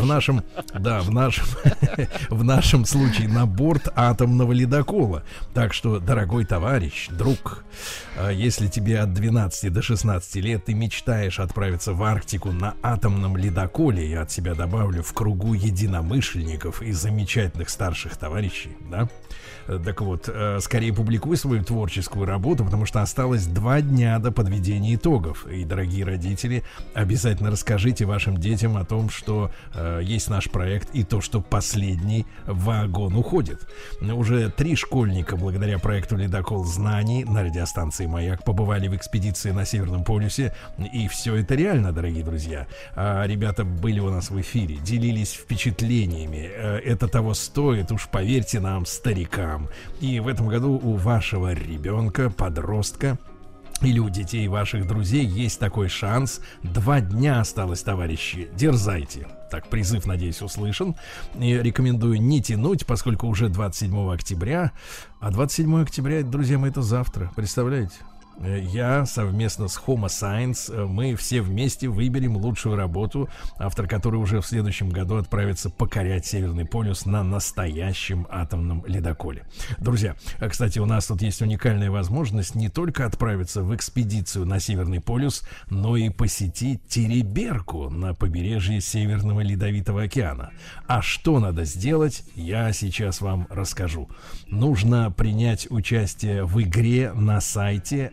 нашем случае на борт атомного ледокола. Так что, дорогой товарищ, друг, если тебе от 12 до 16 лет ты мечтаешь отправиться в Арктику на атомном ледоколе, я от себя добавлю, в кругу единомышленников и замечательных старших товарищей, да? Так вот, скорее публикуй свою творческую работу, потому что осталось 2 дня до подведения итогов. И, дорогие родители, обязательно расскажите вашим детям о том, что есть наш проект и то, что последний вагон уходит. Уже 3 школьника благодаря проекту «Ледокол знаний» на радиостанции «Маяк» побывали в экспедиции на Северном полюсе. И все это реально, дорогие друзья. Ребята были у нас в эфире, делились впечатлениями. Это того стоит, уж поверьте нам, старикам. И в этом году у вашего ребенка, подростка или у детей ваших друзей есть такой шанс. 2 дня осталось, товарищи. Дерзайте. Так, призыв, надеюсь, услышан. И рекомендую не тянуть, поскольку уже 27 октября. А 27 октября, друзья мои, это завтра. Представляете? Я совместно с Homo Science, мы все вместе выберем лучшую работу, автор которой уже в следующем году отправится покорять Северный полюс на настоящем атомном ледоколе. Друзья, кстати, у нас тут есть уникальная возможность не только отправиться в экспедицию на Северный полюс, но и посетить Териберку на побережье Северного Ледовитого океана. А что надо сделать, я сейчас вам расскажу. Нужно принять участие в игре на сайте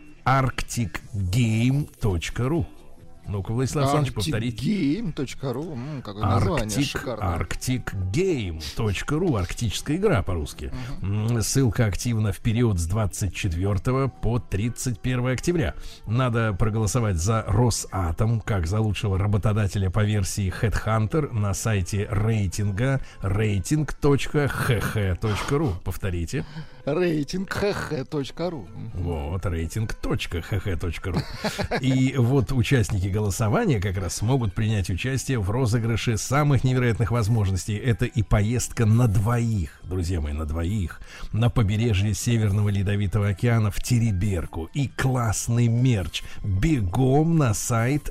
arcticgame.ru. Ну-ка, Владислав Александрович, повторите. arcticgame.ru. Какое название шикарное. arcticgame.ru. Арктическая игра по-русски. Ссылка активна в период с 24 по 31 октября. Надо проголосовать за Росатом, как за лучшего работодателя по версии Headhunter на сайте рейтинга rating.hh.ru. Повторите. Рейтинг.hh.ru. Вот, рейтинг.hh.ru. И вот участники голосования как раз смогут принять участие в розыгрыше самых невероятных возможностей. Это и поездка на 2, друзья мои, на 2, на побережье Северного Ледовитого океана в Териберку. И классный мерч. Бегом на сайт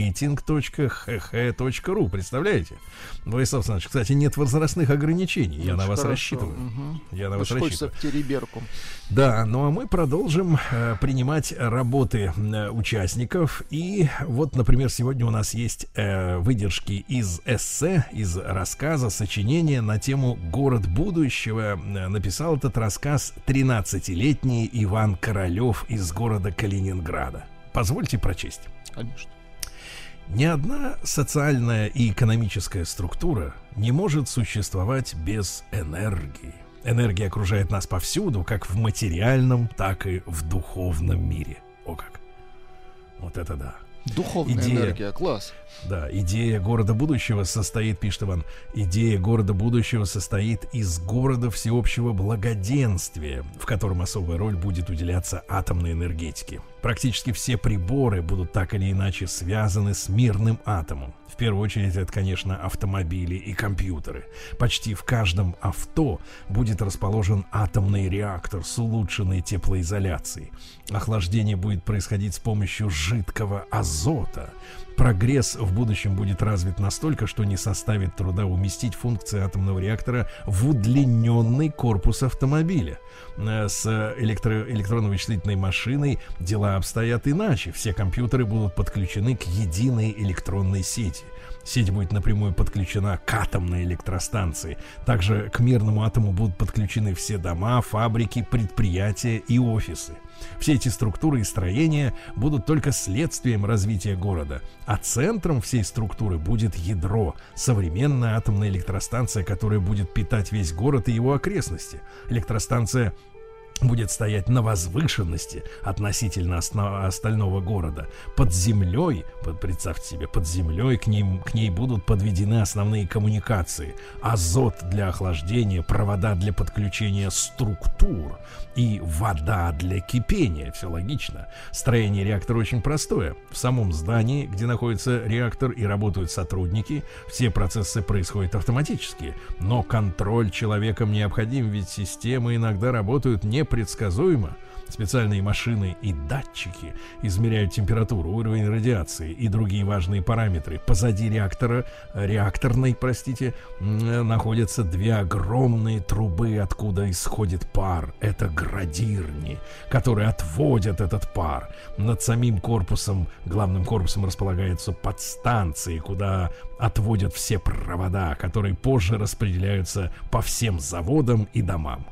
рейтинг.hh.ru. Представляете? Владислав Александрович, кстати, нет возрастных ограничений. Я на вас рассчитываю. Я на вас рассчитываю. Териберку. Да, ну а мы продолжим принимать работы участников. И вот, например, сегодня у нас есть выдержки из эссе, из рассказа, сочинения на тему «Город будущего». Написал этот рассказ 13-летний Иван Королев из города Калининграда. Позвольте прочесть. Конечно. Ни одна социальная и экономическая структура не может существовать без энергии. Энергия окружает нас повсюду, как в материальном, так и в духовном мире. О как! Вот это да! Духовная энергия, класс. Да, идея города будущего состоит, пишет Иван, идея города будущего состоит из города всеобщего благоденствия, в котором особая роль будет уделяться атомной энергетике. Практически все приборы будут так или иначе связаны с мирным атомом. В первую очередь это, конечно, автомобили и компьютеры. Почти в каждом авто будет расположен атомный реактор с улучшенной теплоизоляцией. Охлаждение будет происходить с помощью жидкого азота. Прогресс в будущем будет развит настолько, что не составит труда уместить функции атомного реактора в удлиненный корпус автомобиля. С электронно-вычислительной машиной дела обстоят иначе. Все компьютеры будут подключены к единой электронной сети. Сеть будет напрямую подключена к атомной электростанции. Также к мирному атому будут подключены все дома, фабрики, предприятия и офисы. Все эти структуры и строения будут только следствием развития города, а центром всей структуры будет ядро, современная атомная электростанция, которая будет питать весь город и его окрестности. Электростанция будет стоять на возвышенности относительно остального города. Под землей, представьте себе, под землей к ней будут подведены основные коммуникации. Азот для охлаждения, провода для подключения структур и вода для кипения. Все логично. Строение реактора очень простое. В самом здании, где находится реактор и работают сотрудники, все процессы происходят автоматически. Но контроль человеком необходим, ведь системы иногда работают непредсказуемо. Специальные машины и датчики измеряют температуру, уровень радиации и другие важные параметры. Позади реакторной, находятся две огромные трубы, откуда исходит пар. Это градирни, которые отводят этот пар. Над самим корпусом, главным корпусом, располагаются подстанции, куда отводят все провода, которые позже распределяются по всем заводам и домам.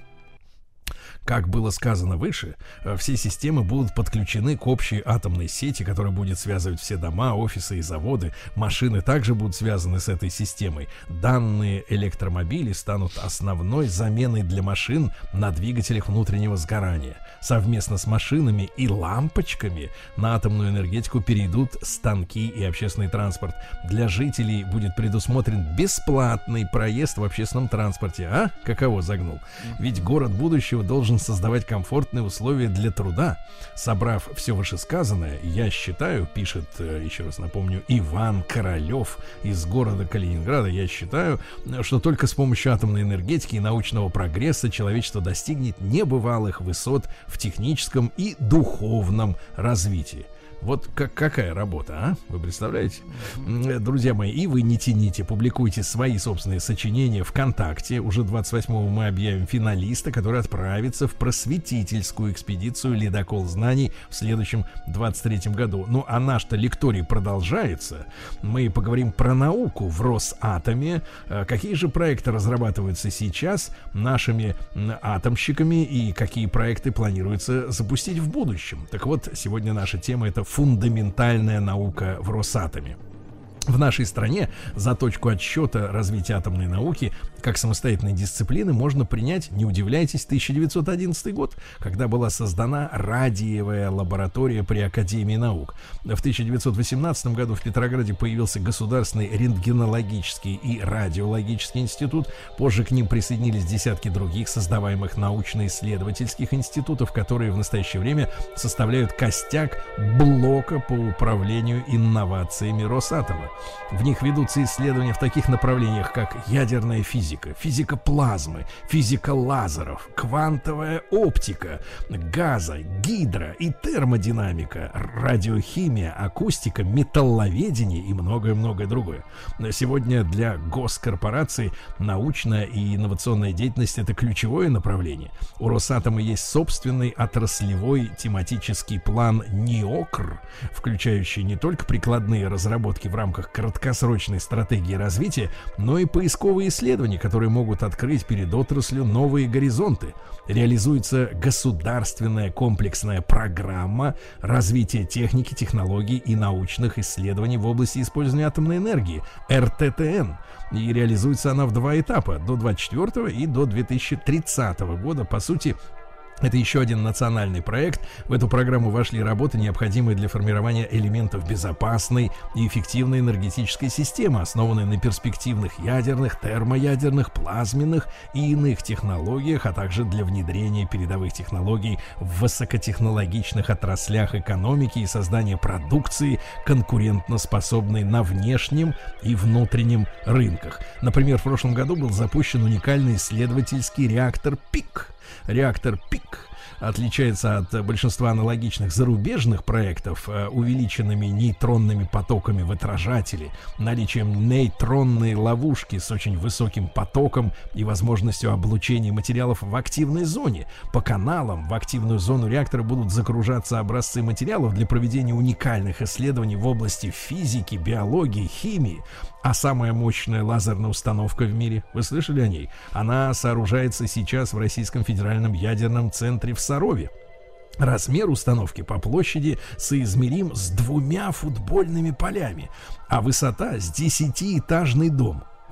Как было сказано выше, все системы будут подключены к общей атомной сети, которая будет связывать все дома, офисы и заводы. Машины также будут связаны с этой системой. Данные электромобили станут основной заменой для машин на двигателях внутреннего сгорания. Совместно с машинами и лампочками на атомную энергетику перейдут станки и общественный транспорт. Для жителей будет предусмотрен бесплатный проезд в общественном транспорте. Каково загнул? Ведь город будущего должен создавать комфортные условия для труда. Собрав все вышесказанное, я считаю, пишет, еще раз напомню, Иван Королев из города Калининграда, я считаю, что только с помощью атомной энергетики и научного прогресса человечество достигнет небывалых высот в техническом и духовном развитии. Вот какая работа, Вы представляете? Друзья мои, и вы не тяните, публикуйте свои собственные сочинения ВКонтакте. Уже 28-го мы объявим финалиста, который отправится в просветительскую экспедицию «Ледокол знаний» в следующем 23-м году. Ну, а наш-то лекторий продолжается. Мы поговорим про науку в Росатоме. Какие же проекты разрабатываются сейчас нашими атомщиками и какие проекты планируется запустить в будущем? Так вот, сегодня наша тема — это фундаментальная наука в Росатоме. В нашей стране за точку отсчета развития атомной науки как самостоятельной дисциплины можно принять, не удивляйтесь, 1911 год, когда была создана радиевая лаборатория при Академии наук. В 1918 году в Петрограде появился Государственный рентгенологический и радиологический институт. Позже к ним присоединились десятки других создаваемых научно-исследовательских институтов, которые в настоящее время составляют костяк блока по управлению инновациями Росатома. В них ведутся исследования в таких направлениях, как ядерная физика, физика плазмы, физика лазеров, квантовая оптика, газа, гидро- и термодинамика, радиохимия, акустика, металловедение и многое-многое другое. Сегодня для госкорпораций научная и инновационная деятельность — это ключевое направление. У Росатома есть собственный отраслевой тематический план НИОКР, включающий не только прикладные разработки в рамках краткосрочной стратегии развития, но и поисковые исследования, которые могут открыть перед отраслью новые горизонты. Реализуется государственная комплексная программа развития техники, технологий и научных исследований в области использования атомной энергии, РТТН. И реализуется она в два этапа, до 2024 и до 2030 года. По сути, это еще один национальный проект. В эту программу вошли работы, необходимые для формирования элементов безопасной и эффективной энергетической системы, основанной на перспективных ядерных, термоядерных, плазменных и иных технологиях, а также для внедрения передовых технологий в высокотехнологичных отраслях экономики и создания продукции, конкурентоспособной на внешнем и внутреннем рынках. Например, в прошлом году был запущен уникальный исследовательский реактор ПИК. Реактор ПИК отличается от большинства аналогичных зарубежных проектов увеличенными нейтронными потоками в отражателе, наличием нейтронной ловушки с очень высоким потоком и возможностью облучения материалов в активной зоне. По каналам в активную зону реактора будут загружаться образцы материалов для проведения уникальных исследований в области физики, биологии, химии. А самая мощная лазерная установка в мире, вы слышали о ней? Она сооружается сейчас в Российском федеральном ядерном центре в Сарове. Размер установки по площади соизмерим с 2 футбольными полями, а высота с 10-этажный дом.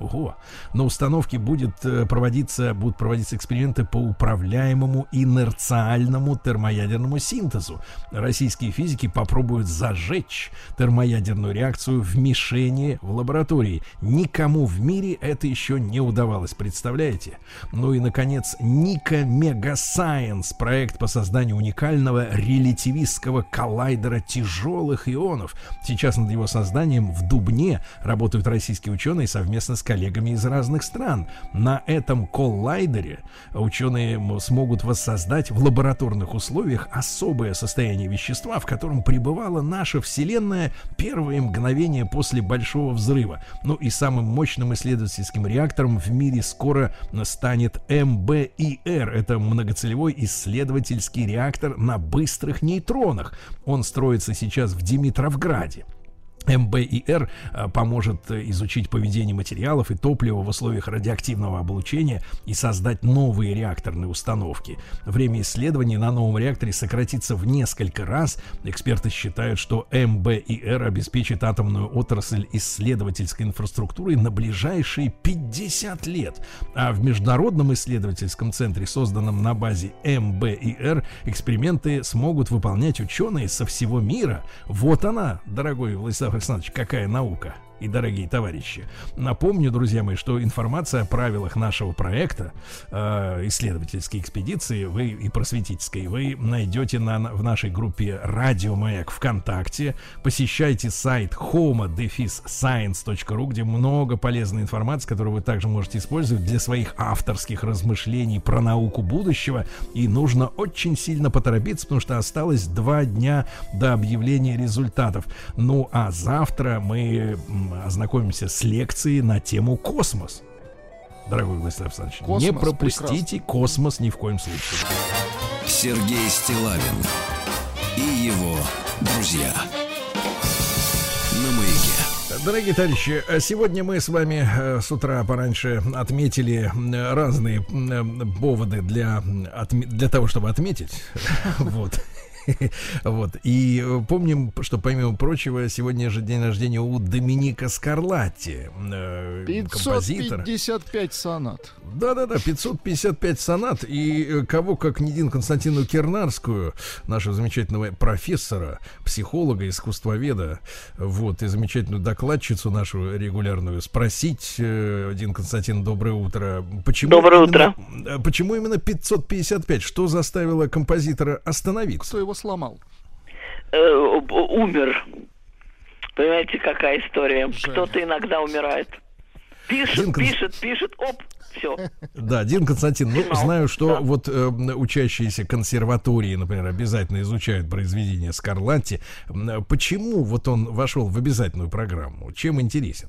Ого. На установке будут проводиться эксперименты по управляемому инерциальному термоядерному синтезу. Российские физики попробуют зажечь термоядерную реакцию в мишени в лаборатории. Никому в мире это еще не удавалось, представляете? Ну и, наконец, Ника Мегасайенс, проект по созданию уникального релятивистского коллайдера тяжелых ионов. Сейчас над его созданием в Дубне работают российские ученые совместно с коллегами из разных стран. На этом коллайдере ученые смогут воссоздать в лабораторных условиях особое состояние вещества, в котором пребывала наша Вселенная первые мгновения после Большого взрыва. Ну и самым мощным исследовательским реактором в мире скоро станет МБИР. Это многоцелевой исследовательский реактор на быстрых нейтронах. Он строится сейчас в Димитровграде. МБИР поможет изучить поведение материалов и топлива в условиях радиоактивного облучения и создать новые реакторные установки. Время исследований на новом реакторе сократится в несколько раз. Эксперты считают, что МБИР обеспечит атомную отрасль исследовательской инфраструктурой на ближайшие 50 лет. А в Международном исследовательском центре, созданном на базе МБИР, эксперименты смогут выполнять ученые со всего мира. Вот она, дорогой Владислав Александрович, какая наука. И, дорогие товарищи, напомню, друзья мои, что информация о правилах нашего проекта исследовательской экспедиции и просветительской вы найдете в нашей группе «Радио Маяк» ВКонтакте. Посещайте сайт homo-science.ru, где много полезной информации, которую вы также можете использовать для своих авторских размышлений про науку будущего. И нужно очень сильно поторопиться, потому что осталось 2 дня до объявления результатов. Ну, а завтра мы ознакомимся с лекцией на тему космос. Дорогой Владислав Александрович, космос, не пропустите прекрасно. Космос ни в коем случае. Сергей Стиллавин и его друзья на Маяке. Дорогие товарищи, сегодня мы с вами с утра пораньше отметили разные поводы для того, чтобы отметить. Вот. Вот. И помним, что, помимо прочего, сегодня же день рождения у Доминика Скарлатти, композитора. 555 сонат. Да-да-да, 555 сонат. И кого, как не Дину Константину Кирнарскую, нашего замечательного профессора, психолога, искусствоведа, вот, и замечательную докладчицу нашу регулярную, спросить, Дин Константин, доброе утро. Доброе утро. Почему именно 555? Что заставило композитора остановиться? Кто его сломал? Умер. Понимаете, какая история? Жаль. Кто-то иногда умирает. Пишет, оп, все. Да, Дин Константин, ну, Финал. знаю, что Да. вот учащиеся консерватории, например, обязательно изучают произведения Скарлатти. Почему вот он вошел в обязательную программу? Чем интересен?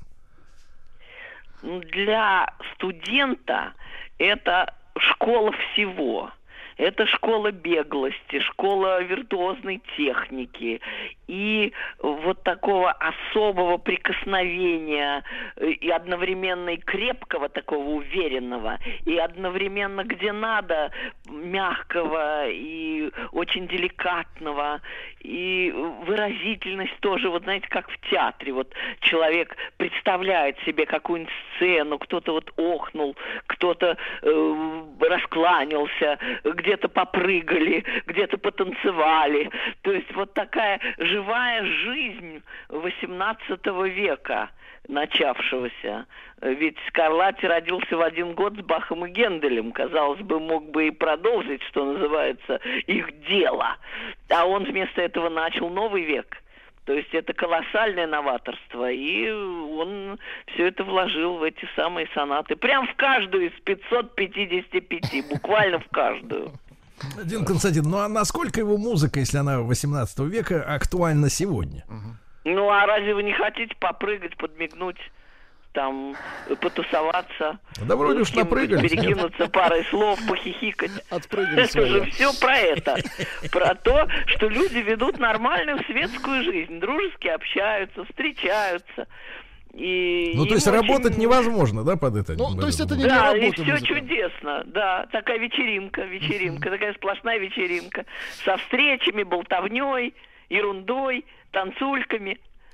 Для студента это школа всего. Это школа беглости, школа виртуозной техники и вот такого особого прикосновения и одновременно и крепкого, такого уверенного, и одновременно где надо мягкого и очень деликатного, и выразительность тоже, вот знаете, как в театре, вот человек представляет себе какую-нибудь сцену, кто-то вот охнул, кто-то раскланялся, где-то попрыгали, где-то потанцевали. То есть вот такая живая жизнь XVIII века начавшегося. Ведь Скарлатти родился в один год с Бахом и Генделем. Казалось бы, мог бы и продолжить, что называется, их дело. А он вместо этого начал новый век. То есть это колоссальное новаторство, и он все это вложил в эти самые сонаты. Прям в каждую из 555, буквально в каждую. Дин Константин, ну а насколько его музыка, если она 18 века, актуальна сегодня? Ну а разве вы не хотите попрыгать, подмигнуть, там, потусоваться? Да вроде уж напрыгались. Перекинуться парой слов, похихикать. Отпрыгали Это же свое. все про это. Про то, что люди ведут нормальную светскую жизнь, дружески общаются, встречаются. И Ну, то есть им работать очень- невозможно, да, под это? Ну, то есть это не Да, для и работы все музыка. чудесно, да, такая вечеринка, такая сплошная вечеринка, со встречами, болтовней, ерундой, танцульками.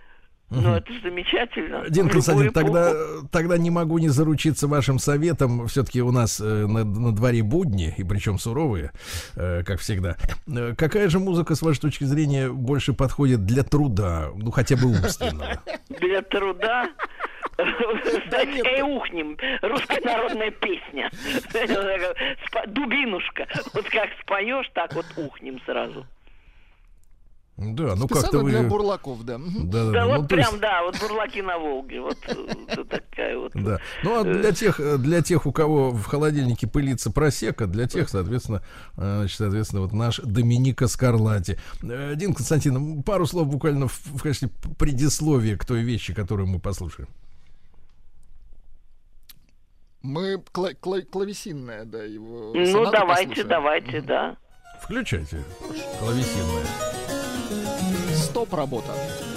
Ну, это замечательно. Дин Константин, тогда не могу не заручиться вашим советом. Все-таки у нас на дворе будни, и причем суровые, как всегда. Какая же музыка, с вашей точки зрения, больше подходит для труда, ну, хотя бы умственного? Для труда? Знаете, «Эй, ухнем», русская народная песня. Дубинушка. Вот как споешь, так вот ухнем сразу. Да, ну как-то вы... для бурлаков, да. Да, вот прям, да, вот бурлаки на Волге, вот такая вот. Да, ну а для тех, у кого в холодильнике пылится просека, для тех, соответственно, вот наш Доминика Скарлатти. Дин Константин, пару слов буквально в качестве предисловия к той вещи, которую мы послушаем. Мы клавесинное, да, его. Ну, давайте, да. Включайте клавесинное. Стоп, работа.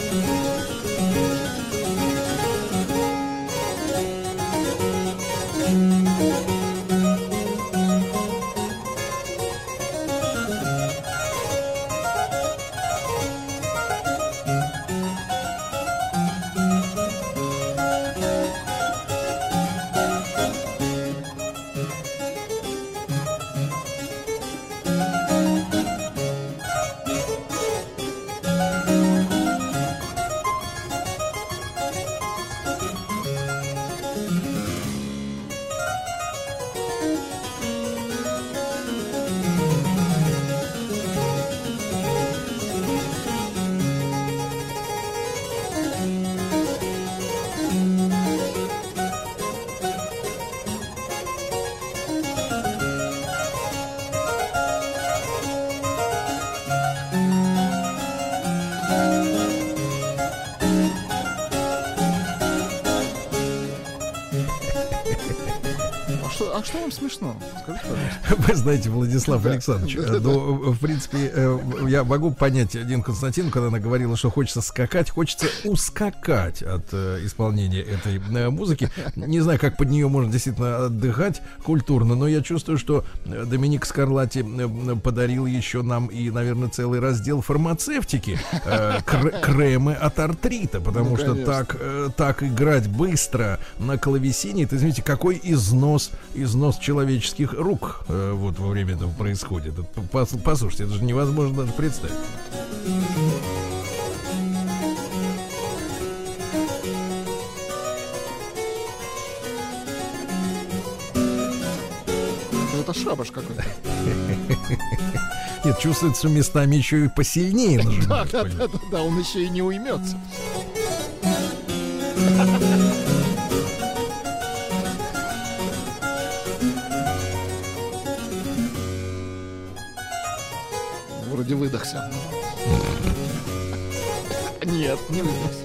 А что вам смешно? Скажите, пожалуйста. Вы знаете, Владислав Александрович, в принципе, я могу понять Дину Константину, когда она говорила, что хочется скакать, хочется ускакать от исполнения этой музыки. Не знаю, как под нее можно действительно отдыхать культурно, но я чувствую, что Доминик Скарлатти подарил еще нам и, наверное, целый раздел фармацевтики, кремы от артрита, потому что так играть быстро на клавесине, это, извините, какой износ человеческих рук вот во время этого происходит. Послушайте, это же невозможно даже представить. Это шабаш какой-то. Нет, чувствуется, местами еще и посильнее нажимать. Да, он еще и не уймется. Вроде выдохся. Нет, не выдохся.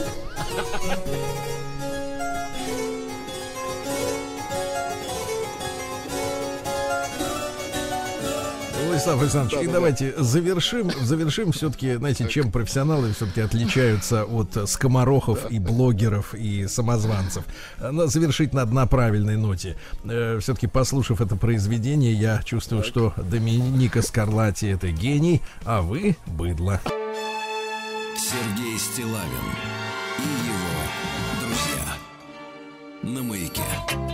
Владислав Александрович, и давайте завершим все-таки, знаете, чем профессионалы все-таки отличаются от скоморохов и блогеров и самозванцев. Завершить надо на правильной ноте. Все-таки, послушав это произведение, я чувствую, что Доминика Скарлатти — это гений, а вы — быдло. Сергей Стиллавин и его друзья на Маяке.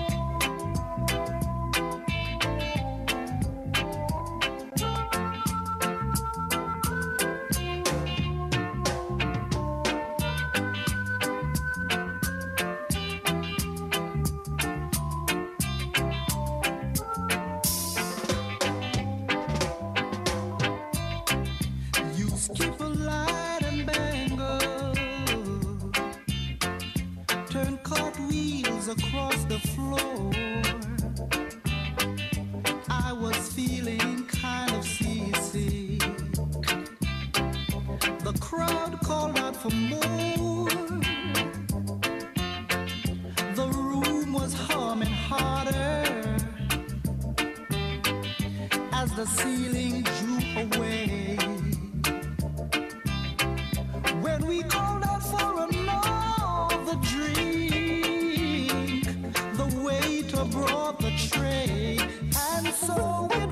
Across the floor, I was feeling kind of seasick. The crowd called out for more. The room was humming harder as the ceiling drew away. When we called out for another drink, brought the tray, and so it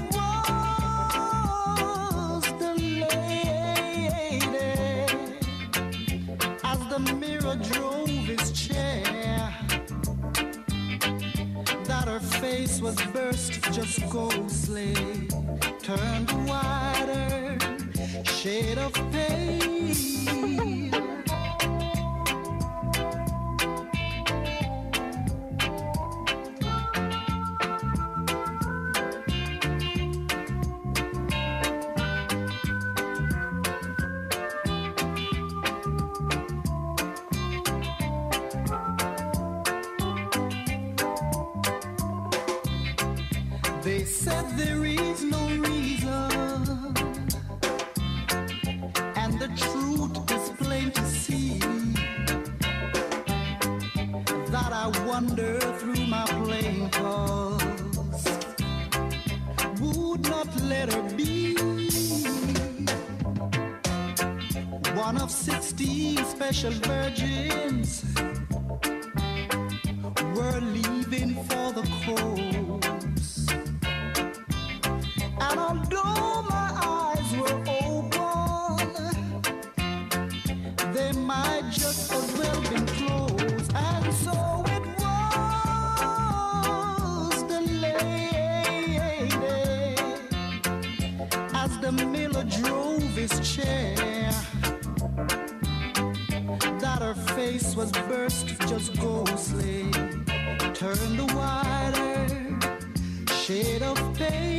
was the lady as the mirror drove his chair, that her face was burst just ghostly, turned a wider shade of pale. They said there is no reason, and the truth is plain to see, that I wander through my playing cause would not let her be one of 16 special virgins were leaving for the coast. And although my eyes were open, they might just as well been closed. And so it was the lady, as the miller drove his chair, that her face was burst just ghostly, turned a wider shade of pale.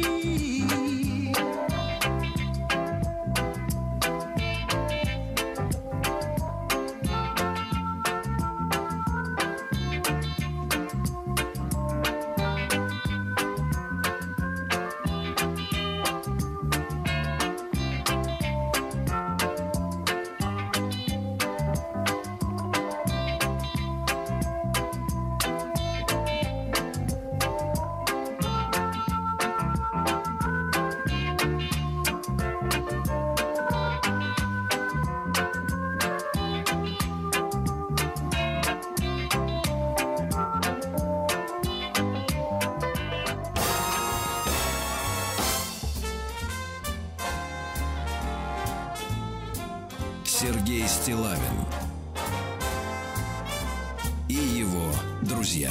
Сергей Стиллавин и его друзья.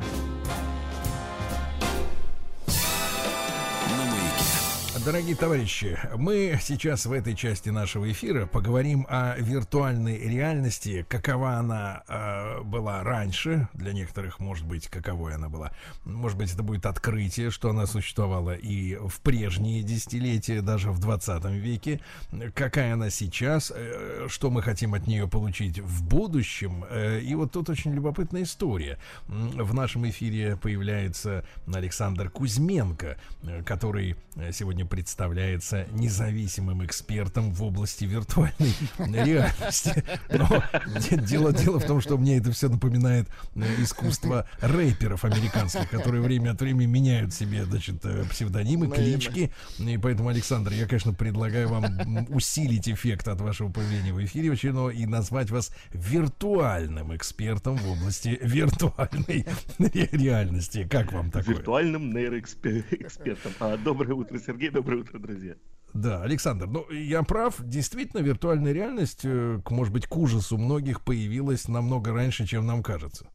Дорогие товарищи, мы сейчас в этой части нашего эфира поговорим о виртуальной реальности, какова она была раньше, для некоторых, может быть, каковой она была. Может быть, это будет открытие, что она существовала и в прежние десятилетия, даже в 20 веке, какая она сейчас, что мы хотим от нее получить в будущем. И вот тут очень любопытная история. В нашем эфире появляется Александр Кузьменко, который сегодня представляется независимым экспертом в области виртуальной реальности. Но дело в том, что мне это все напоминает искусство рэперов американских, которые время от времени меняют себе, значит, псевдонимы, клички. И поэтому, Александр, я, конечно, предлагаю вам усилить эффект от вашего появления в эфире очередного и назвать вас виртуальным экспертом в области виртуальной реальности. Как вам такое? Виртуальным нейроэкспертом. Доброе утро, Сергей. Доброе утро, друзья. Да, Александр, ну я прав, действительно, виртуальная реальность, может быть, к ужасу многих появилась намного раньше, чем нам кажется.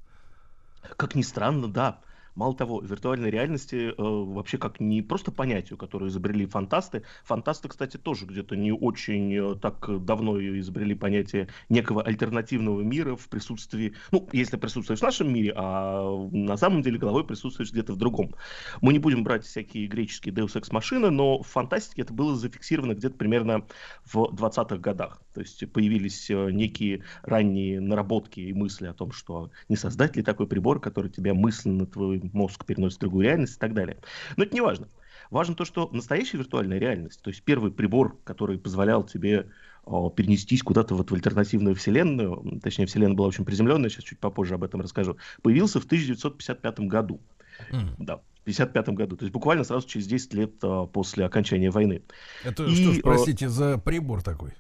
Как ни странно, да. Мало того, виртуальной реальности вообще как не просто понятию, которое изобрели фантасты. Фантасты, кстати, тоже где-то не очень так давно изобрели понятие некого альтернативного мира в присутствии, ну, если присутствуешь в нашем мире, а на самом деле головой присутствуешь где-то в другом. Мы не будем брать всякие греческие Deus Ex Machina, но в фантастике это было зафиксировано где-то примерно в 20-х годах. То есть появились некие ранние наработки и мысли о том, что не создать ли такой прибор, который тебя мысленно, твой мозг переносит в другую реальность и так далее. Но это не важно. Важно то, что настоящая виртуальная реальность, то есть первый прибор, который позволял тебе перенестись куда-то вот в альтернативную вселенную, точнее, вселенная была очень приземленная, сейчас чуть попозже об этом расскажу, появился в 1955 году. Да, в 1955 году, то есть буквально сразу через 10 лет после окончания войны. Это что ж, простите, за прибор такой?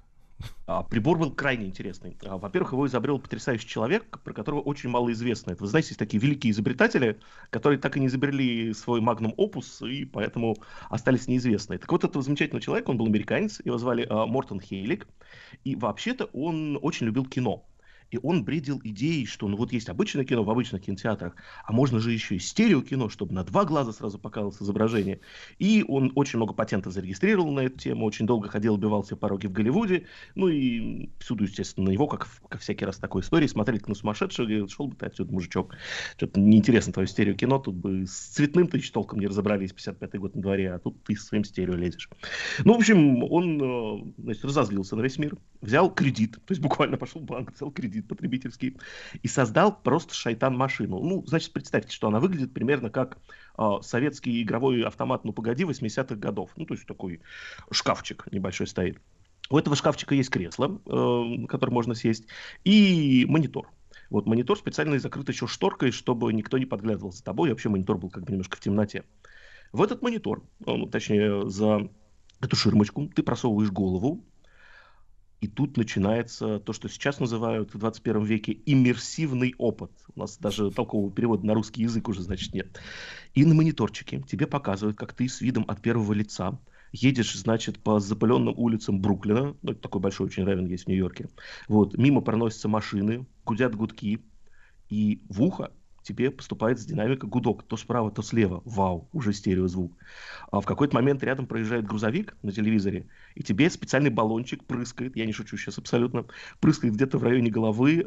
Прибор был крайне интересный. Во-первых, его изобрел потрясающий человек, про которого очень мало известно. Это, вы знаете, есть такие великие изобретатели, которые так и не изобрели свой магнум опус, и поэтому остались неизвестны. Так вот, этого замечательного человека, он был американец, его звали Мортон Хейлик, и вообще-то он очень любил кино. И он бредил идеей, что ну вот есть обычное кино в обычных кинотеатрах, а можно же еще и стереокино, чтобы на 2 глаза сразу показывалось изображение. И он очень много патентов зарегистрировал на эту тему, очень долго ходил, убивал все пороги в Голливуде. Ну и всюду, естественно, на него, как всякий раз в такой истории, смотрели как на сумасшедшего, говорят, шел бы ты отсюда, мужичок. Что-то неинтересно твое стереокино, тут бы с цветным-то еще толком не разобрались, 55-й год на дворе, а тут ты со своим стерео лезешь. Ну, в общем, он, значит, разозлился на весь мир, взял кредит, то есть буквально пошел в банк, взял кредит потребительский и создал просто шайтан-машину. Ну, значит, представьте, что она выглядит примерно как советский игровой автомат «Ну, погоди» 80-х годов. Ну, то есть такой шкафчик небольшой стоит. У этого шкафчика есть кресло, на которое можно сесть, и монитор. Вот монитор специально закрыт еще шторкой, чтобы никто не подглядывал за тобой, и вообще монитор был как бы немножко в темноте. В этот монитор, точнее, за эту ширмочку ты просовываешь голову, и тут начинается то, что сейчас называют в 21 веке иммерсивный опыт. У нас даже толкового перевода на русский язык уже, значит, нет. И на мониторчике тебе показывают, как ты с видом от первого лица едешь, значит, по запыленным улицам Бруклина, ну, такой большой очень район есть в Нью-Йорке, вот, мимо проносятся машины, гудят гудки, и в ухо тебе поступает с динамика гудок, то справа, то слева, вау, уже стереозвук. А в какой-то момент рядом проезжает грузовик на телевизоре, и тебе специальный баллончик прыскает, я не шучу сейчас абсолютно, прыскает где-то в районе головы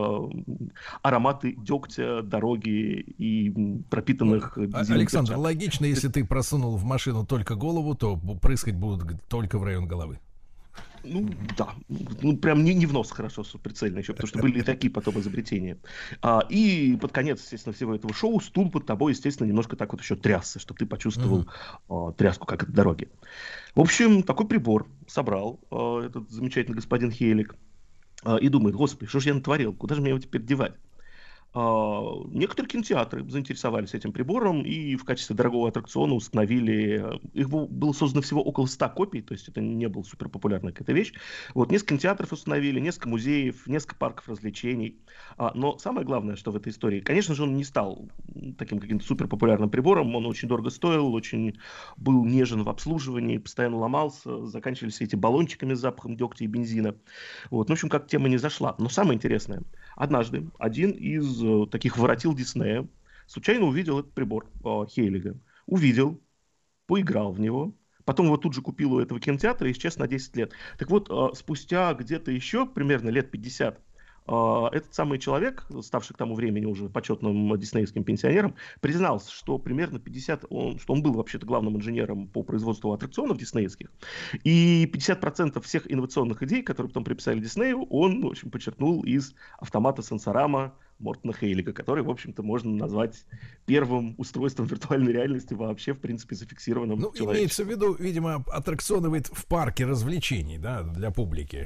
ароматы дегтя, дороги и пропитанных бензином. Александр, перчаток. логично, если ты просунул в машину только голову, то прыскать будут только в район головы. Ну, да. Ну, прям не в нос хорошо, прицельно еще, потому что были и такие потом изобретения. И под конец, естественно, всего этого шоу стул под тобой, естественно, немножко так вот еще трясся, чтобы ты почувствовал тряску, как от дороги. В общем, такой прибор собрал этот замечательный господин Хейлик и думает, господи, что же я натворил, куда же мне его теперь девать? Некоторые кинотеатры заинтересовались этим прибором и в качестве дорогого аттракциона установили, их было создано всего около 100 копий, то есть это не была суперпопулярная какая-то вещь. Вот, несколько кинотеатров установили, несколько музеев, несколько парков развлечений. Но самое главное, что в этой истории, конечно же, он не стал таким каким-то суперпопулярным прибором, он очень дорого стоил, очень был нежен в обслуживании, постоянно ломался, заканчивались эти баллончиками с запахом дегтя и бензина. Вот, в общем, как тема не зашла. Но самое интересное, однажды один из таких воротил Диснея случайно увидел этот прибор Хейлига. Увидел, поиграл в него, потом его тут же купил у этого кинотеатра и исчез на 10 лет. Так вот, спустя где-то еще примерно лет 50 этот самый человек, ставший к тому времени уже почетным диснеевским пенсионером, признался, что примерно 50, что он был вообще-то главным инженером по производству аттракционов диснеевских, и 50% всех инновационных идей, которые потом приписали Диснею, он, в общем, подчеркнул из автомата Сенсорама Мортона Хейлига, который, в общем-то, можно назвать первым устройством виртуальной реальности вообще, в принципе, зафиксированным человечеством. Имеется в виду, видимо, аттракционы в парке развлечений, да, для публики.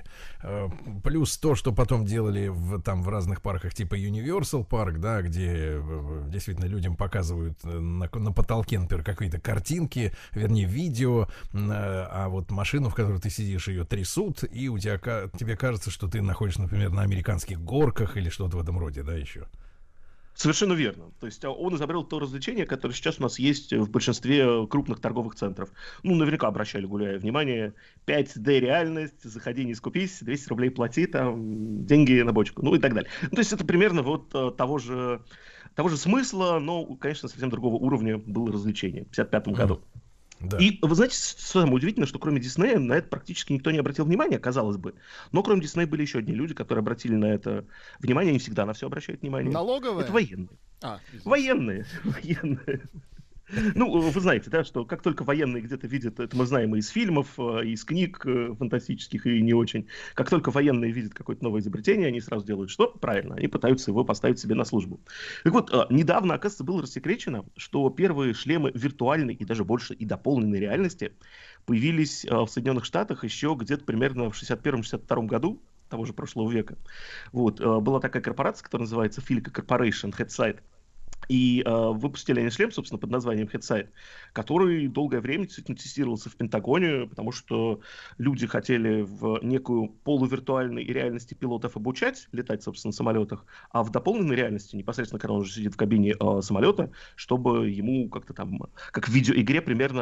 Плюс то, что потом делали в разных парках типа Universal парк, да, где действительно людям показывают на потолке, например, какие-то картинки, вернее, видео, а вот машину, в которой ты сидишь, ее трясут, и тебе кажется, что ты находишься, например, на американских горках или что-то в этом роде, да, еще. Совершенно верно. То есть он изобрел то развлечение, которое сейчас у нас есть в большинстве крупных торговых центров. Ну, наверняка обращали, гуляя, внимание, 5D реальность, заходи, не скупись, 200 рублей плати, там, деньги на бочку, ну и так далее. Ну, то есть это примерно вот того же смысла, но, конечно, совсем другого уровня было развлечение в 1955 году. Да. И вы знаете, самое удивительное, что кроме Диснея на это практически никто не обратил внимания, казалось бы. Но кроме Диснея были еще одни люди, которые обратили на это внимание, не всегда на все обращают внимание. Налоговые? Это военные. Военные. Ну, вы знаете, да, что как только военные где-то видят, это мы знаем и из фильмов, и из книг фантастических, и не очень, как только военные видят какое-то новое изобретение, они сразу делают что? Правильно, они пытаются его поставить себе на службу. Так вот, недавно, оказывается, было рассекречено, что первые шлемы виртуальной и даже больше и дополненной реальности появились в Соединенных Штатах еще где-то примерно в 61-62 году того же прошлого века. Вот, была такая корпорация, которая называется Filica Corporation, Headsight. И выпустили они шлем, собственно, под названием Headsight, который долгое время действительно тестировался в Пентагоне, потому что люди хотели в некую полувиртуальной реальности пилотов обучать летать, собственно, на самолетах, а в дополненной реальности, непосредственно, когда он уже сидит в кабине самолета, чтобы ему как-то там, как в видеоигре примерно,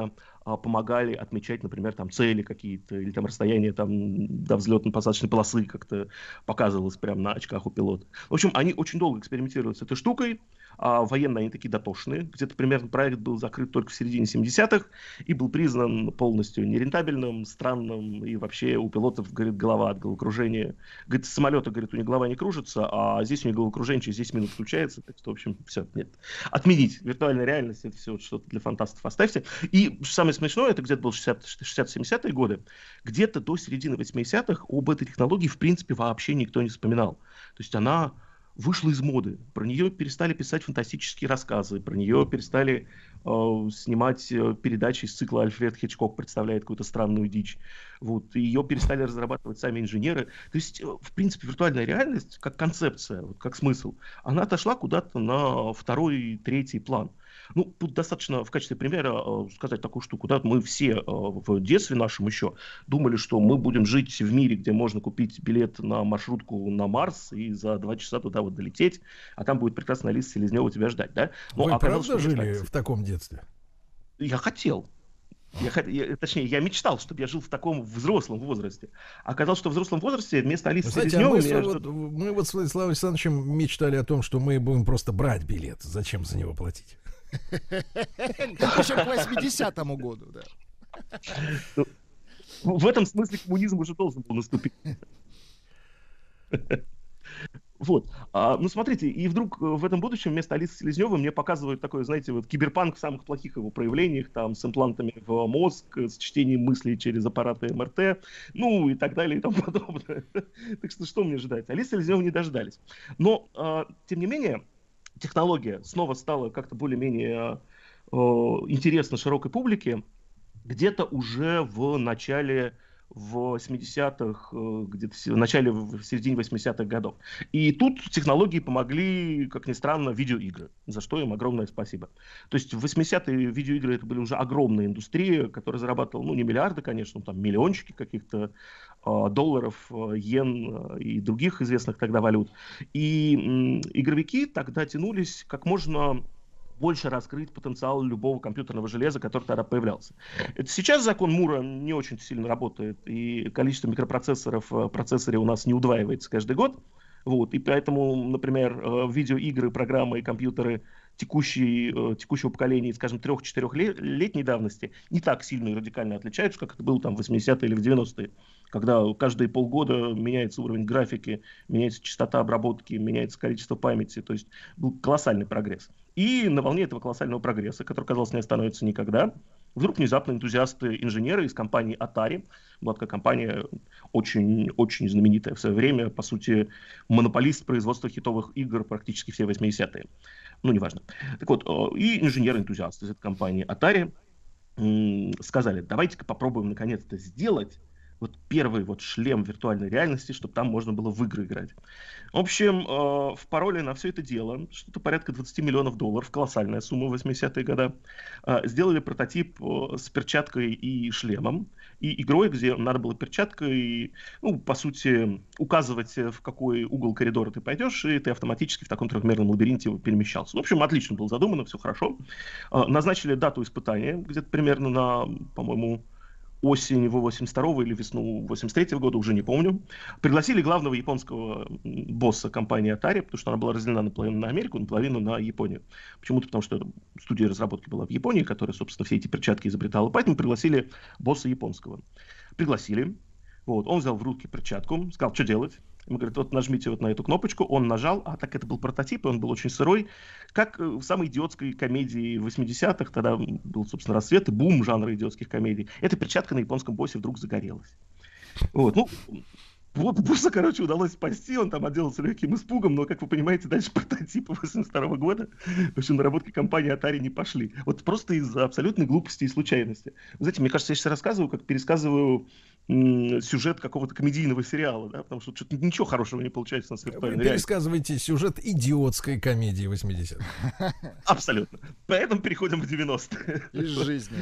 помогали отмечать, например, там цели какие-то, или там расстояние там до взлетно-посадочной полосы как-то показывалось прямо на очках у пилота. В общем, они очень долго экспериментировали с этой штукой. Военные они такие дотошные. Где-то примерно проект был закрыт только в середине 70-х и был признан полностью нерентабельным, странным, и вообще у пилотов, говорит, голова от головокружения. Говорит, с самолета, говорит, у них голова не кружится, а здесь у них головокружение через 10 минут включается. Так что, в общем, все, нет. Отменить. Виртуальная реальность, это все вот что-то для фантастов оставьте. И самое смешное, это где-то было 60-70-е годы, где-то до середины 80-х об этой технологии, в принципе, вообще никто не вспоминал. То есть она вышла из моды. Про нее перестали писать фантастические рассказы, про нее перестали снимать передачи из цикла «Альфред Хичкок представляет какую-то странную дичь». Вот. Ее перестали разрабатывать сами инженеры. То есть, в принципе, виртуальная реальность, как концепция, вот, как смысл, она отошла куда-то на второй, третий план. Ну, тут достаточно в качестве примера сказать такую штуку. Да? Мы все в детстве нашем еще думали, что мы будем жить в мире, где можно купить билет на маршрутку на Марс и за 2 часа туда вот долететь, а там будет прекрасная Алиса Селезнева тебя ждать. Да? Но вы правда жили в таком детстве? Я хотел. Точнее, я мечтал, чтобы я жил в таком взрослом возрасте. Оказалось, что в взрослом возрасте вместо Алисы Селезневой... Мы вот с Владиславом Александровичем мечтали о том, что мы будем просто брать билет. Зачем за него платить? Еще к 80-му году, да. В этом смысле коммунизм уже должен был наступить. Вот. Ну, смотрите, и вдруг в этом будущем вместо Алисы Селезневой мне показывают такой, знаете, вот киберпанк в самых плохих его проявлениях, там, с имплантами в мозг, с чтением мыслей через аппараты МРТ, ну, и так далее, и тому подобное. Так что мне ждать? Алисы Селезневой не дождались. Но, тем не менее, технология снова стала как-то более-менее интересна широкой публике где-то уже в начале 80-х, где-то в начале, в середине 80-х годов. И тут технологии помогли, как ни странно, видеоигры, за что им огромное спасибо. То есть в 80-е видеоигры это были уже огромные индустрии, которая зарабатывала, ну, не миллиарды, конечно, там миллиончики каких-то долларов, йен и других известных тогда валют. И игровики тогда тянулись как можно больше раскрыть потенциал любого компьютерного железа, который тогда появлялся. Это сейчас закон Мура не очень сильно работает, и количество микропроцессоров в процессоре у нас не удваивается каждый год. Вот. И поэтому, например, видеоигры, программы и компьютеры текущего поколения, скажем, 3-4-летней давности не так сильно и радикально отличаются, как это было там в 80-е или в 90-е, когда каждые полгода меняется уровень графики, меняется частота обработки, меняется количество памяти, то есть был колоссальный прогресс. И на волне этого колоссального прогресса, который, казалось, не остановится никогда, вдруг внезапно энтузиасты-инженеры из компании Atari, была такая компания очень знаменитая в свое время, по сути, монополист производства хитовых игр практически все 80-е. Ну, неважно. Так вот, и инженеры-энтузиасты из этой компании Atari сказали, давайте-ка попробуем наконец-то сделать вот первый вот шлем виртуальной реальности, чтобы там можно было в игры играть. В общем, впороли на все это дело что-то порядка $20 миллионов, колоссальная сумма в 80-е годы. Сделали прототип с перчаткой и шлемом, и игрой, где надо было перчаткой, ну, по сути, указывать, в какой угол коридора ты пойдешь, и ты автоматически в таком трехмерном лабиринте перемещался. В общем, отлично было задумано, все хорошо. Назначили дату испытания, где-то примерно на, по-моему, осень 82-го или весну 83-го года, уже не помню. Пригласили главного японского босса компании Atari, потому что она была разделена наполовину на Америку, наполовину на Японию. Почему-то потому, что студия разработки была в Японии, которая, собственно, все эти перчатки изобретала. Поэтому пригласили босса японского. Пригласили. Вот. Он взял в руки перчатку, сказал, что делать. Ему говорят, вот нажмите вот на эту кнопочку. Он нажал, а так это был прототип, и он был очень сырой. Как в самой идиотской комедии 80-х, тогда был, собственно, расцвет и бум жанра идиотских комедий. Эта перчатка на японском боссе вдруг загорелась. Вот, ну, вот босса, короче, удалось спасти, он там отделался легким испугом, но, как вы понимаете, дальше прототипы 82 года, в общем, наработки компании Atari не пошли. Вот просто из-за абсолютной глупости и случайности. Вы знаете, мне кажется, я сейчас рассказываю, как пересказываю сюжет какого-то комедийного сериала, да, потому что что-то ничего хорошего не получается на виртуальной реальности. Вы пересказываете сюжет идиотской комедии 80-х. Абсолютно. Поэтому переходим в 90-е. Из жизни,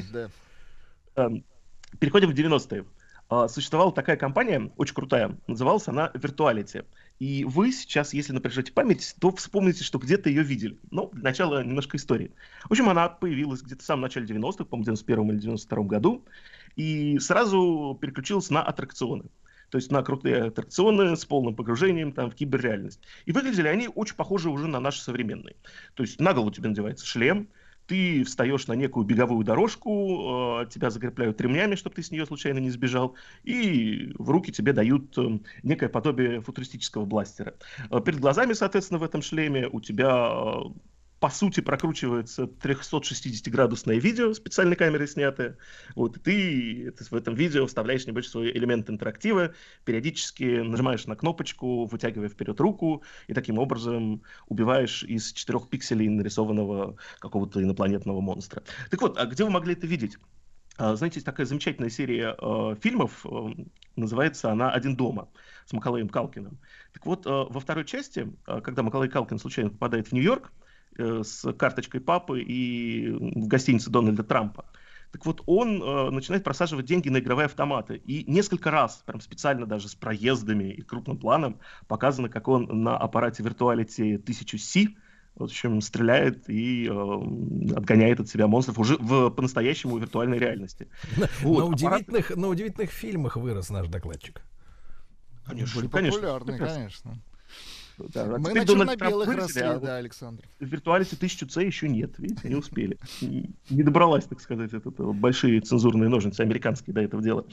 да. Переходим в 90-е. Существовала такая компания, очень крутая, называлась она Virtuality. И вы сейчас, если напряжете память, то вспомните, что где-то ее видели. Но для начала немножко истории. В общем, она появилась где-то в самом начале 90-х, по-моему, в 91 или 92 году, и сразу переключилась на аттракционы. То есть на крутые аттракционы с полным погружением там, в киберреальность. И выглядели они очень похожи уже на наши современные. То есть на голову тебе надевается шлем, ты встаешь на некую беговую дорожку, тебя закрепляют ремнями, чтобы ты с нее случайно не сбежал, и в руки тебе дают некое подобие футуристического бластера. Перед глазами, соответственно, в этом шлеме у тебя, по сути, прокручивается 360-градусное видео, специальной камерой снятое. Вот, и ты в этом видео вставляешь небольшой свой элемент интерактива, периодически нажимаешь на кнопочку, вытягивая вперед руку, и таким образом убиваешь из 4 пикселей нарисованного какого-то инопланетного монстра. Так вот, а где вы могли это видеть? Знаете, есть такая замечательная серия фильмов, называется она «Один дома» с Маколеем Калкиным. Так вот, во второй части, когда Маколей Калкин случайно попадает в Нью-Йорк, с карточкой папы и в гостинице Дональда Трампа. Так вот, он начинает просаживать деньги на игровые автоматы. И несколько раз, прям специально даже с проездами и крупным планом, показано, как он на аппарате Virtuality 1000C, в общем, стреляет и отгоняет от себя монстров уже по-настоящему виртуальной реальности. Вот, на удивительных фильмах вырос наш докладчик. Конечно, были популярны, конечно. Да, мы на черно-белых росли, да, Александр. В Virtuality 1000C еще нет, видите, не успели. Не добралась, так сказать, большие цензурные ножницы американские до этого дела.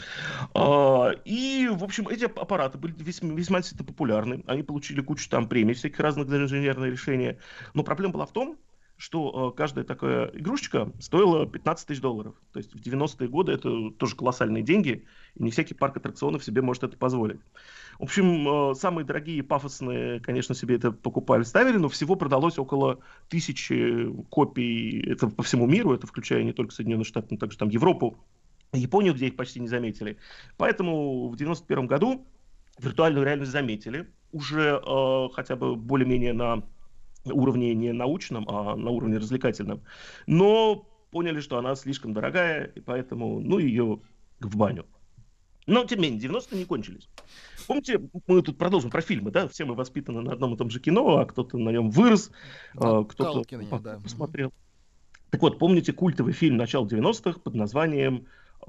И, в общем, эти аппараты были весьма популярны. Они получили кучу там премий, всяких разных за инженерные решения. Но проблема была в том, что каждая такая игрушечка стоила $15 тысяч. То есть в 90-е годы это тоже колоссальные деньги, и не всякий парк аттракционов себе может это позволить. В общем, самые дорогие, пафосные, конечно, себе это покупали, ставили, но всего продалось около 1000 копий, это по всему миру, это включая не только Соединенные Штаты, но также там Европу, Японию, где их почти не заметили. Поэтому в 91 году виртуальную реальность заметили, уже хотя бы более-менее на уровне не научном, а на уровне развлекательном, но поняли, что она слишком дорогая, и поэтому, ее в баню. Но, тем не менее, 90-е не кончились. Помните, мы тут продолжим про фильмы, да? Все мы воспитаны на одном и том же кино, а кто-то на нем вырос, кто-то посмотрел. Так вот, помните культовый фильм начала 90-х под названием,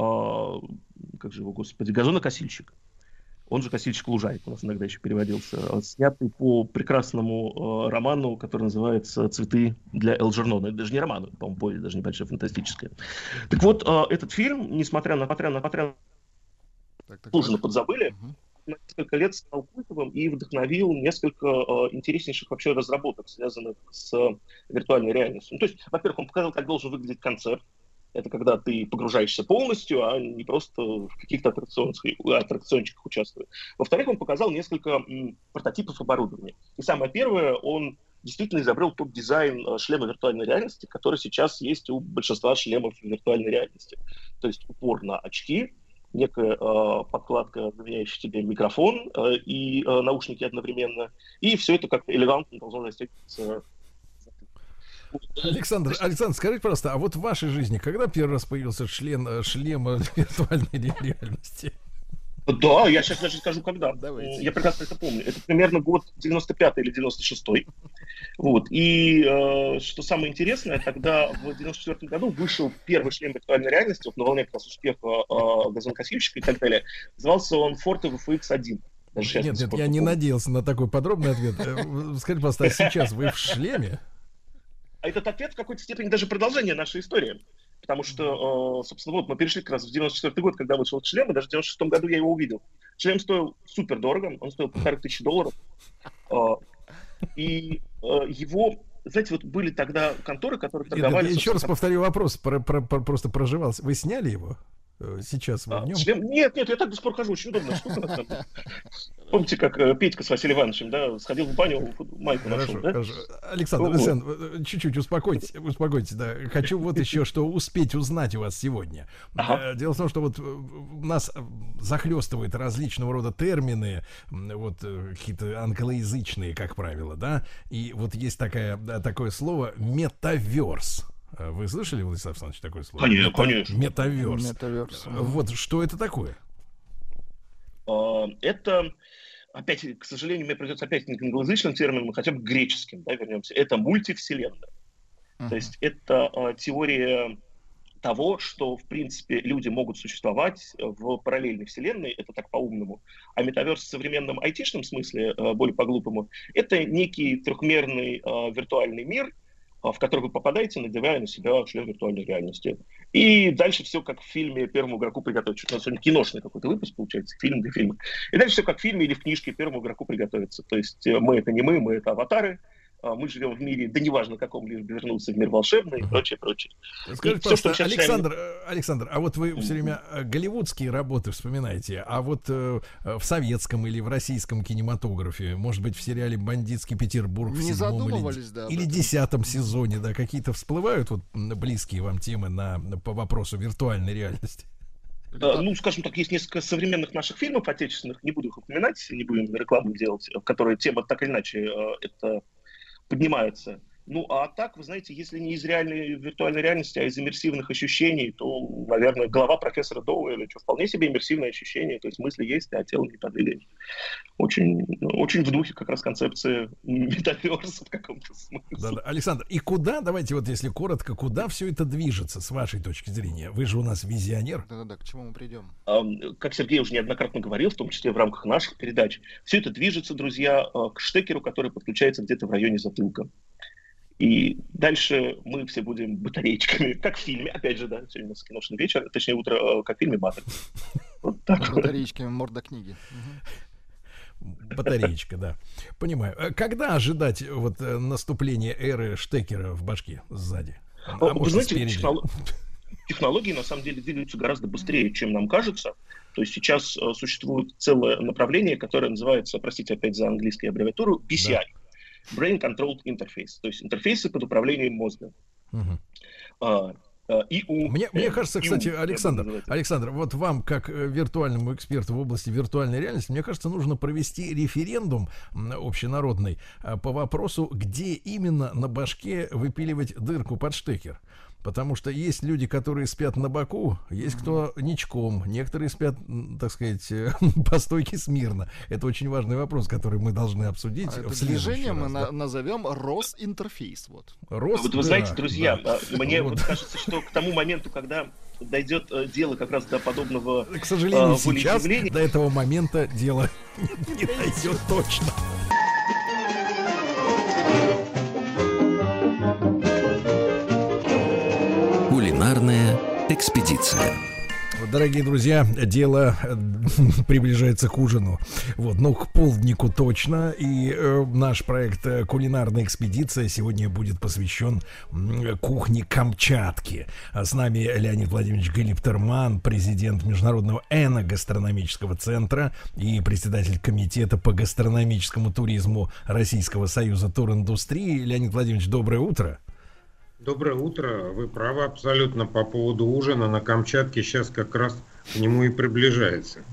как же его, господи, «Газонокосильщик». Он же «Косильщик-лужайка» у нас иногда еще переводился, снятый по прекрасному роману, который называется «Цветы для Элджернона». Это даже не роман, по-моему, повесть даже небольшая, фантастическая. Так вот, этот фильм, несмотря на сложно подзабыли, на несколько лет стал культовым и вдохновил несколько интереснейших вообще разработок, связанных с виртуальной реальностью. То есть, во-первых, он показал, как должен выглядеть концерт. Это когда ты погружаешься полностью, а не просто в каких-то аттракциончиках участвуешь. Во-вторых, он показал несколько прототипов оборудования. И самое первое, он действительно изобрел тот дизайн шлема виртуальной реальности, который сейчас есть у большинства шлемов виртуальной реальности. То есть упор на очки, некая подкладка, заменяющая тебе микрофон и наушники одновременно. И все это как-то элегантно должно застегиваться. Александр, скажите, пожалуйста, а вот в вашей жизни когда первый раз появился шлем виртуальной реальности? Да, я сейчас даже скажу, когда. Давайте. Я прекрасно это помню. Это примерно год 95-й или 96-й. Вот. И что самое интересное, тогда в 94-м году вышел первый шлем виртуальной реальности, вот на волне как раз успеха газонокосильщика и так далее. Назывался он Forte VFX-1. Нет, я не надеялся на такой подробный ответ. Скажите, пожалуйста, а сейчас вы в шлеме? А этот ответ в какой-то степени даже продолжение нашей истории. Потому что, собственно, вот мы перешли как раз в 94-й год, когда вышел этот шлем, и даже в 96-м году я его увидел. Шлем стоил супер дорого, он стоил $1500. И его, знаете, вот были тогда конторы, которые торговали... Нет, еще раз повторю вопрос, просто проживался. Вы сняли его? Сейчас вы в нем? Шлем... Нет, я так до сих пор хожу, очень удобная штука, на самом деле. Помните, как Петька с Василием Ивановичем, да, сходил в баню, майку нашел, да? Хорошо. Александр, чуть-чуть успокойтесь, да. Хочу вот еще что успеть узнать у вас сегодня. Дело в том, что вот нас захлестывают различного рода термины, вот какие-то англоязычные, как правило, да, и вот есть такое слово «метаверс». Вы слышали, Владислав Александрович, такое слово? Конечно. Метаверс. Вот что это такое? Это опять, к сожалению, мне придется опять не к англоязычным терминам, а хотя бы к греческим, да, вернемся. Это мультивселенная. То есть это теория того, что, в принципе, люди могут существовать в параллельной вселенной, это так по-умному, а метаверс в современном айтишном смысле, более по-глупому, это некий трехмерный виртуальный мир, в который вы попадаете, надевая на себя шлем виртуальной реальности. И дальше все как в фильме «Первому игроку приготовить». Что-то у нас сегодня киношный какой-то выпуск получается, фильм для фильма. И дальше все как в фильме или в книжке «Первому игроку приготовиться». То есть мы это не мы это аватары. Мы живем в мире, да неважно каком, лишь бы вернуться в мир волшебный и прочее. Скажите, пожалуйста, Александр, а вот вы все время голливудские работы вспоминаете, а вот в советском или в российском кинематографе, может быть, в сериале «Бандитский Петербург» в 7 или 10 сезоне, да, какие-то всплывают вот близкие вам темы по вопросу виртуальной реальности? Ну, скажем так, есть несколько современных наших фильмов отечественных, не буду их упоминать, не будем рекламу делать, в которой тема так или иначе это поднимается. Ну, а так, вы знаете, если не из реальной виртуальной реальности, а из иммерсивных ощущений, то, наверное, голова профессора Доуэля, что вполне себе иммерсивное ощущение, то есть мысли есть, а тело не подвигается. Очень в духе как раз концепции метаверса в каком-то смысле. Да. Александр, и куда, давайте вот если коротко, куда все это движется с вашей точки зрения? Вы же у нас визионер. Да, к чему мы придем? Как Сергей уже неоднократно говорил, в том числе в рамках наших передач, все это движется, друзья, к штекеру, который подключается где-то в районе затылка. И дальше мы все будем батареечками, как в фильме, опять же, да, сегодня у нас киношный вечер, точнее утро, как в фильме «Матрица». Вот так. Батареечками морда книги. Батареечка, да. Понимаю. Когда ожидать вот наступления эры штекера в башке сзади? Вы знаете, технологии на самом деле двигаются гораздо быстрее, чем нам кажется. То есть сейчас существует целое направление, которое называется, простите опять за английскую аббревиатуру, BCI. Да. Brain Controlled Interface, то есть интерфейсы под управлением мозга. Мне кажется, кстати, Александр, вот вам, как виртуальному эксперту в области виртуальной реальности, мне кажется, нужно провести референдум общенародный по вопросу, где именно на башке выпиливать дырку под штекер. Потому что есть люди, которые спят на боку, есть кто ничком, некоторые спят, так сказать, по стойке смирно. Это очень важный вопрос, который мы должны обсудить. Это движение мы назовем Росинтерфейс. Вот вы знаете, друзья, мне вот кажется, что к тому моменту, когда дойдет дело как раз до подобного волеизъявления, к сожалению, сейчас до этого момента дело не дойдет точно. Кулинарная экспедиция. Дорогие друзья, дело приближается к ужину. Вот, ну, к полднику точно. И наш проект «Кулинарная экспедиция» сегодня будет посвящен кухне Камчатки. С нами Леонид Владимирович Галиптерман, президент Международного эногастрономического центра и председатель комитета по гастрономическому туризму Российского союза туриндустрии. Леонид Владимирович, доброе утро. Доброе утро. Вы правы абсолютно по поводу ужина на Камчатке. Сейчас как раз к нему и приближается.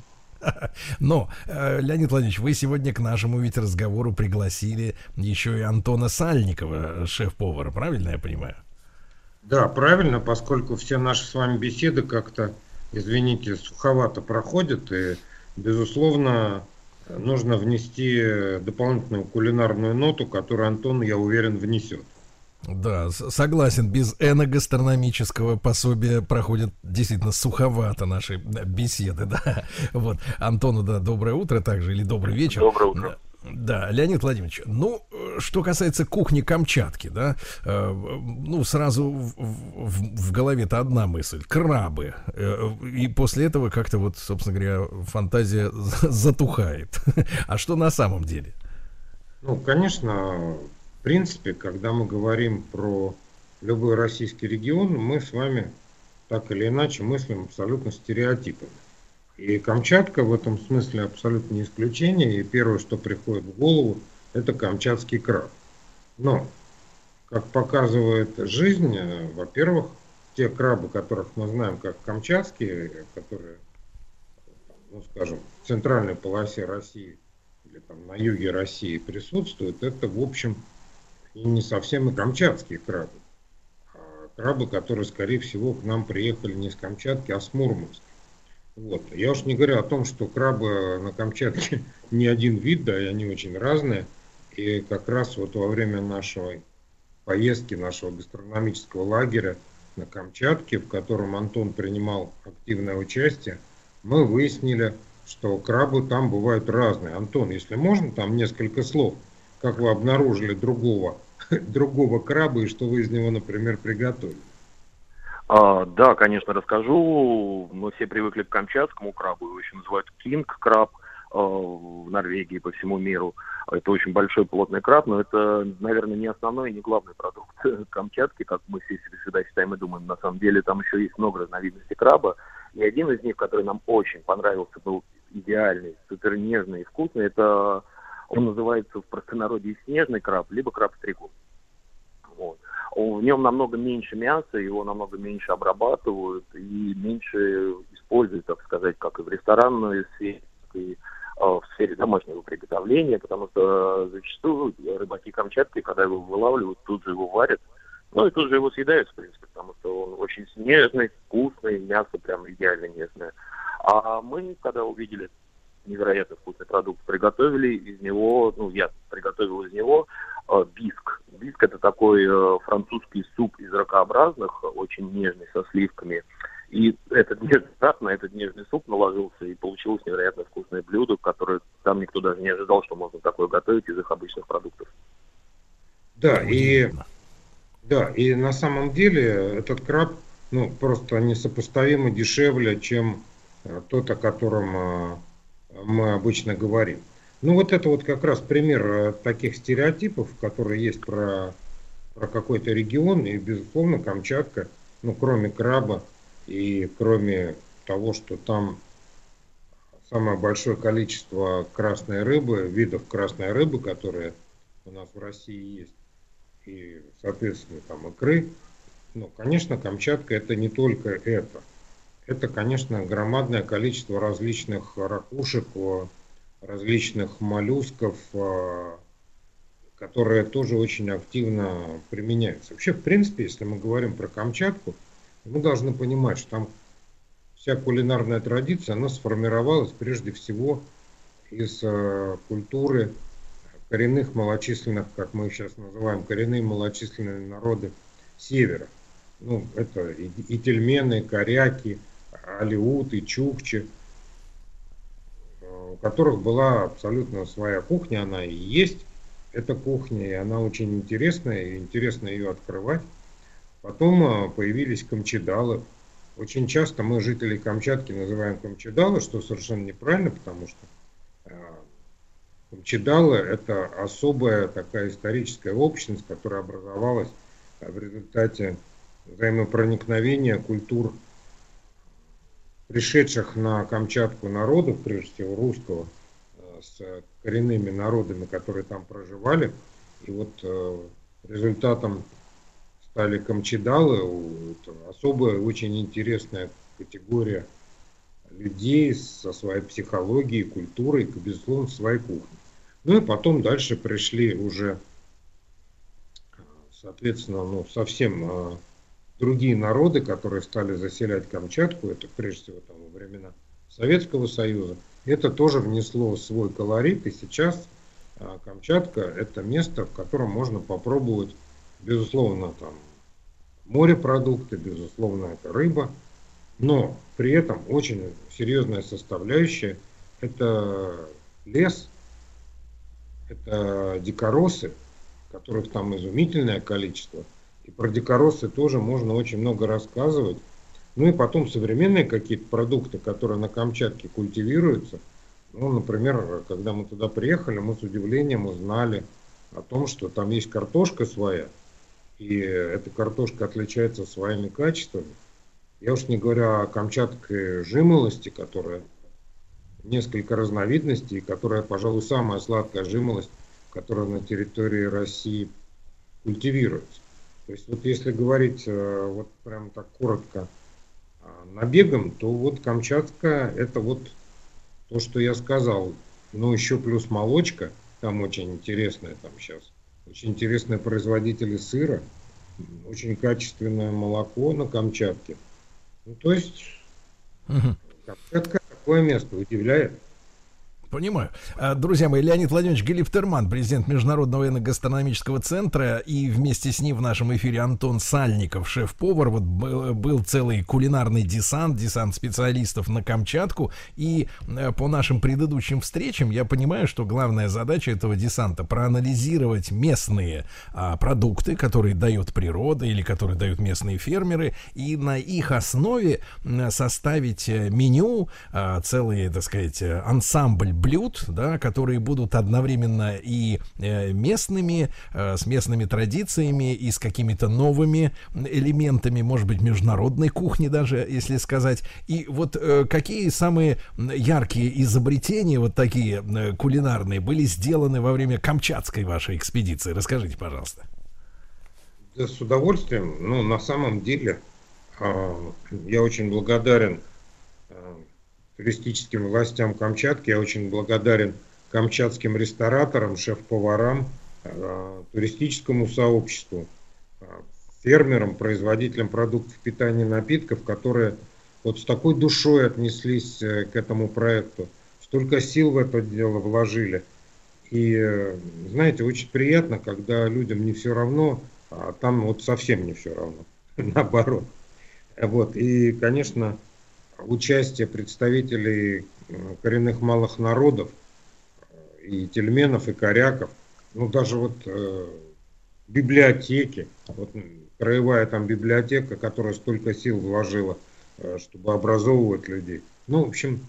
Но, Леонид Владимирович, вы сегодня к нашему ведь разговору пригласили еще и Антона Сальникова, шеф-повара. Правильно я понимаю? Да, правильно, поскольку все наши с вами беседы как-то, извините, суховато проходят. И, безусловно, нужно внести дополнительную кулинарную ноту, которую Антон, я уверен, внесет. Да, согласен, без эногастрономического пособия проходят действительно суховато наши беседы, да. Вот, Антону, да, доброе утро также, или добрый вечер. Доброе утро. Да, Леонид Владимирович, ну, что касается кухни Камчатки, да, ну, сразу в голове-то одна мысль — крабы. И после этого как-то вот, собственно говоря, фантазия затухает. А что на самом деле? Ну, конечно, в принципе, когда мы говорим про любой российский регион, мы с вами так или иначе мыслим абсолютно стереотипами. И Камчатка в этом смысле абсолютно не исключение. И первое, что приходит в голову, это камчатский краб. Но, как показывает жизнь, во-первых, те крабы, которых мы знаем как камчатские, которые, ну, скажем, в центральной полосе России или там на юге России присутствуют, это, в общем, и не совсем и камчатские крабы, а крабы, которые, скорее всего, к нам приехали не с Камчатки, а с Мурманска. Вот. Я уж не говорю о том, что крабы на Камчатке не один вид, да, и они очень разные. И как раз вот во время нашей поездки, нашего гастрономического лагеря на Камчатке, в котором Антон принимал активное участие, мы выяснили, что крабы там бывают разные. Антон, если можно, там несколько слов, как вы обнаружили другого краба и что вы из него, например, приготовили. Да, конечно, расскажу. Мы все привыкли к камчатскому крабу, его еще называют кинг-краб в Норвегии, по всему миру. Это очень большой плотный краб, но это, наверное, не основной и не главный продукт Камчатки, как мы все всегда считаем и думаем. На самом деле там еще есть много разновидностей краба. И один из них, который нам очень понравился, был идеальный, супер нежный и вкусный, это он называется в простонародье снежный краб, либо краб-стригун. Вот. В нем намного меньше мяса, его намного меньше обрабатывают и меньше используют, так сказать, как и в ресторанной сфере, так и в сфере домашнего приготовления, потому что зачастую рыбаки Камчатки, когда его вылавливают, тут же его варят, ну и тут же его съедают, в принципе, потому что он очень снежный, вкусный, мясо прям идеально нежное. А мы, когда увидели невероятно вкусный продукт, приготовили из него, я приготовил из него биск. Биск — это такой французский суп из ракообразных, очень нежный, со сливками. И этот нежный краб на этот нежный суп наложился, и получилось невероятно вкусное блюдо, которое там никто даже не ожидал, что можно такое готовить из их обычных продуктов. Да, и на самом деле этот краб, просто несопоставимо дешевле, чем тот, о котором мы обычно говорим. Вот это вот как раз пример таких стереотипов, которые есть про какой-то регион, и, безусловно, Камчатка, кроме краба и кроме того, что там самое большое количество красной рыбы, видов красной рыбы, которые у нас в России есть, и, соответственно, там икры, конечно, Камчатка — это не только это. Это, конечно, громадное количество различных ракушек, различных моллюсков, которые тоже очень активно применяются. Вообще, в принципе, если мы говорим про Камчатку, мы должны понимать, что там вся кулинарная традиция, она сформировалась прежде всего из культуры коренных малочисленных, как мы их сейчас называем, коренные малочисленные народы севера. Это и тельмены, и коряки, алеуты, чукчи, у которых была абсолютно своя кухня, она и есть эта кухня, и она очень интересная, и интересно ее открывать. Потом появились камчедалы. Очень часто мы, жителей Камчатки, называем камчедалы, что совершенно неправильно, потому что камчедалы — это особая такая историческая общность, которая образовалась в результате взаимопроникновения культур пришедших на Камчатку народов, прежде всего русского, с коренными народами, которые там проживали. И вот результатом стали камчедалы, особая, очень интересная категория людей со своей психологией, культурой, безусловно, своей кухней. И потом дальше пришли уже, соответственно, совсем другие народы, которые стали заселять Камчатку. Это прежде всего там во времена Советского Союза. Это тоже внесло свой колорит, и сейчас Камчатка — это место, в котором можно попробовать, безусловно, там морепродукты, безусловно, это рыба, но при этом очень серьезная составляющая — это лес, это дикоросы, которых там изумительное количество. И про дикоросы тоже можно очень много рассказывать. И потом современные какие-то продукты, которые на Камчатке культивируются. Например, когда мы туда приехали, мы с удивлением узнали о том, что там есть картошка своя. И эта картошка отличается своими качествами. Я уж не говорю о камчатской жимолости, которая несколько разновидностей, которая, пожалуй, самая сладкая жимолость, которая на территории России культивируется. То есть вот если говорить вот прям так коротко набегом, то вот Камчатка — это вот то, что я сказал. Еще плюс молочка, там очень интересная, там сейчас очень интересные производители сыра, очень качественное молоко на Камчатке. То есть Камчатка такое место удивляет. Понимаю. Друзья мои, Леонид Владимирович Галифтерман, президент Международного военно-гастрономического центра, и вместе с ним в нашем эфире Антон Сальников, шеф-повар. Вот был целый кулинарный десант специалистов на Камчатку. И по нашим предыдущим встречам я понимаю, что главная задача этого десанта — проанализировать местные продукты, которые дает природа или которые дают местные фермеры, и на их основе составить меню, целый, так сказать, ансамбль блюд, да, которые будут одновременно и местными, с местными традициями, и с какими-то новыми элементами, может быть, международной кухни даже, если сказать. И вот какие самые яркие изобретения, вот такие кулинарные, были сделаны во время камчатской вашей экспедиции? Расскажите, пожалуйста. Да, с удовольствием. Ну, на самом деле, я очень благодарен туристическим властям Камчатки, я очень благодарен камчатским рестораторам, шеф-поварам, туристическому сообществу, фермерам, производителям продуктов питания и напитков, которые вот с такой душой отнеслись к этому проекту, столько сил в это дело вложили. И, знаете, очень приятно, когда людям не все равно, а там вот совсем не все равно, наоборот. Вот. И, конечно, участие представителей коренных малых народов, и тельменов, и коряков, ну даже вот библиотеки, вот краевая там библиотека, которая столько сил вложила, чтобы образовывать людей. Ну, в общем,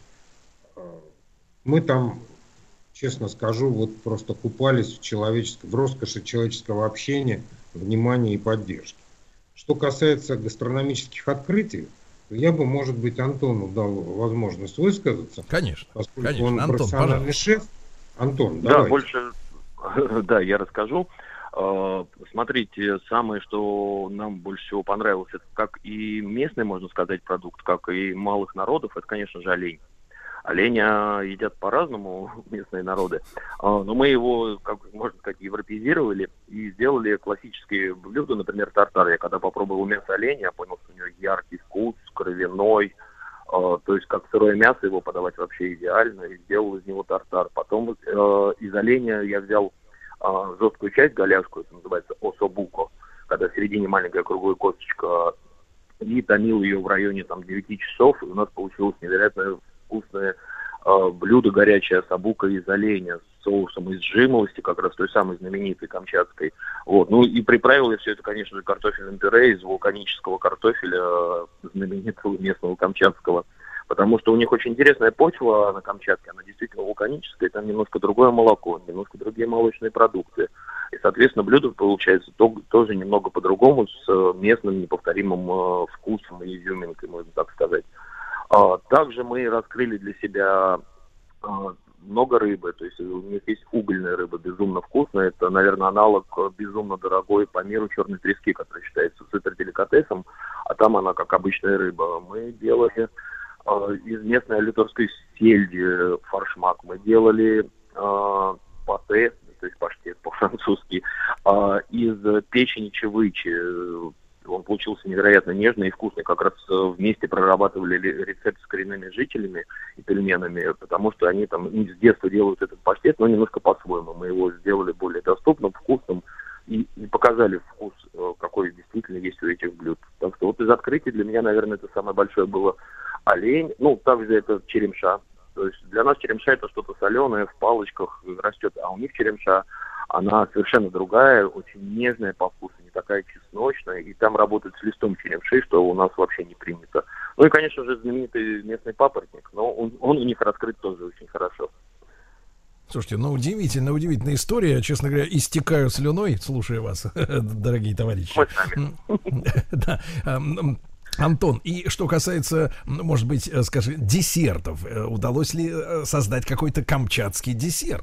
мы там, честно скажу, вот просто купались в роскоши человеческого общения, внимания и поддержки. Что касается гастрономических открытий, я бы, может быть, Антону дал возможность высказаться. Конечно. Поскольку конечно. он Антон, профессиональный шеф. Антон, да, давайте. больше, да, я расскажу. Смотрите, самое, что нам больше всего понравилось, это как и местный, можно сказать, продукт, как и малых народов, это, конечно же, олень. Оленя едят по-разному местные народы, но мы его, как можно сказать, европеизировали и сделали классические блюда, например, тартар. Я когда попробовал мясо оленя, я понял, что у него яркий вкус, кровяной, то есть как сырое мясо его подавать вообще идеально, и сделал из него тартар. Потом из оленя я взял жесткую часть, голяшку, это называется особуко, когда в середине маленькая круглая косточка, и томил ее в районе там 9 часов, и у нас получилось невероятно вкусное блюдо горячее особука из оленя с соусом из жимолости, как раз той самой знаменитой камчатской. Вот. Ну и приправил я все это, конечно же, картофельным пюре из вулканического картофеля, знаменитого местного камчатского. Потому что у них очень интересная почва на Камчатке, она действительно вулканическая, там немножко другое молоко, немножко другие молочные продукты. И, соответственно, блюдо получается тоже немного по-другому, с местным неповторимым вкусом и изюминкой, можно так сказать. Также мы раскрыли для себя много рыбы, то есть у них есть угольная рыба, безумно вкусная, это, наверное, аналог безумно дорогой по миру черной трески, которая считается суперделикатесом, а там она как обычная рыба. Мы делали из местной алюторской сельди форшмак, мы делали пате, то есть паштет по-французски, из печени чевычи. Он получился невероятно нежный и вкусный. Как раз вместе прорабатывали рецепт с коренными жителями и пельменами, потому что они там с детства делают этот паштет, но немножко по-своему. Мы его сделали более доступным, вкусным и показали вкус, какой действительно есть у этих блюд. Так что вот из открытий для меня, наверное, это самое большое было олень. Ну, также это черемша. То есть для нас черемша это что-то соленое, в палочках растет, а у них черемша, она совершенно другая, очень нежная по вкусу, не такая чесночная, и там работают с листом черемши, что у нас вообще не принято. Ну и, конечно же, знаменитый местный папоротник, но он у них раскрыт тоже очень хорошо. Слушайте, ну удивительная история. Честно говоря, истекаю слюной, слушая вас, дорогие товарищи. Мы сами. Да. Антон, и что касается, может быть, скажи, десертов, удалось ли создать какой-то камчатский десерт?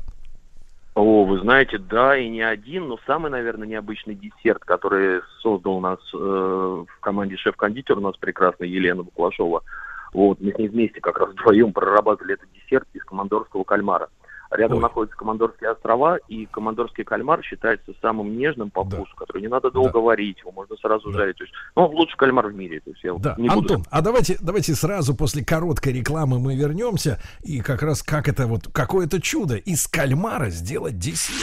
О, вы знаете, да, и не один, но самый, наверное, необычный десерт, который создал у нас в команде шеф-кондитер, у нас прекрасная Елена Баклашова. Вот, мы с ней вместе как раз вдвоем прорабатывали этот десерт из командорского кальмара. Рядом находятся Командорские острова, и командорский кальмар считается самым нежным по вкусу, который не надо долго варить, его можно сразу жарить. То есть, лучший кальмар в мире. То есть я не Антон, буду... а давайте сразу после короткой рекламы мы вернемся, и как раз какое-то чудо из кальмара сделать десерт.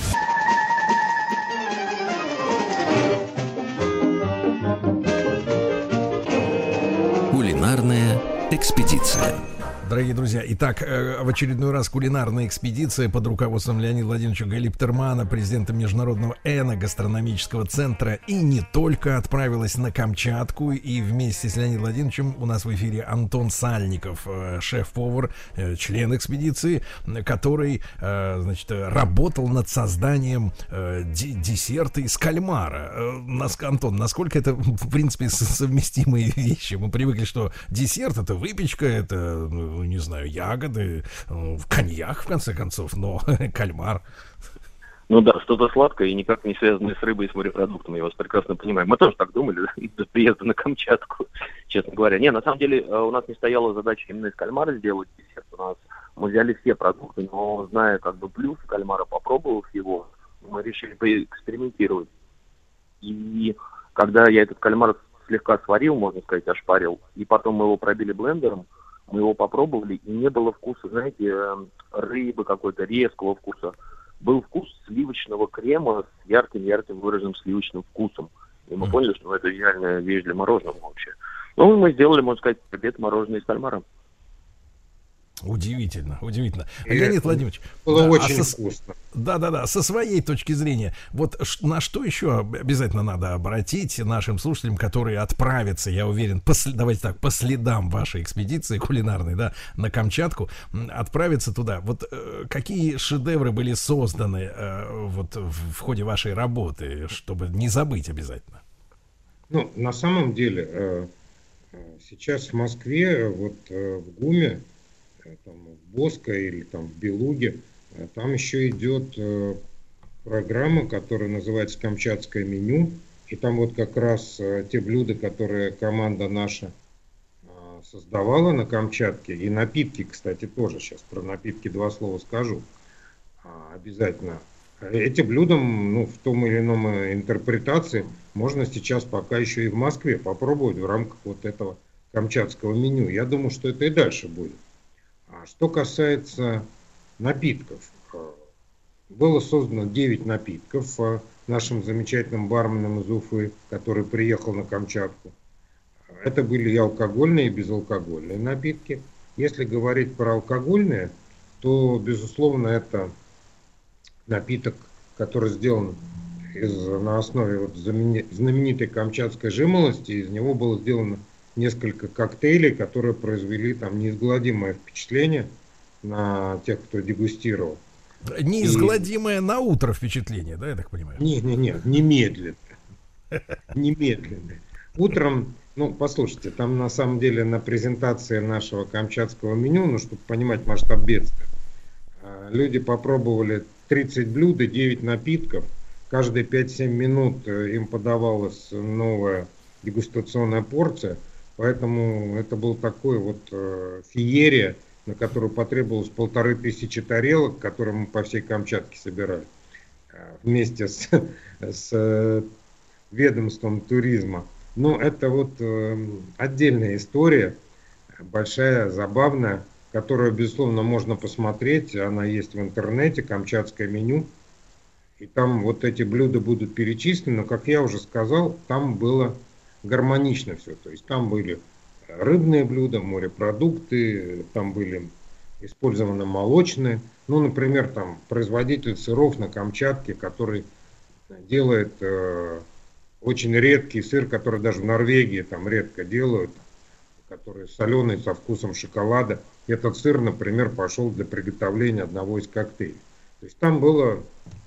Кулинарная экспедиция. Дорогие друзья, итак, в очередной раз кулинарная экспедиция под руководством Леонида Владимировича Галиптермана, президента Международного эногастрономического центра, и не только, отправилась на Камчатку. И вместе с Леонидом Владимировичем у нас в эфире Антон Сальников, шеф-повар, член экспедиции, который, работал над созданием десерта из кальмара. Антон, насколько это, в принципе, совместимые вещи? Мы привыкли, что десерт — это выпечка, это... не знаю, ягоды, коньяк, в конце концов, но кальмар. Ну да, что-то сладкое и никак не связанное с рыбой и с морепродуктами, я вас прекрасно понимаю. Мы тоже так думали до приезда на Камчатку, честно говоря. Не, на самом деле у нас не стояла задача именно из кальмара сделать десерт. Мы взяли все продукты, но зная плюс кальмара, попробовав его, мы решили поэкспериментировать. И когда я этот кальмар слегка сварил, можно сказать, ошпарил, и потом мы его пробили блендером, мы его попробовали, и не было вкуса, рыбы какой-то, резкого вкуса. Был вкус сливочного крема с ярким выраженным сливочным вкусом. И мы поняли, что это идеальная вещь для мороженого вообще. Мы сделали, можно сказать, обед мороженое из кальмара. Удивительно. Леонид Владимирович, было очень вкусно. Да, со своей точки зрения, на что еще обязательно надо обратить нашим слушателям, которые отправятся, я уверен, по следам вашей экспедиции кулинарной, на Камчатку, отправятся туда. Какие шедевры были созданы в ходе вашей работы, чтобы не забыть обязательно? На самом деле, сейчас в Москве, в ГУМе, в Боско или в Белуге, там еще идет программа, которая называется «Камчатское меню». И там как раз те блюда, которые команда наша создавала на Камчатке, и напитки, кстати, тоже. Сейчас про напитки два слова скажу обязательно. Эти блюда, в том или ином интерпретации, можно сейчас пока еще и в Москве попробовать в рамках этого камчатского меню. Я думаю, что это и дальше будет. Что касается напитков, было создано 9 напитков нашим замечательным барменом из Уфы, который приехал на Камчатку. Это были и алкогольные, и безалкогольные напитки. Если говорить про алкогольные, то, безусловно, это напиток, который сделан на основе знаменитой камчатской жимолости. Из него было сделано несколько коктейлей, которые произвели неизгладимое впечатление на тех, кто дегустировал. Неизгладимое на утро впечатление, да, я так понимаю? Нет, немедленно. Немедленно. Утром, послушайте, там на самом деле на презентации нашего камчатского меню, чтобы понимать масштаб бедствия, люди попробовали 30 блюд и 9 напитков. Каждые 5-7 минут им подавалась новая дегустационная порция. Поэтому это был такой феерия, на которую потребовалось 1500 тарелок, которые мы по всей Камчатке собирали. Вместе с ведомством туризма. Это отдельная история, большая, забавная, которую, безусловно, можно посмотреть. Она есть в интернете, камчатское меню. И там эти блюда будут перечислены. Но, как я уже сказал, там было гармонично все. То есть там были рыбные блюда, морепродукты, там были использованы молочные. Например, производитель сыров на Камчатке, который делает очень редкий сыр, который даже в Норвегии редко делают, который соленый, со вкусом шоколада. Этот сыр, например, пошел для приготовления одного из коктейлей. То есть там было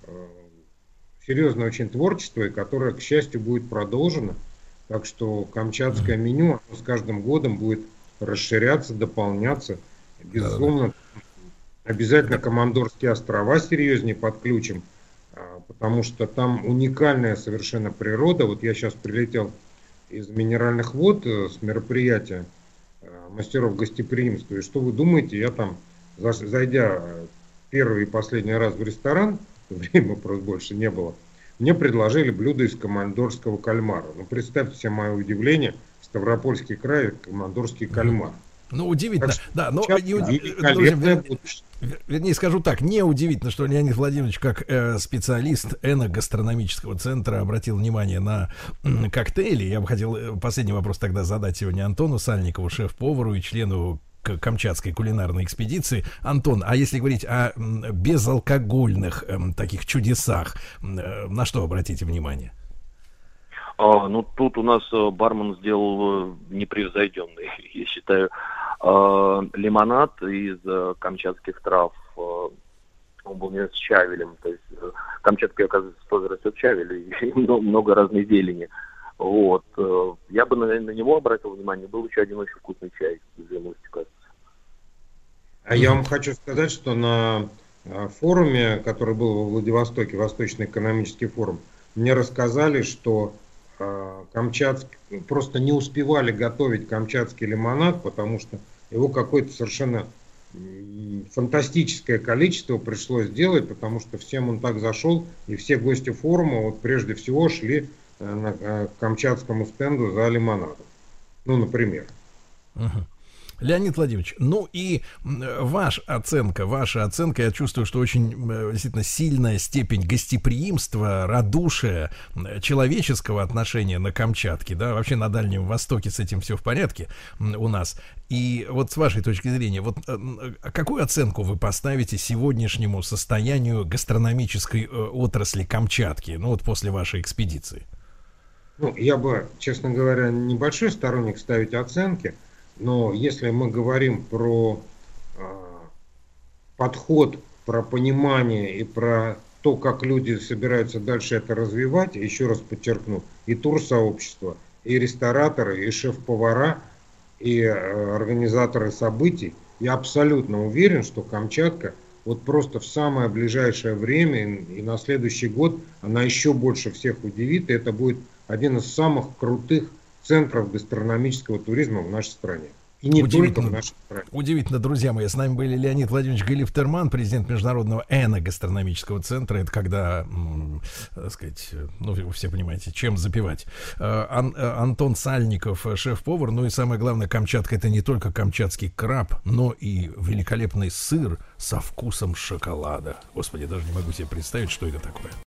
серьезное очень творчество, и которое, к счастью, будет продолжено. Так что камчатское меню с каждым годом будет расширяться, дополняться. Безусловно, обязательно Командорские острова серьезнее подключим, потому что там уникальная совершенно природа. Я сейчас прилетел из Минеральных вод с мероприятия мастеров гостеприимства. И что вы думаете, я там, зайдя первый и последний раз в ресторан, времени просто больше не было, мне предложили блюдо из командорского кальмара. Ну, представьте себе мое удивление, Ставропольский край, командорский кальмар. Ну, удивительно, что, да, но вернее, скажу так, неудивительно, что Леонид Владимирович, как специалист эногастрономического центра, обратил внимание на коктейли. Я бы хотел последний вопрос тогда задать сегодня Антону Сальникову, шеф-повару и члену Камчатской кулинарной экспедиции. Антон, а если говорить о безалкогольных таких чудесах, на что обратите внимание? Ну, тут у нас бармен сделал непревзойденный, я считаю, лимонад из камчатских трав. Он был с чавелем. То есть Камчатка, оказывается, тоже растет чавель и много разной зелени. Вот. Я бы на него обратил внимание. Был еще один очень вкусный чай из землости, кажется. А я вам хочу сказать, что на форуме, который был во Владивостоке, Восточный экономический форум, мне рассказали, что просто не успевали готовить камчатский лимонад, потому что его какое-то совершенно фантастическое количество пришлось сделать, потому что всем он так зашел, и все гости форума вот прежде всего шли к камчатскому стенду за лимонадом. Ну, например. Леонид Владимирович, ну и ваша оценка, я чувствую, что очень действительно сильная степень гостеприимства, радушия, человеческого отношения на Камчатке, да, вообще на Дальнем Востоке с этим все в порядке у нас. И вот с вашей точки зрения, вот какую оценку вы поставите сегодняшнему состоянию гастрономической отрасли Камчатки, ну вот после вашей экспедиции? Ну, я бы, честно говоря, небольшой сторонник ставить оценки. Но если мы говорим про подход, про понимание и про то, как люди собираются дальше это развивать, еще раз подчеркну, и турсообщество, и рестораторы, и шеф-повара, и организаторы событий, я абсолютно уверен, что Камчатка вот просто в самое ближайшее время и на следующий год она еще больше всех удивит, и это будет один из самых крутых центров гастрономического туризма в нашей стране. И не только в нашей стране. Удивительно, друзья мои. С нами были Леонид Владимирович Галифтерман, президент Международного эногастрономического центра. Это когда, так сказать, ну, вы все понимаете, чем запивать. Антон Сальников, шеф-повар. Ну и самое главное, Камчатка — это не только камчатский краб, но и великолепный сыр со вкусом шоколада. Господи, даже не могу себе представить, что это такое.